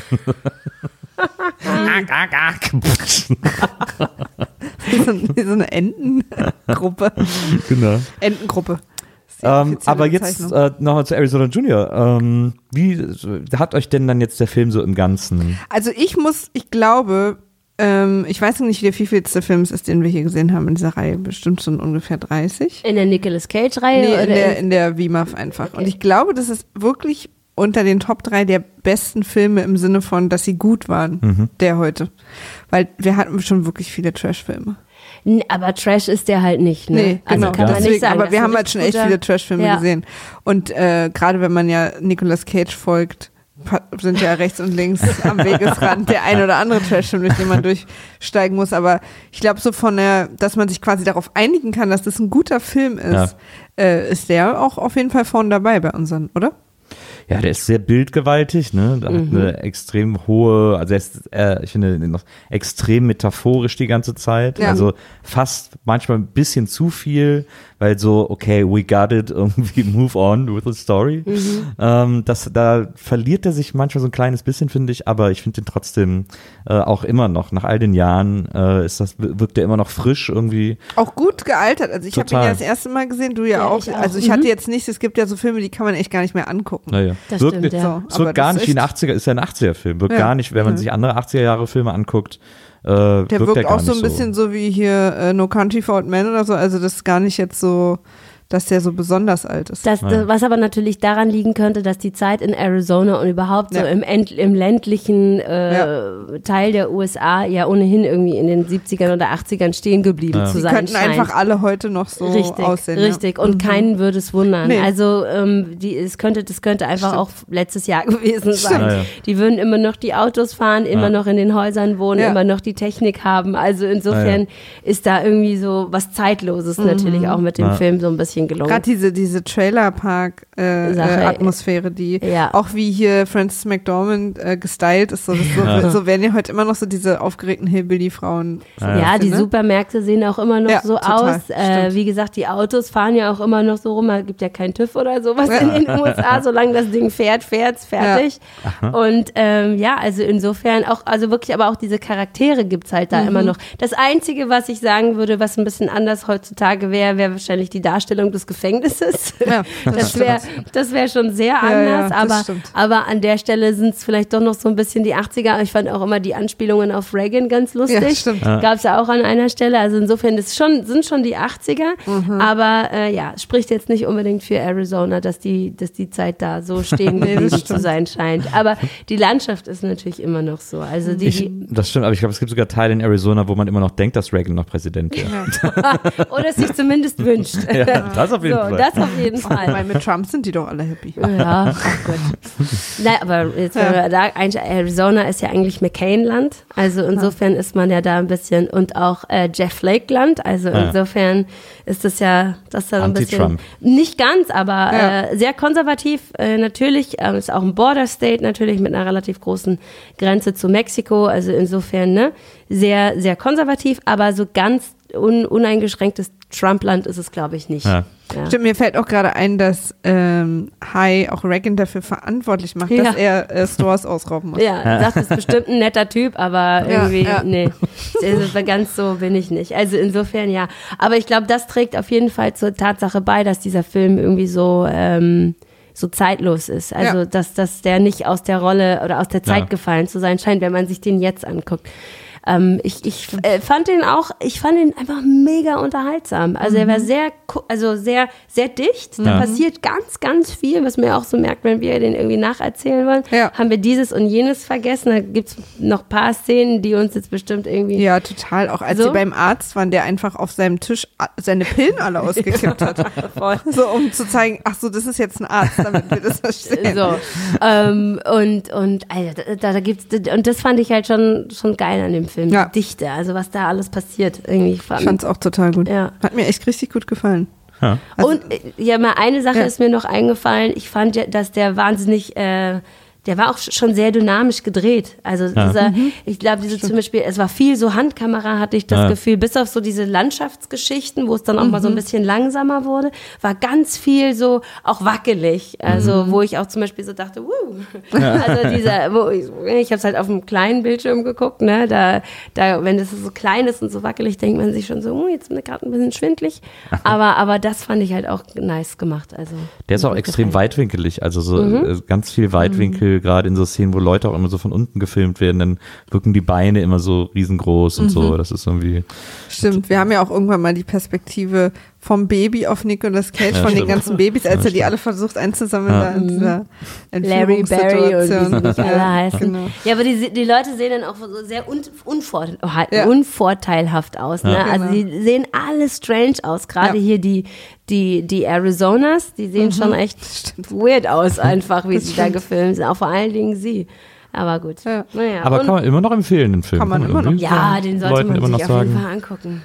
Wie so, wie so eine Entengruppe. Genau. Entengruppe. Das ist die Ähm, offizielle aber jetzt Bezeichnung. äh, nochmal zu Arizona Junior. Ähm, wie hat euch denn dann jetzt der Film so im Ganzen? Also ich muss, ich glaube, ähm, ich weiß nicht, wie der vielfältigste Film es ist, den wir hier gesehen haben in dieser Reihe. Bestimmt so ungefähr dreißig. In der Nicolas Cage-Reihe? Nee, in oder der, in der V M A F einfach. Und ich glaube, das ist wirklich unter den Top drei der besten Filme im Sinne von, dass sie gut waren, Mhm. der heute. Weil wir hatten schon wirklich viele Trash-Filme. N- aber Trash ist der halt nicht, ne? Nee, genau. Also kann man Deswegen, nicht sagen. aber das wir ist ein haben halt schon richtig echt guter- viele Trash-Filme Ja. gesehen. Und äh, gerade wenn man ja Nicolas Cage folgt, pa- sind ja rechts und links am Wegesrand der ein oder andere Trash-Film, durch den man durchsteigen muss. Aber ich glaube, so von der, dass man sich quasi darauf einigen kann, dass das ein guter Film ist, äh, ist der auch auf jeden Fall vorne dabei bei unseren, oder? Ja, der ist sehr bildgewaltig, ne? Der hat eine extrem hohe, also er ist, äh, ich finde, noch extrem metaphorisch die ganze Zeit. Ja. Also fast manchmal ein bisschen zu viel, weil so, okay, we got it, irgendwie move on with the story. Ähm, das, da verliert er sich manchmal so ein kleines bisschen, finde ich, aber ich finde den trotzdem äh, auch immer noch, nach all den Jahren, äh, ist das, wirkt er immer noch frisch irgendwie. Auch gut gealtert. Also ich habe ihn Total. ja das erste Mal gesehen, du ja, Ja, auch. ich auch. Also ich Mhm. hatte jetzt nicht, es gibt ja so Filme, die kann man echt gar nicht mehr angucken. Naja, Das wirkt, stimmt, ja. So, es aber wirkt gar das nicht ist wie ein echt- achtziger, ist ja ein achtziger-Film, wirkt Ja. gar nicht, wenn man Mhm. sich andere achtziger-Jahre-Filme anguckt, äh, Der wirkt, wirkt er gar auch so nicht ein bisschen so, wie hier äh, No Country for Old Men oder so. Also das ist gar nicht jetzt so, dass der so besonders alt ist. Das, das, was aber natürlich daran liegen könnte, dass die Zeit in Arizona und überhaupt so Ja. im, End, im ländlichen äh, Teil der U S A ja ohnehin irgendwie in den siebzigern oder achtzigern stehen geblieben Ja. zu Die sein könnten scheint. einfach alle heute noch so Richtig, aussehen. richtig. Ja. Und Mhm. keinen würde es wundern. Nee. Also ähm, die, es könnte, das könnte einfach Stimmt. auch letztes Jahr gewesen sein. Stimmt. Ja, ja. Die würden immer noch die Autos fahren, immer Ja. noch in den Häusern wohnen, Ja. immer noch die Technik haben. Also insofern Ja, ist da irgendwie so was Zeitloses natürlich auch mit dem Ja. Film so ein bisschen bisschen gelungen. Gerade diese, diese Trailerpark-Atmosphäre, äh, äh, die ja. auch wie hier Frances McDormand äh, gestylt ist, so, das so, Ja. so werden ja heute immer noch so diese aufgeregten Hillbilly-Frauen. Ja, Ja, die ne? Supermärkte sehen auch immer noch Ja, so total, aus. Äh, wie gesagt, die Autos fahren ja auch immer noch so rum. Es gibt ja keinen TÜV oder sowas Ja. in den U S A. Solange das Ding fährt, fährt's, fertig. Ja. Und ähm, ja, also insofern auch, also wirklich, aber auch diese Charaktere gibt's halt da Mhm. immer noch. Das Einzige, was ich sagen würde, was ein bisschen anders heutzutage wäre, wäre wahrscheinlich die Darstellung des Gefängnisses. Ja, das Das wäre das wär schon sehr anders, ja, das aber, stimmt. aber an der Stelle sind es vielleicht doch noch so ein bisschen die achtziger. Ich fand auch immer die Anspielungen auf Reagan ganz lustig. Ja, stimmt. Ja. Gab es ja auch an einer Stelle. Also insofern, das schon, sind schon die achtziger. Mhm. Aber äh, ja, spricht jetzt nicht unbedingt für Arizona, dass die, dass die Zeit da so stehen Nee, das geblieben zu stimmt. sein scheint. Aber die Landschaft ist natürlich immer noch so. Also die, Ich, die das stimmt, aber ich glaube, es gibt sogar Teile in Arizona, wo man immer noch denkt, dass Reagan noch Präsident wäre. oder es sich zumindest wünscht. Ja, das auf jeden so, Fall. das auf jeden Fall. Weil mit Trump sind die doch alle happy. Ja, ach Gott. Nein, aber jetzt, wenn wir da, eigentlich, Arizona ist ja eigentlich McCain-Land. Also insofern ist man ja da ein bisschen, und auch äh, Jeff Flake-Land. Also Ja. insofern ist das ja, das da so ein bisschen, Anti-Trump. nicht ganz, aber Ja. äh, sehr konservativ äh, natürlich. Ähm, ist auch ein Border State natürlich mit einer relativ großen Grenze zu Mexiko. Also insofern, ne, sehr, sehr konservativ, aber so ganz un, uneingeschränktes Trump-Land ist es, glaube ich, nicht. Ja. Ja. Stimmt, mir fällt auch gerade ein, dass ähm, High auch Reagan dafür verantwortlich macht, Ja. dass er äh, Stores ausrauben muss. Ja, er sagt, ist bestimmt ein netter Typ, aber Ja, irgendwie, ja. nee, also ganz so bin ich nicht. Also insofern ja. Aber ich glaube, das trägt auf jeden Fall zur Tatsache bei, dass dieser Film irgendwie so, ähm, so zeitlos ist. Also, Ja. dass, dass der nicht aus der Rolle oder aus der Zeit Ja. gefallen zu sein scheint, wenn man sich den jetzt anguckt. Ähm, ich ich äh, fand ihn auch, ich fand ihn einfach mega unterhaltsam. Also er war sehr, ku- also sehr, sehr dicht. Da Ja. passiert ganz, ganz viel, was man ja auch so merkt, wenn wir den irgendwie nacherzählen wollen. Ja. Haben wir dieses und jenes vergessen. Da gibt's noch ein paar Szenen, die uns jetzt bestimmt irgendwie. Ja, total. Auch als So? sie beim Arzt waren, der einfach auf seinem Tisch a- seine Pillen alle ausgekippt hat. Voll. So, um zu zeigen, ach so, das ist jetzt ein Arzt, damit wir das verstehen. So. ähm, und, und, Alter, da, da gibt's, und das fand ich halt schon, schon geil an dem Film. Ja. Die Dichte, also was da alles passiert. Irgendwie Ich fand es auch total gut. Ja. Hat mir echt richtig gut gefallen. Ja. Also- und äh, ja, mal eine Sache Ja. ist mir noch eingefallen. Ich fand ja, dass der wahnsinnig, äh, der war auch sch- schon sehr dynamisch gedreht. Also Ja. dieser, ich glaube, diese zum Beispiel, es war viel so Handkamera, hatte ich das Ja. Gefühl, bis auf so diese Landschaftsgeschichten, wo es dann auch mal so Mhm. ein bisschen langsamer wurde, war ganz viel so auch wackelig. Also Mhm. wo ich auch zum Beispiel so dachte, wuh. Also dieser, wo ich, ich habe es halt auf einem kleinen Bildschirm geguckt, ne, da, da, wenn das so klein ist und so wackelig, denkt man sich schon so, oh, jetzt ist mir gerade ein bisschen schwindlig. Aber, aber das fand ich halt auch nice gemacht. Also Der ist auch gut extrem gefallen. weitwinkelig, also so Mhm. äh, ganz viel Weitwinkel, gerade in so Szenen, wo Leute auch immer so von unten gefilmt werden, dann wirken die Beine immer so riesengroß und Mhm. so. Das ist irgendwie. Stimmt, wir haben ja auch irgendwann mal die Perspektive vom Baby auf Nicolas Cage, Ja, von den stimmt. ganzen Babys, als Ja, er die stimmt. alle versucht einzusammeln Ja. da in dieser Larry Berry und wie Entführungssituation. sie nicht alle Ja, heißen. genau. Ja, aber die, die Leute sehen dann auch so sehr un, unvor, Ja. unvorteilhaft aus. Ne? Ja. Also Genau. die sehen alle strange aus. Gerade Ja. hier die, die, die Arizonas, die sehen schon echt weird aus einfach, wie Das sie da stimmt. gefilmt sind. Auch vor allen Dingen sie. Aber gut. Ja. Naja. Aber und, kann man immer noch empfehlen, den Film. Kann man immer noch. irgendwie ja, den sollte Leuten man immer sich noch auf jeden sagen. Fall angucken.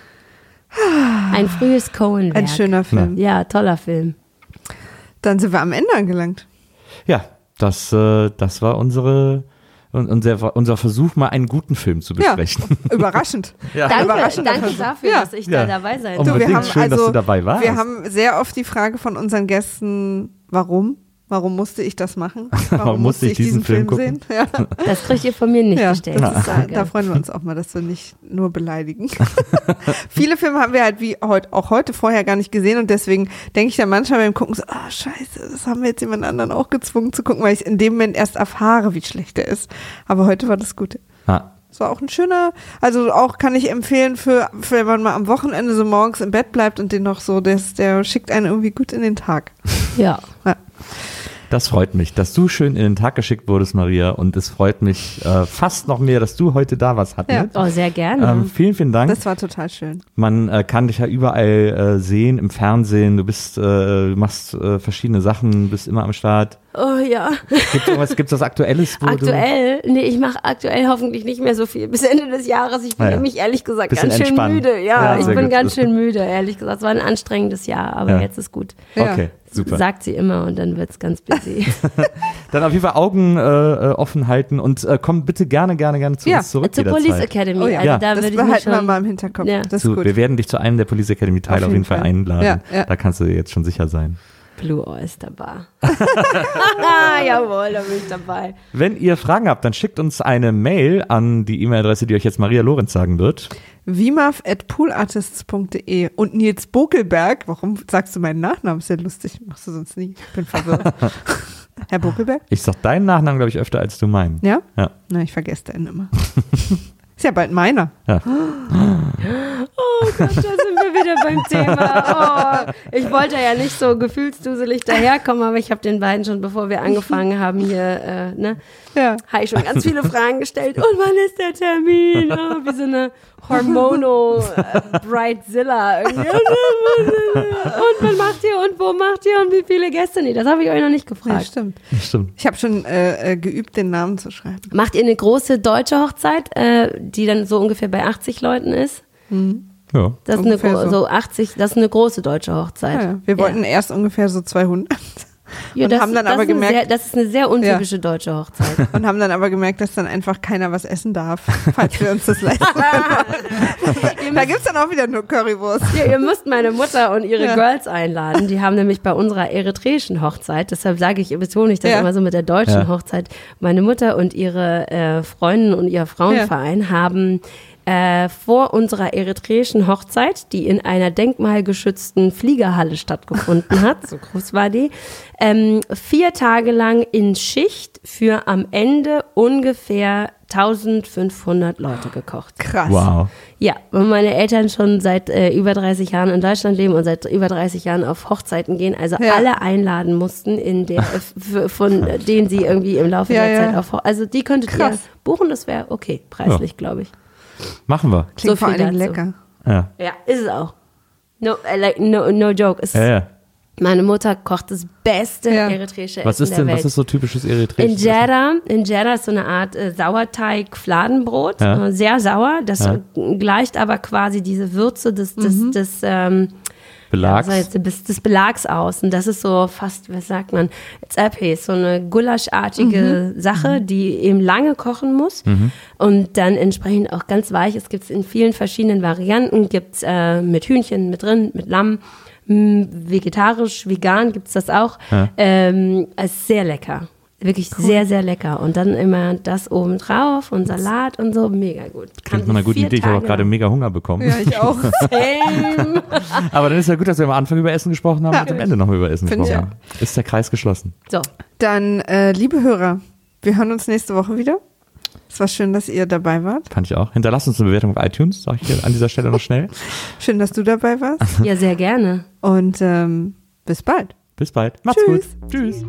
Ein frühes Coen-Werk. Ein schöner Film. Ja, toller Film. Dann sind wir am Ende angelangt. Ja, das, äh, das war unsere, un- unser, unser Versuch, mal einen guten Film zu besprechen. Ja, überraschend. Ja. Danke, Überraschender danke Versuch. dafür, Ja. dass ich Ja. da dabei sein Und durfte. wir Unbedingt. Schön, dass du dabei warst. Wir haben sehr oft die Frage von unseren Gästen, warum? Warum musste ich das machen? Warum, musste ich diesen, Film, gucken? sehen? Ja. Das kriegt ihr von mir nicht Ja, gestellt. das ist, da, Frage. da freuen wir uns auch mal, dass wir nicht nur beleidigen. Viele Filme haben wir halt wie heut, auch heute vorher gar nicht gesehen und deswegen denke ich dann manchmal beim Gucken so, ah scheiße, das haben wir jetzt jemand anderen auch gezwungen zu gucken, weil ich in dem Moment erst erfahre, wie schlecht er ist. Aber heute war das gut. Ja. Es war auch ein schöner, also auch kann ich empfehlen für, für wenn man mal am Wochenende so morgens im Bett bleibt und den noch so, das, der schickt einen irgendwie gut in den Tag. Ja. Ja. Das freut mich, dass du schön in den Tag geschickt wurdest, Maria. Und es freut mich äh, fast noch mehr, dass du heute da warst, Hatnet. Oh, sehr gerne. Ähm, vielen, vielen Dank. Das war total schön. Man äh, kann dich ja überall äh, sehen, im Fernsehen. Du bist, äh, du machst äh, verschiedene Sachen, bist immer am Start. Oh ja. Gibt es was, gibt's was Aktuelles? Wo Aktuell? Nee, ich mache aktuell hoffentlich nicht mehr so viel. Bis Ende des Jahres. Ich bin Ah ja. nämlich ehrlich gesagt Bisschen ganz schön entspannen. müde. Ja, Ja, ich sehr bin gut. ganz schön müde, ehrlich gesagt. Es war ein anstrengendes Jahr, aber Ja. jetzt ist gut. du? Ja. Okay, super. Sagt sie immer und dann wird's ganz busy. Dann auf jeden Fall Augen äh, äh, offen halten und äh, kommt bitte gerne, gerne, gerne zu Ja, uns zurück Zur jederzeit. Police Academy. Oh ja. Also Ja. da Das würde ich mich behalten wir schon, mal im Hinterkopf. Ja. Das ist Zu, gut. wir werden dich zu einem der Police Academy Teile auf jeden Fall, Fall. einladen. Ja, ja. Da kannst du dir jetzt schon sicher sein. Blue Oyster Bar. Jawohl, da bin ich dabei. Wenn ihr Fragen habt, dann schickt uns eine Mail an die E-Mail-Adresse, die euch jetzt Maria Lorenz sagen wird. Wimaf at poolartists punkt de und Nils Bokelberg, warum sagst du meinen Nachnamen? Ist ja lustig, machst du sonst nie. Ich bin verwirrt. Herr Bokelberg? Ich sag deinen Nachnamen, glaube ich, öfter als du meinen. Ja? Ja. Na, ich vergesse den immer. Ist ja bald meiner. Ja. Oh Gott, da sind wir wieder beim Thema. Oh, ich wollte ja nicht so gefühlsduselig daherkommen, aber ich habe den beiden schon, bevor wir angefangen haben hier, äh, ne, Ja. habe ich schon ganz viele Fragen gestellt. Und wann ist der Termin? Oh, wie so eine Hormonal äh, Brightzilla irgendwie. Und wann macht ihr und wo macht ihr und wie viele Gäste? Nee, das habe ich euch noch nicht Ja, gefragt. stimmt. Stimmt. Ich habe schon äh, äh, geübt, den Namen zu schreiben. Macht ihr eine große deutsche Hochzeit, äh, die dann so ungefähr bei achtzig Leuten ist? Ja. Das ist eine, Ungefähr gro- so. so achtzig, das ist eine große deutsche Hochzeit. Ja, ja. Wir wollten erst ungefähr so zweihundert Ja, und das, haben dann das aber ist eine gemerkt- sehr, das ist eine sehr untypische deutsche Hochzeit. und haben dann aber gemerkt, dass dann einfach keiner was essen darf, falls wir uns das leisten können. Da gibt es dann auch wieder nur Currywurst. Ja, ihr müsst meine Mutter und ihre Ja. Girls einladen. Die haben nämlich bei unserer eritreischen Hochzeit, deshalb sage ich, betone ich das Ja. immer so mit der deutschen Ja. Hochzeit, meine Mutter und ihre äh, Freundinnen und ihr Frauenverein haben äh, vor unserer eritreischen Hochzeit, die in einer denkmalgeschützten Fliegerhalle stattgefunden hat, so groß war die, ähm, vier Tage lang in Schicht für am Ende ungefähr eintausendfünfhundert Leute gekocht. Krass. Wow. Ja, und meine Eltern schon seit äh, über dreißig Jahren in Deutschland leben und seit über dreißig Jahren auf Hochzeiten gehen, also Ja. alle einladen mussten, in der, f- von denen sie irgendwie im Laufe Ja, der ja. Zeit auf, Ho- also die könntet Krass. ihr buchen, das wäre okay, preislich, glaube ich. Machen wir. Klingt So vor viel allen Dingen dazu. lecker. Ja. Ja, ist es auch. No, äh, like, no, no joke. Es, Ja, ja. Meine Mutter kocht das beste Ja. eritreische Was Essen ist der denn, Welt. was ist so typisches In eritreisches? Jeddah, in Jeddah ist so eine Art äh, Sauerteig-Fladenbrot, Ja. äh, sehr sauer. Das Ja. äh, gleicht aber quasi diese Würze des, des, des ähm, Belags? Ja, was heißt, des, des Belags aus. Und das ist so fast, was sagt man, Zerpe, so eine gulaschartige Sache, die eben lange kochen muss und dann entsprechend auch ganz weich. Es gibt es in vielen verschiedenen Varianten, gibt es äh, mit Hühnchen, mit Rind, mit Lamm, mh, vegetarisch, vegan gibt es das auch. Ja. Ähm, es ist sehr lecker. Wirklich sehr, sehr lecker. Und dann immer das oben drauf und Salat und so, mega gut. Klingt nach einer guten Vier Idee. Ich habe auch Tage gerade lang. mega Hunger bekommen. Ja, ich auch. Same. Aber dann ist ja gut, dass wir am Anfang über Essen gesprochen haben Ja. und am Ende nochmal über Essen Finde ich gesprochen haben. Ist der Kreis geschlossen. So, Dann, äh, liebe Hörer, wir hören uns nächste Woche wieder. Es war schön, dass ihr dabei wart. Fand ich auch. Hinterlasst uns eine Bewertung auf iTunes, sage ich hier an dieser Stelle noch schnell. Schön, dass du dabei warst. ja, sehr gerne. Und ähm, bis bald. Bis bald. Macht's Tschüss. gut. Tschüss.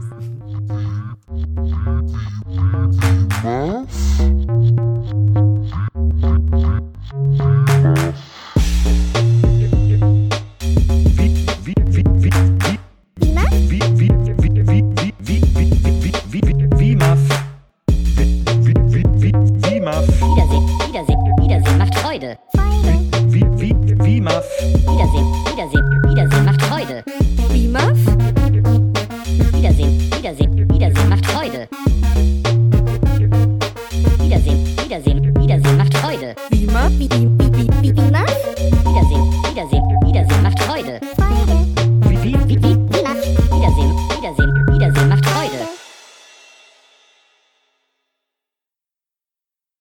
Wiedersehen, Wiedersehen, Wiedersehen macht Freude. Wiedersehen, Wiedersehen, Wiedersehen macht Freude. Wimaf? Wiedersehen, Wiedersehen, Wiedersehen macht Freude. Wiedersehen, Wiedersehen, Wiedersehen macht Freude. Wimaf?